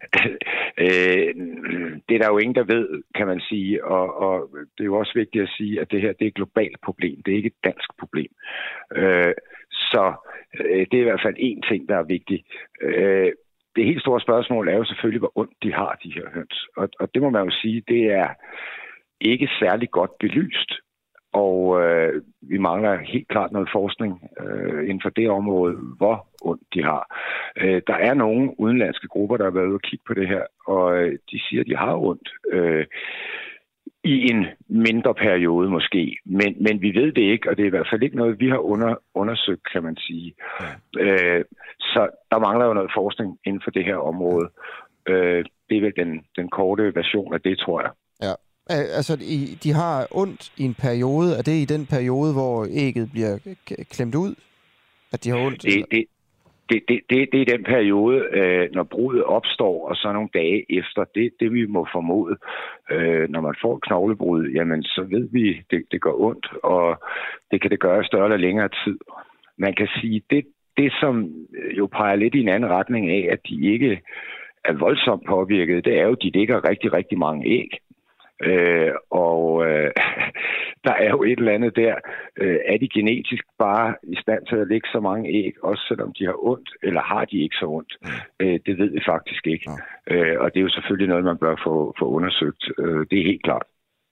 Øh, det er der jo ingen, der ved, kan man sige, og, og det er jo også vigtigt at sige, at det her det er et globalt problem. Det er ikke et dansk problem. Øh, så øh, det er i hvert fald én ting, der er vigtig. Øh, det helt store spørgsmål er jo selvfølgelig, hvor ondt de har, de her høns. Og, og det må man jo sige, det er ikke særlig godt belyst. Og øh, vi mangler helt klart noget forskning øh, inden for det område, hvor ondt de har. Øh, der er nogle udenlandske grupper, der har været ude og kigge på det her, og øh, de siger, at de har ondt øh, i en mindre periode måske. Men, men vi ved det ikke, og det er i hvert fald ikke noget, vi har under, undersøgt, kan man sige. Øh, så der mangler jo noget forskning inden for det her område. Øh, det er vel den, den korte version af det, tror jeg. Ja. Altså, de har ondt i en periode. Er det i den periode, hvor ægget bliver klemt ud? At de har ondt? Det, det, det, det, det, det er den periode, øh, når brudet opstår, og så nogle dage efter. Det det, vi må formode. Øh, når man får knoglebrud, jamen, så ved vi, det, det gør ondt, og det kan det gøre større eller længere tid. Man kan sige, det, det som jo peger lidt i en anden retning af, at de ikke er voldsomt påvirket, det er jo, at de ligger rigtig, rigtig mange æg. Øh, og øh, der er jo et eller andet der. Øh, er de genetisk bare i stand til at lægge så mange æg, også selvom de har ondt, eller har de ikke så ondt? Øh, det ved vi faktisk ikke. Øh, og det er jo selvfølgelig noget, man bør få, få undersøgt. Øh, det er helt klart.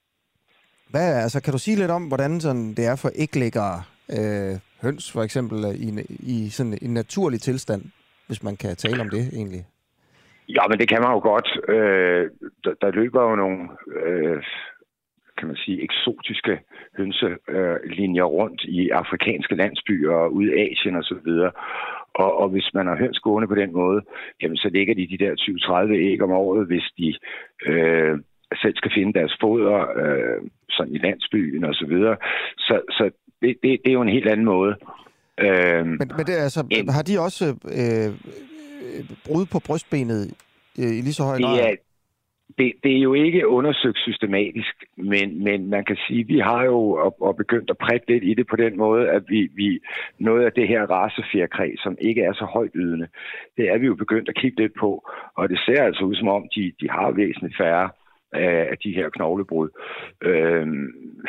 Hvad, altså, kan du sige lidt om, hvordan sådan, det er for æglæggere øh, høns, for eksempel, i, i sådan en naturlig tilstand, hvis man kan tale om det egentlig? Ja, men det kan man jo godt. Øh, der, der løber jo nogle, øh, kan man sige, eksotiske hønselinjer øh, rundt i afrikanske landsbyer og ude i Asien og så videre. Og, og hvis man har høns gående på den måde, jamen så ligger de de der tyve til tredive æg om året, hvis de øh, selv skal finde deres foder øh, sådan i landsbyen og så videre. Så, så det, det, det er jo en helt anden måde. Øh, men men det, altså, en, har de også Øh brud på brystbenet øh, i lige så høj grad? Det er, det, det er jo ikke undersøgt systematisk, men, men man kan sige, at vi har jo og, og begyndt at prikke lidt i det på den måde, at vi, vi noget af det her racefjerkræ, som ikke er så højt ydende, det er vi jo begyndt at kigge lidt på, og det ser altså ud som om, de, de har væsentligt færre af, af de her knoglebrud. Øhm,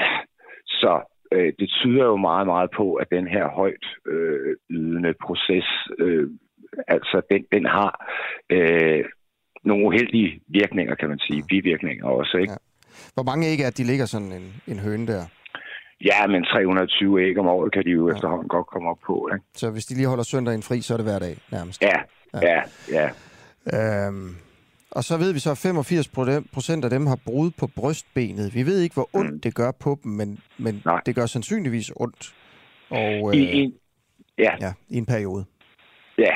så øh, det tyder jo meget, meget på, at den her højt øh, ydende proces øh, altså, den, den har øh, nogle uheldige virkninger, kan man sige. Bivirkninger også, ikke? Hvor mange æg er de ligger sådan en, en høne der? Ja, men tre hundrede og tyve æg om året kan de jo ja. efterhånden godt komme op på. Ikke? Så hvis de lige holder søndagen fri, så er det hver dag nærmest? Ja, ja, ja. ja. Øhm, og så ved vi så, at femogfirs procent af dem har brud på brystbenet. Vi ved ikke, hvor ondt mm. det gør på dem, men, men det gør sandsynligvis ondt. Og, øh, I, i, ja. Ja, i en periode. Ja.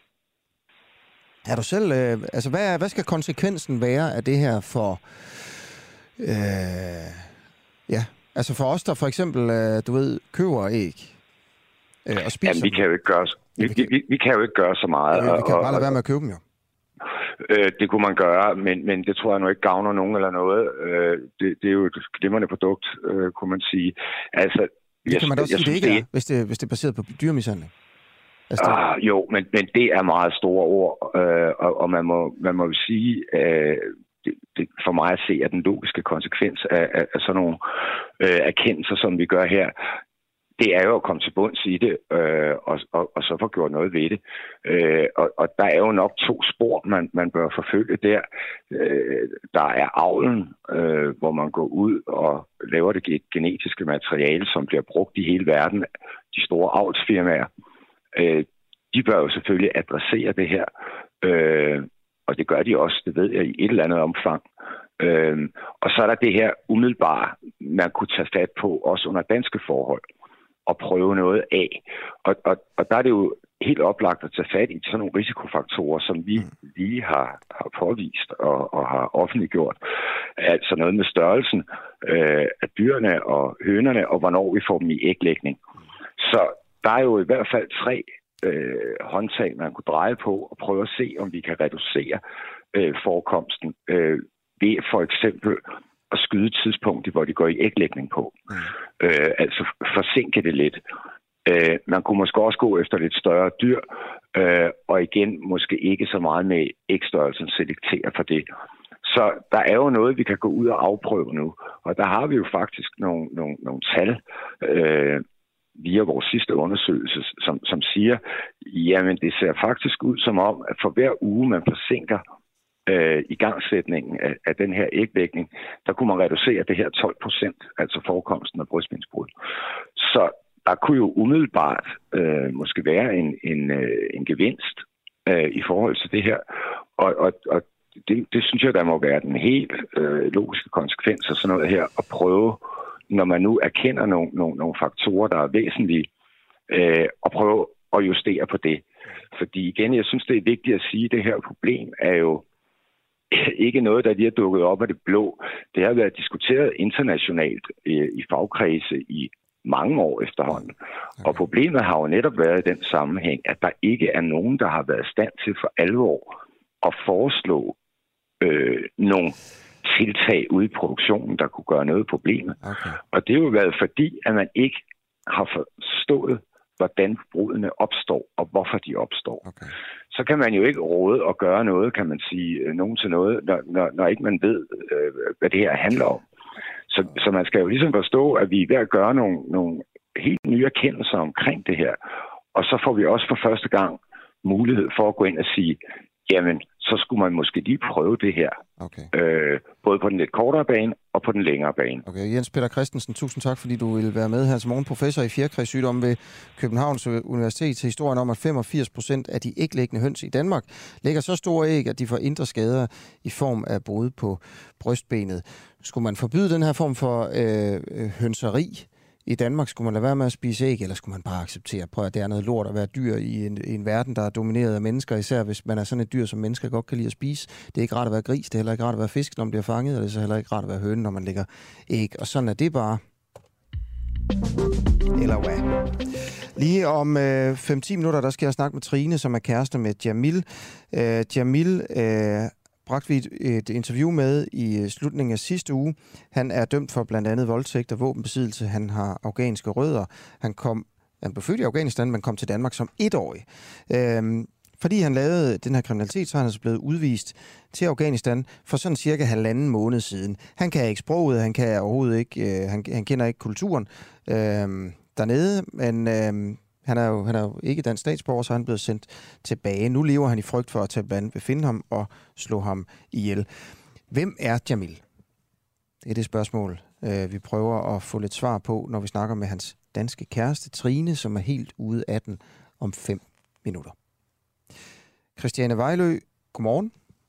Er du selv... Øh, altså, hvad, hvad skal konsekvensen være af det her for... Øh, ja, altså for os, der for eksempel, øh, du ved, køber æg øh, og spiser Jamen, vi kan jo ikke gøre, vi, vi, vi, vi kan jo ikke gøre så meget. Øh, vi kan og, bare lade være med at købe dem jo. Øh, det kunne man gøre, men, men det tror jeg nu ikke gavner nogen eller noget. Øh, det, det er jo et glimrende produkt, øh, kunne man sige. Altså, det jeg, kan man da også jeg, sige, jeg det ikke det, er, hvis det, hvis det er baseret på dyremishandling. Altså, det... ah, jo, men, men det er meget store ord, øh, og, og man må, man må jo sige, øh, det, det, for mig at se, at den logiske konsekvens af, af, af sådan nogle øh, erkendelser, som vi gør her, det er jo at komme til bunds i det, øh, og, og, og så få gjort noget ved det. Øh, og, og der er jo nok to spor, man, man bør forfølge der. Øh, der er avlen, øh, hvor man går ud og laver det genetiske materiale, som bliver brugt i hele verden. De store avlsfirmaer, øh, de bør jo selvfølgelig adressere det her. Øh, og det gør de også, det ved jeg, i et eller andet omfang. Øh, og så er der det her umiddelbare, man kunne tage fat på, også under danske forhold, og prøve noget af. Og, og, og der er det jo helt oplagt at tage fat i sådan nogle risikofaktorer, som vi lige har, har påvist og, og har offentliggjort. Altså noget med størrelsen øh, af dyrene og hønerne, og hvornår vi får dem i æglægning. Så der er jo i hvert fald tre øh, håndtag, man kunne dreje på og prøve at se, om vi kan reducere øh, forekomsten øh, ved for eksempel at skyde tidspunktet, hvor de går i æglægning på. Mm. Øh, altså forsinke det lidt. Øh, man kunne måske også gå efter lidt større dyr, øh, og igen måske ikke så meget med ægstørrelsen selektere for det. Så der er jo noget, vi kan gå ud og afprøve nu. Og der har vi jo faktisk nogle, nogle, nogle tal øh, via vores sidste undersøgelse, som, som siger, jamen det ser faktisk ud som om, at for hver uge man forsinker Øh, i gangsætningen af, af den her æglægning, der kunne man reducere det her tolv procent, altså forekomsten af brystbensbrud. Så der kunne jo umiddelbart øh, måske være en, en, øh, en gevinst øh, i forhold til det her. Og, og, og det, det synes jeg, der må være den helt øh, logiske konsekvens af sådan noget her, at prøve, når man nu erkender nogle, nogle, nogle faktorer, der er væsentlige, øh, at prøve at justere på det. Fordi igen, jeg synes, det er vigtigt at sige, at det her problem er jo ikke noget, der lige er dukket op af det blå. Det har været diskuteret internationalt i, i fagkredse i mange år efterhånden. Okay. Og problemet har jo netop været i den sammenhæng, at der ikke er nogen, der har været i stand til for alvor at foreslå øh, nogle tiltag ude i produktionen, der kunne gøre noget af problemet. Okay. Og det har jo været fordi, at man ikke har forstået, hvordan brudene opstår, og hvorfor de opstår. Okay. Så kan man jo ikke råde og gøre noget, kan man sige, nogen til noget, når, når, når ikke man ved, øh, hvad det her handler om. Så, så man skal jo ligesom forstå, at vi er ved at gøre nogle, nogle helt nye erkendelser omkring det her. Og så får vi også for første gang mulighed for at gå ind og sige, jamen, så skulle man måske lige prøve det her. Okay. Øh, både på den lidt kortere bane og på den længere bane. Okay, Jens Peter Christensen, tusind tak, fordi du ville være med her til morgen. Professor i fjerkræsygdomme ved Københavns Universitet til historien om, at femogfirs procent af de æglæggende høns i Danmark lægger så store æg, at de får indre skader i form af brud på brystbenet. Skulle man forbyde den her form for øh, hønseri i Danmark? Skulle man lade være med at spise æg, eller skulle man bare acceptere, prøv at det er noget lort at være dyr i en, i en verden, der er domineret af mennesker, især hvis man er sådan et dyr, som mennesker godt kan lide at spise. Det er ikke rart at være gris, det er heller ikke rart at være fisk, når man bliver fanget, og det er så heller ikke rart at være høne, når man lægger æg. Og sådan er det bare. Eller hvad? Lige om øh, fem til ti minutter, der skal jeg snakke med Trine, som er kæreste med Jamil. Øh, Jamil øh, bragte vi et, et interview med i slutningen af sidste uge. Han er dømt for blandt andet voldtægt og våbenbesiddelse. Han har afghanske rødder. Han kom, han blev født i Afghanistan, men kom til Danmark som etårig. Øhm, fordi han lavede den her kriminalitet, så er han altså blevet udvist til Afghanistan for sådan cirka halvanden måned siden. Han kan ikke sproget, han kan overhovedet ikke, øh, han, han kender ikke kulturen øh, dernede, men øh, Han er, jo, han er jo ikke dansk statsborger, så han er blevet sendt tilbage. Nu lever han i frygt for, at Taliban vil finde ham og slå ham ihjel. Hvem er Jamil? Det er det spørgsmål, øh, vi prøver at få lidt svar på, når vi snakker med hans danske kæreste, Trine, som er helt ude af den om fem minutter. Christiane Vejlø, godmorgen.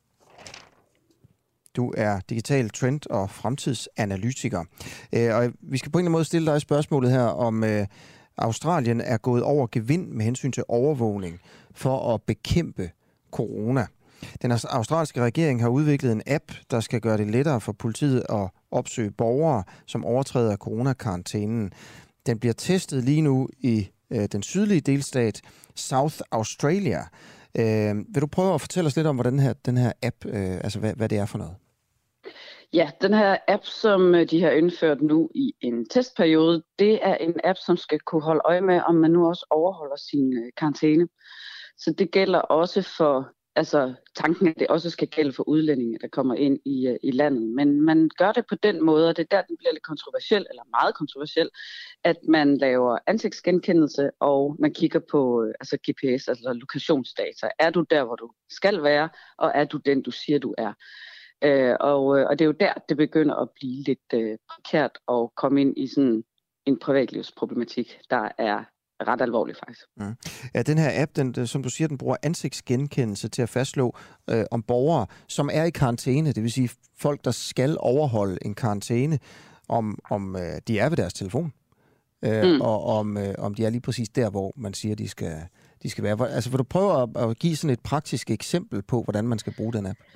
Du er digital trend- og fremtidsanalytiker. Øh, og vi skal på en eller anden måde stille dig spørgsmålet her, om øh, Australien er gået over gevind med hensyn til overvågning for at bekæmpe corona. Den australske regering har udviklet en app, der skal gøre det lettere for politiet at opsøge borgere, som overtræder coronakarantænen. Den bliver testet lige nu i øh, den sydlige delstat South Australia. Øh, vil du prøve at fortælle os lidt om, hvordan her, den her app, øh, altså hvad, hvad det er for noget? Ja, den her app, som de har indført nu i en testperiode, det er en app, som skal kunne holde øje med, om man nu også overholder sin karantæne. Så det gælder også for, altså tanken er, at det også skal gælde for udlændinge, der kommer ind i, i landet. Men man gør det på den måde, og det er der, den bliver lidt kontroversiel, eller meget kontroversiel, at man laver ansigtsgenkendelse, og man kigger på altså G P S, altså lokationsdata. Er du der, hvor du skal være, og er du den, du siger, du er? Øh, og, og det er jo der, det begynder at blive lidt øh, prekært at komme ind i sådan en privatlivsproblematik, der er ret alvorlig faktisk. Mm. Ja, den her app, den, som du siger, den bruger ansigtsgenkendelse til at fastslå øh, om borgere, som er i karantæne, det vil sige folk, der skal overholde en karantæne, om, om øh, de er ved deres telefon, øh, mm. og om, øh, om de er lige præcis der, hvor man siger, de skal, de skal være. Altså, vil du prøve at, at give sådan et praktisk eksempel på, hvordan man skal bruge den app?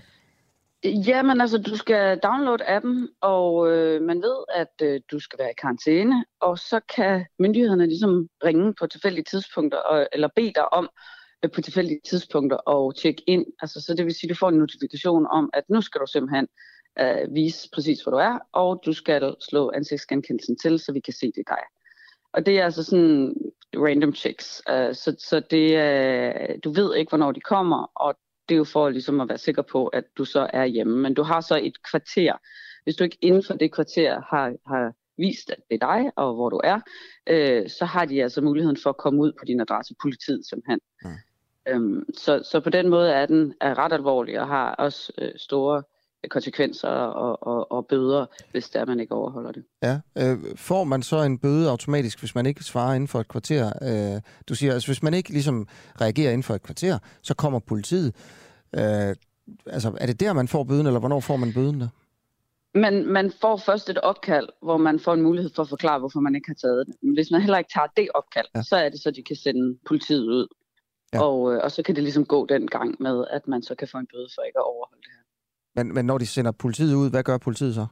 Jamen altså, du skal downloade appen, og øh, man ved, at øh, du skal være i karantæne, og så kan myndighederne ligesom ringe på tilfældige tidspunkter, og, eller bede dig om øh, på tilfældige tidspunkter og tjekke ind. Altså, så det vil sige, at du får en notifikation om, at nu skal du simpelthen øh, vise præcis, hvor du er, og du skal slå ansigtsgenkendelsen til, så vi kan se det dig. Og det er altså sådan random checks, øh, så, så det, øh, du ved ikke, hvornår de kommer, og det er jo for ligesom at være sikker på, at du så er hjemme. Men du har så et kvarter. Hvis du ikke inden for det kvarter har, har vist, at det er dig, og hvor du er, øh, så har de altså muligheden for at komme ud på din adresse, politiet simpelthen. Mm. Øhm, så, så på den måde er den er ret alvorlig, og har også øh, store konsekvenser og, og, og bøder, hvis det er, man ikke overholder det. Ja. Øh, får man så en bøde automatisk, hvis man ikke svarer inden for et kvarter? Øh, du siger, altså hvis man ikke ligesom reagerer inden for et kvarter, så kommer politiet. Øh, altså, er det der, man får bøden, eller hvornår får man bøden der? Man, man får først et opkald, hvor man får en mulighed for at forklare, hvorfor man ikke har taget det. Men hvis man heller ikke tager det opkald, ja. så er det så, de kan sende politiet ud. Ja. Og, og så kan det ligesom gå den gang med, at man så kan få en bøde for ikke at overholde det her. Men, men når de sender politiet ud, hvad gør politiet så?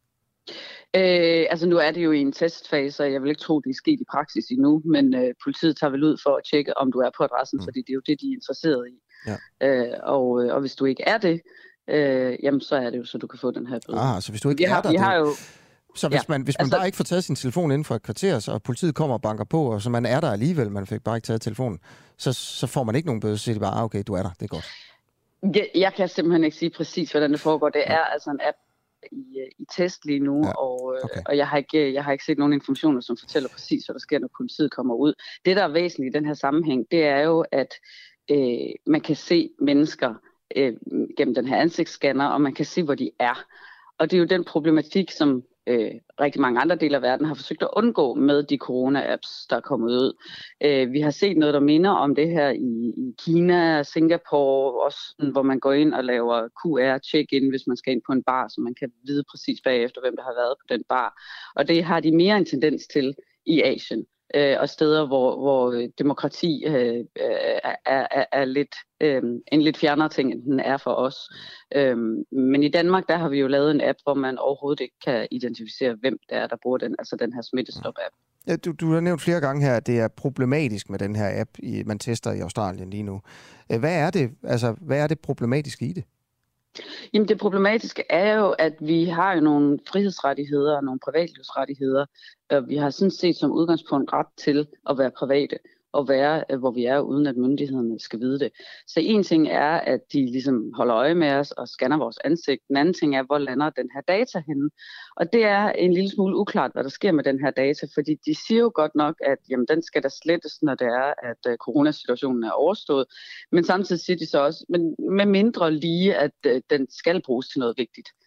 Øh, altså nu er det jo i en testfase, og jeg vil ikke tro, det er sket i praksis endnu, men øh, politiet tager vel ud for at tjekke, om du er på adressen, mm. fordi det er jo det, de er interesseret i. Ja. Øh, og, og hvis du ikke er det, øh, jamen så er det jo, så du kan få den her bøde. Ah, så hvis du ikke vi er har, der... Vi det... har jo... Så hvis ja, man, hvis man altså... bare ikke får taget sin telefon inden for et kvarter, så politiet kommer og banker på, og så man er der alligevel, man fik bare ikke taget telefonen, så, så får man ikke nogen bøde, så siger de bare, ah, okay, du er der, det er godt. Jeg, jeg kan simpelthen ikke sige præcis, hvordan det foregår. Det er altså en app i, i test lige nu, ja, og, okay. og jeg, har ikke, jeg har ikke set nogen informationer, som fortæller præcis, hvad der sker, når politiet kommer ud. Det, der er væsentligt i den her sammenhæng, det er jo, at øh, man kan se mennesker øh, gennem den her ansigtsscanner, og man kan se, hvor de er. Og det er jo den problematik, som øh, rigtig mange andre dele af verden har forsøgt at undgå med de corona-apps, der er kommet ud. Øh, vi har set noget, der minder om det her i, i Kina, Singapore, også, hvor man går ind og laver Q R-check-in, hvis man skal ind på en bar, så man kan vide præcis bagefter, hvem der har været på den bar. Og det har de mere en tendens til i Asien. Øh, og steder, hvor, hvor demokrati øh, er, er, er lidt, øh, en lidt fjernere ting, end den er for os. Øh, men i Danmark, der har vi jo lavet en app, hvor man overhovedet ikke kan identificere, hvem det er, der bruger den, altså den her smittestop-app. Ja, du, du har nævnt flere gange her, at det er problematisk med den her app, i, man tester i Australien lige nu. Hvad er det, altså, hvad er det problematiske i det? Jamen det problematiske er jo, at vi har jo nogle frihedsrettigheder og nogle privatlivsrettigheder, og vi har sådan set som udgangspunkt ret til at være private og være, hvor vi er, uden at myndighederne skal vide det. Så en ting er, at de ligesom holder øje med os og scanner vores ansigt. Den anden ting er, hvor lander den her data henne? Og det er en lille smule uklart, hvad der sker med den her data, fordi de siger jo godt nok, at jamen, den skal der slettes, når det er, at uh, coronasituationen er overstået. Men samtidig siger de så også, men med mindre lige, at uh, den skal bruges til noget vigtigt.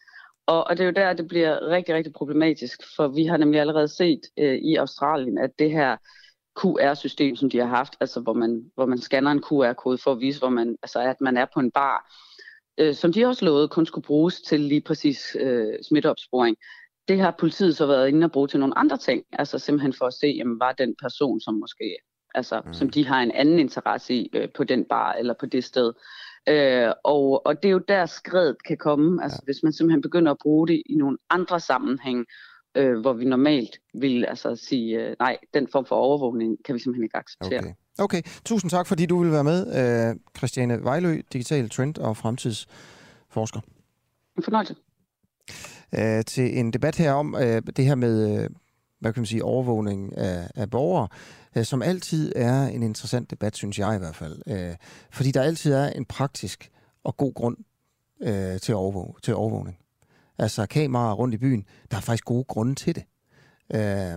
Og, og det er jo der, det bliver rigtig, rigtig problematisk, for vi har nemlig allerede set øh, i Australien, at det her Q R-system, som de har haft, altså hvor man, hvor man scanner en Q R-kode for at vise, hvor man, altså, at man er på en bar, øh, som de også lovede kun skulle bruges til lige præcis øh, smitteopsporing. Det har politiet så været inde og bruge til nogle andre ting, altså simpelthen for at se, jamen, var den person, som måske, altså mm. som de har en anden interesse i øh, på den bar eller på det sted. Øh, og, og det er jo der skredet kan komme, altså ja. hvis man simpelthen begynder at bruge det i nogle andre sammenhæng, øh, hvor vi normalt vil altså sige, øh, nej, den form for overvågning kan vi simpelthen ikke acceptere. Okay, okay. Tusind tak, fordi du vil være med, øh, Christiane Vejlø, digital trend- og fremtidsforsker. En fornøjelse. Øh, til en debat her om øh, det her med, øh, hvad kan man sige, overvågning af, af borgere, øh, som altid er en interessant debat, synes jeg i hvert fald. Øh, fordi der altid er en praktisk og god grund øh, til, overvåg, til overvågning. Altså kameraer rundt i byen, der er faktisk gode grunde til det. Øh,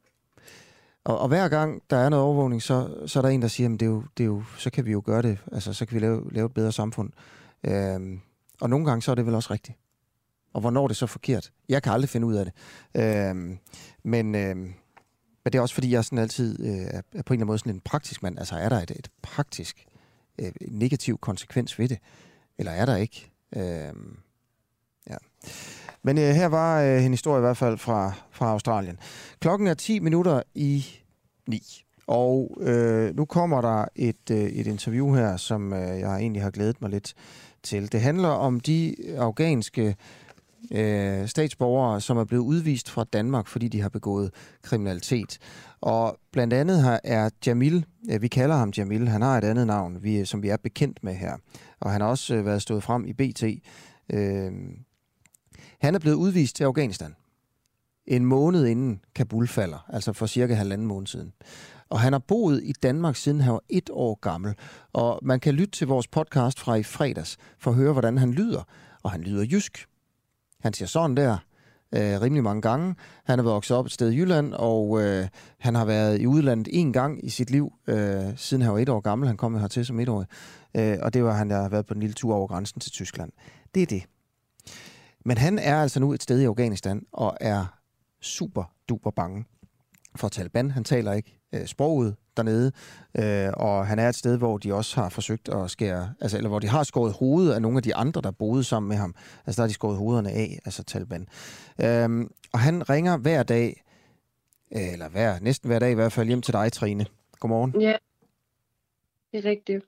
og, og hver gang der er noget overvågning, så, så er der en, der siger, at det er jo, det er jo, så kan vi jo gøre det, altså så kan vi lave, lave et bedre samfund. Øh, og nogle gange så er det vel også rigtigt. Og hvornår det er så forkert. Jeg kan aldrig finde ud af det. Øhm, men, øhm, men det er også fordi, jeg sådan altid øh, er på en eller anden måde sådan en praktisk mand. Altså er der et, et praktisk øh, negativ konsekvens ved det? Eller er der ikke? Øhm, ja. Men øh, her var øh, en historie i hvert fald fra, fra Australien. Klokken er ti minutter i ni. Og øh, nu kommer der et, øh, et interview her, som øh, jeg egentlig har glædet mig lidt til. Det handler om de afghanske øh, statsborgere, som er blevet udvist fra Danmark, fordi de har begået kriminalitet. Og blandt andet her er Jamil, øh, vi kalder ham Jamil, han har et andet navn, vi, som vi er bekendt med her. Og han har også øh, været stået frem i B T. Øh, han er blevet udvist til Afghanistan en måned inden Kabul falder, altså for cirka halvanden måned siden. Og han har boet i Danmark siden han var et år gammel. Og man kan lytte til vores podcast fra i fredags for at høre, hvordan han lyder. Og han lyder jysk. Han siger sådan der øh, rimelig mange gange. Han har vokset op et sted i Jylland, og øh, han har været i udlandet en gang i sit liv, øh, siden han var et år gammel. Han kom hertil som etårig. Øh, og det var han, der har været på en lille tur over grænsen til Tyskland. Det er det. Men han er altså nu et sted i Afghanistan, og er super duper bange for Taliban. Han taler ikke øh, sproget dernede, øh, og han er et sted, hvor de også har forsøgt at skære, altså, eller hvor de har skåret hovedet af nogle af de andre, der boede sammen med ham. Altså der har de skåret hovederne af, altså Taliban. Øhm, og han ringer hver dag, eller hver, næsten hver dag i hvert fald, hjem til dig, Trine. Godmorgen. Ja, det er rigtigt.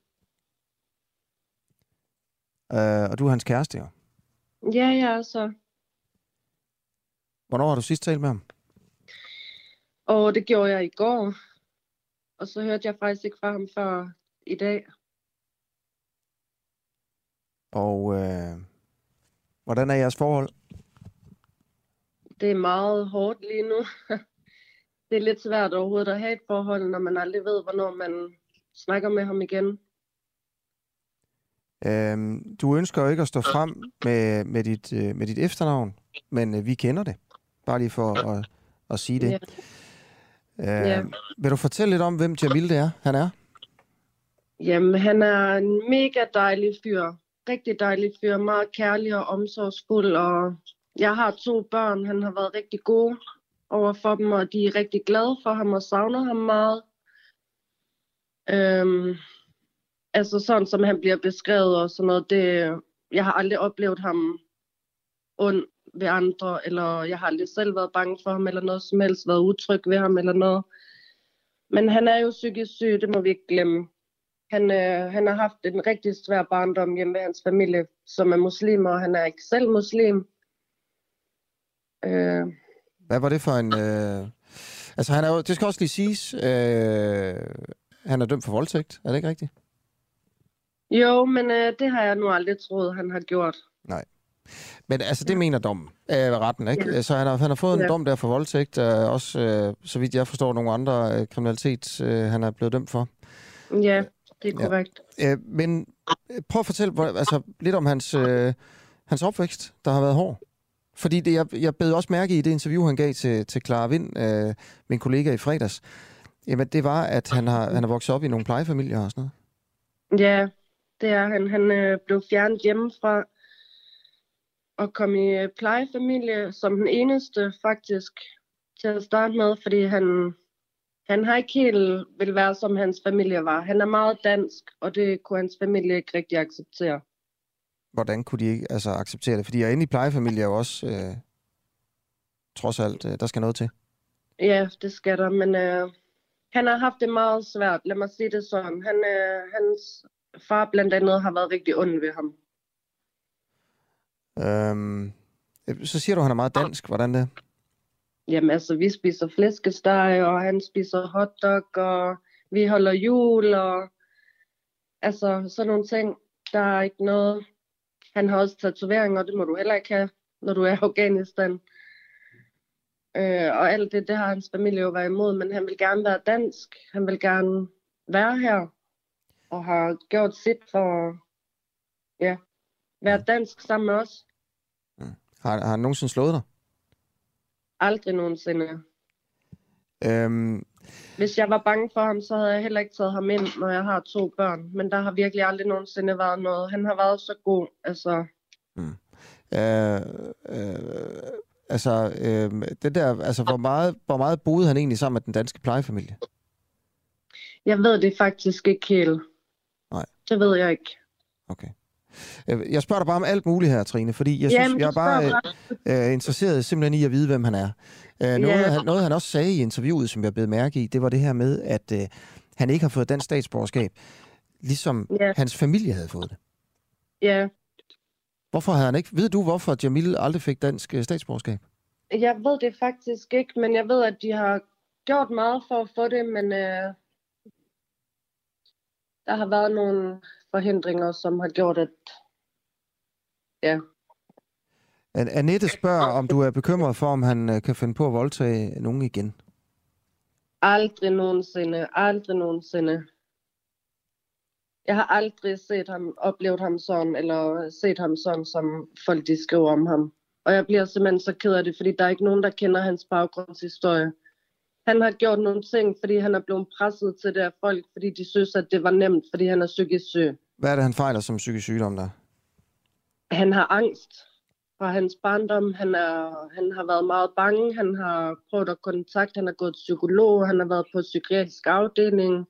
Øh, og du er hans kæreste, jo? Ja, jeg er så. Hvornår har du sidst talt med ham? Og det gjorde jeg i går. Og så hørte jeg faktisk ikke fra ham før i dag. Og øh, hvordan er jeres forhold? Det er meget hårdt lige nu. Det er lidt svært overhovedet at have et forhold, når man aldrig ved, hvornår man snakker med ham igen. Øhm, du ønsker jo ikke at stå frem med, med, dit, øh, med dit efternavn, men øh, vi kender det. Bare lige for at, at sige det. Ja. Øh, ja. Vil du fortælle lidt om, hvem Jamil det er, han er? Jamen, han er en mega dejlig fyr. Rigtig dejlig fyr. Meget kærlig og omsorgsfuld. Og jeg har to børn. Han har været rigtig god over for dem, og de er rigtig glade for ham og savner ham meget. Øhm, altså sådan, som han bliver beskrevet og sådan noget. Det, jeg har aldrig oplevet ham ond ved andre, eller jeg har aldrig selv været bange for ham, eller noget som helst, været utryg ved ham, eller noget. Men han er jo psykisk syg, det må vi ikke glemme. Han, øh, han har haft en rigtig svær barndom hjemme ved hans familie, som er muslimer, og han er ikke selv muslim. Øh. Hvad var det for en... Øh... Altså, han er jo, det skal også lige siges, øh... han er dømt for voldtægt, er det ikke rigtigt? Jo, men øh, det har jeg nu aldrig troet, han har gjort. Nej. Men altså, det mener dommen, øh, retten, ikke? Ja. Så han har, han har fået en Ja. dom der for voldtægt, øh, også, øh, så vidt jeg forstår, nogle andre øh, kriminalitet, øh, han er blevet dømt for. Ja, det er korrekt. Ja. Øh, men øh, prøv at fortælle hvor, altså, lidt om hans, øh, hans opvækst, der har været hård. Fordi det, jeg, jeg bed også mærke i det interview, han gav til, til Clara Vind, øh, min kollega i fredags, jamen, det var, at han har, han har vokset op i nogle plejefamilier og sådan noget. Ja, det er han. Han øh, blev fjernet hjemmefra. at komme i plejefamilie som den eneste faktisk til at starte med, fordi han, han har ikke helt vil være, som hans familie var. Han er meget dansk, og det kunne hans familie ikke rigtig acceptere. Hvordan kunne de ikke altså, acceptere det? Fordi jeg er inde i plejefamilie er jo også, øh, trods alt, øh, der skal noget til. Ja, det skal der, men øh, han har haft det meget svært, lad mig sige det sådan. Han, øh, hans far blandt andet har været rigtig ond ved ham. Øhm, så siger du, at han er meget dansk. Hvordan det? Jamen altså, vi spiser flæskesteg, og han spiser hotdog, og vi holder jul, og altså sådan nogle ting. Der er ikke noget. Han har også tatoveringer, og det må du heller ikke have, når du er i Afghanistan. Øh, og alt det, det har hans familie jo været imod, men han vil gerne være dansk. Han vil gerne være her, og har gjort sit for ja, være dansk sammen med os. Mm. Har, har han nogensinde slået dig? Aldrig nogensinde. Øhm... Hvis jeg var bange for ham, så havde jeg heller ikke taget ham ind, når jeg har to børn. Men der har virkelig aldrig nogensinde været noget. Han har været så god, altså. Mm. Øh, øh, altså, øh, det der, altså hvor, meget, hvor meget boede han egentlig sammen med den danske plejefamilie? Jeg ved det faktisk ikke helt. Nej. Det ved jeg ikke. Okay. Jeg spørger dig bare om alt muligt her, Trine, fordi jeg synes, Jamen, jeg er bare øh, interesseret simpelthen i at vide, hvem han er. Øh, noget, ja. han, noget, han også sagde i interviewet, som jeg blev mærke i, det var det her med, at øh, han ikke har fået dansk statsborgerskab, ligesom ja. hans familie havde fået det. Ja. Hvorfor havde han ikke? Ved du, hvorfor Jamil aldrig fik dansk statsborgerskab? Jeg ved det faktisk ikke, men jeg ved, at de har gjort meget for at få det, men øh, der har været nogle forhindringer, som har gjort, at ja. Annette spørger, om du er bekymret for, om han kan finde på at voldtage nogen igen. Aldrig nogensinde. Aldrig nogensinde. Jeg har aldrig set ham, oplevet ham sådan, eller set ham sådan, som folk de skriver om ham. Og jeg bliver simpelthen så ked af det, fordi der er ikke nogen, der kender hans baggrundshistorie. Han har gjort nogle ting, fordi han er blevet presset til det af folk, fordi de synes, at det var nemt, fordi han er psykisk syg. Hvad er det, han fejler som psykisk sygdom der? Han har angst fra hans barndom. Han, er, han har været meget bange. Han har prøvet at kontakte. Han har gået til psykolog. Han har været på psykiatrisk afdeling.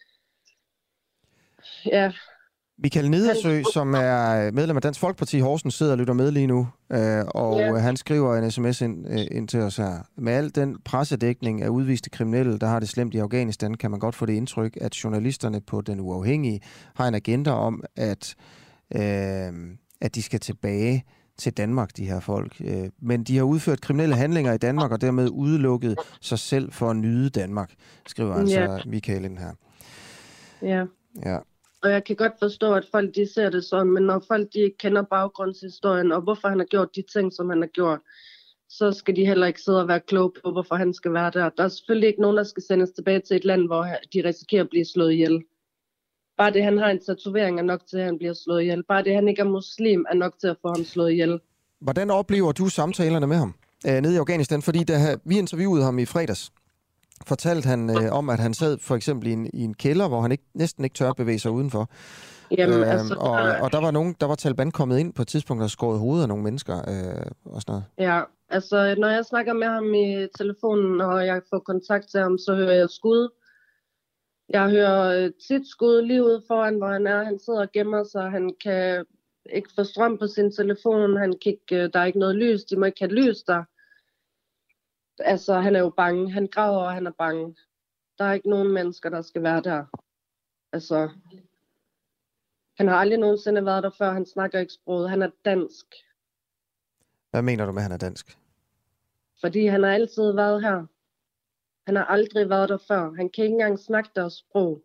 Ja. Michael Nedersø, som er medlem af Dansk Folkeparti i Horsens, sidder og lytter med lige nu, øh, og ja. han skriver en sms ind, øh, ind til os her. Med al den pressedækning af udviste kriminelle, der har det slemt i Afghanistan, kan man godt få det indtryk, at journalisterne på Den Uafhængige har en agenda om, at, øh, at de skal tilbage til Danmark, de her folk. Øh, men de har udført kriminelle handlinger i Danmark, og dermed udelukket sig selv for at nyde Danmark, skriver altså ja. Michael ind her. Ja. Ja. Og jeg kan godt forstå, at folk de ser det sådan, men når folk de ikke kender baggrundshistorien, og hvorfor han har gjort de ting, som han har gjort, så skal de heller ikke sidde og være kloge på, hvorfor han skal være der. Der er selvfølgelig ikke nogen, der skal sendes tilbage til et land, hvor de risikerer at blive slået ihjel. Bare det, han har en tatovering, er nok til, at han bliver slået ihjel. Bare det, han ikke er muslim, er nok til at få ham slået ihjel. Hvordan oplever du samtalerne med ham øh, nede i Afghanistan? Fordi da vi interviewede ham i fredags, fortalte han øh, om, at han sad for eksempel i en, i en kælder, hvor han ikke, næsten ikke tør bevæge sig udenfor. Jamen, øhm, altså, og, og der var nogen, der var Taliban kommet ind på et tidspunkt og skåret hovedet af nogle mennesker øh, og sådan noget. Ja, altså når jeg snakker med ham i telefonen, og jeg får kontakt til ham, så hører jeg skud. Jeg hører tit skud lige ude foran, hvor han er. Han sidder og gemmer sig. Han kan ikke få strøm på sin telefon. Han kan ikke, der er ikke noget lys. De må ikke have lys der. Altså, han er jo bange. Han græder, og han er bange. Der er ikke nogen mennesker, der skal være der. Altså, han har aldrig nogensinde været der før. Han snakker ikke sproget. Han er dansk. Hvad mener du med, at han er dansk? Fordi han har altid været her. Han har aldrig været der før. Han kan ikke engang snakke deres sprog.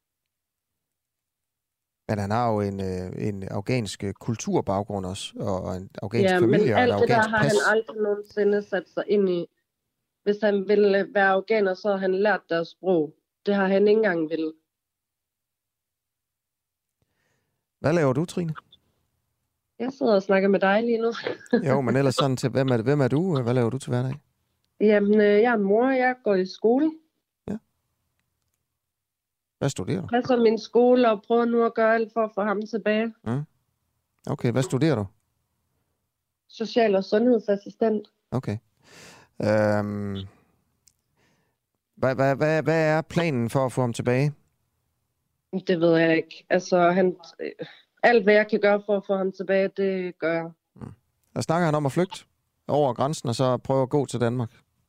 Men han har jo en, en afghansk kulturbaggrund også, og en afghansk ja, familie men og en alt det der har pas. han aldrig nogensinde sat sig ind i. Hvis han ville være afghaner, så har han lært deres sprog. Det har han ikke engang ville. Hvad laver du, Trine? Jeg sidder og snakker med dig lige nu. Jo, men ellers sådan til, hvem er, hvem er du? Hvad laver du til hverdag? Jamen, jeg er mor, jeg går i skole. Ja. Hvad studerer du? Jeg passer min skole og prøver nu at gøre alt for at få ham tilbage. Mm. Okay, hvad studerer du? social- og sundhedsassistent. Okay. Øhm, hvad, hvad, hvad, hvad er planen for at få ham tilbage? Det ved jeg ikke. Altså, han, alt hvad jeg kan gøre for at få ham tilbage, det gør jeg. Mm. Der snakker han om at flygte over grænsen, og så prøve at gå til Danmark?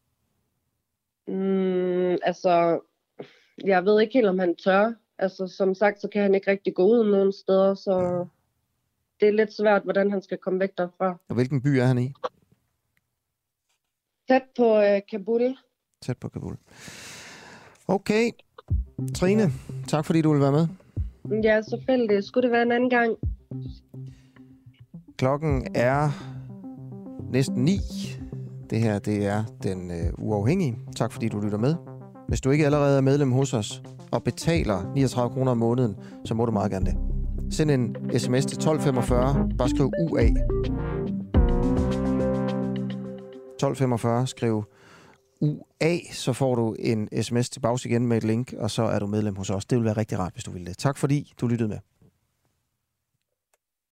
Mm, altså, jeg ved ikke helt, om han tør. Altså, som sagt, så kan han ikke rigtig gå ud nogen steder, så det er lidt svært, hvordan han skal komme væk derfra. Og hvilken by er han i? Tæt på øh, Kabul. Tæt på Kabul. Okay. Trine, tak fordi du vil være med. Ja, selvfølgelig. Skulle det være en anden gang? Klokken er næsten ni. Det her, det er Den øh, Uafhængige. Tak fordi du lytter med. Hvis du ikke allerede er medlem hos os og betaler niogtredive kroner om måneden, så må du meget gerne det. Send en sms til tolv femogfyrre. Bare skriv U A. tolv femogfyrre. Skriv U A, så får du en sms tilbage igen med et link, og så er du medlem hos os. Det vil være rigtig rart, hvis du vil det. Tak fordi du lyttede med.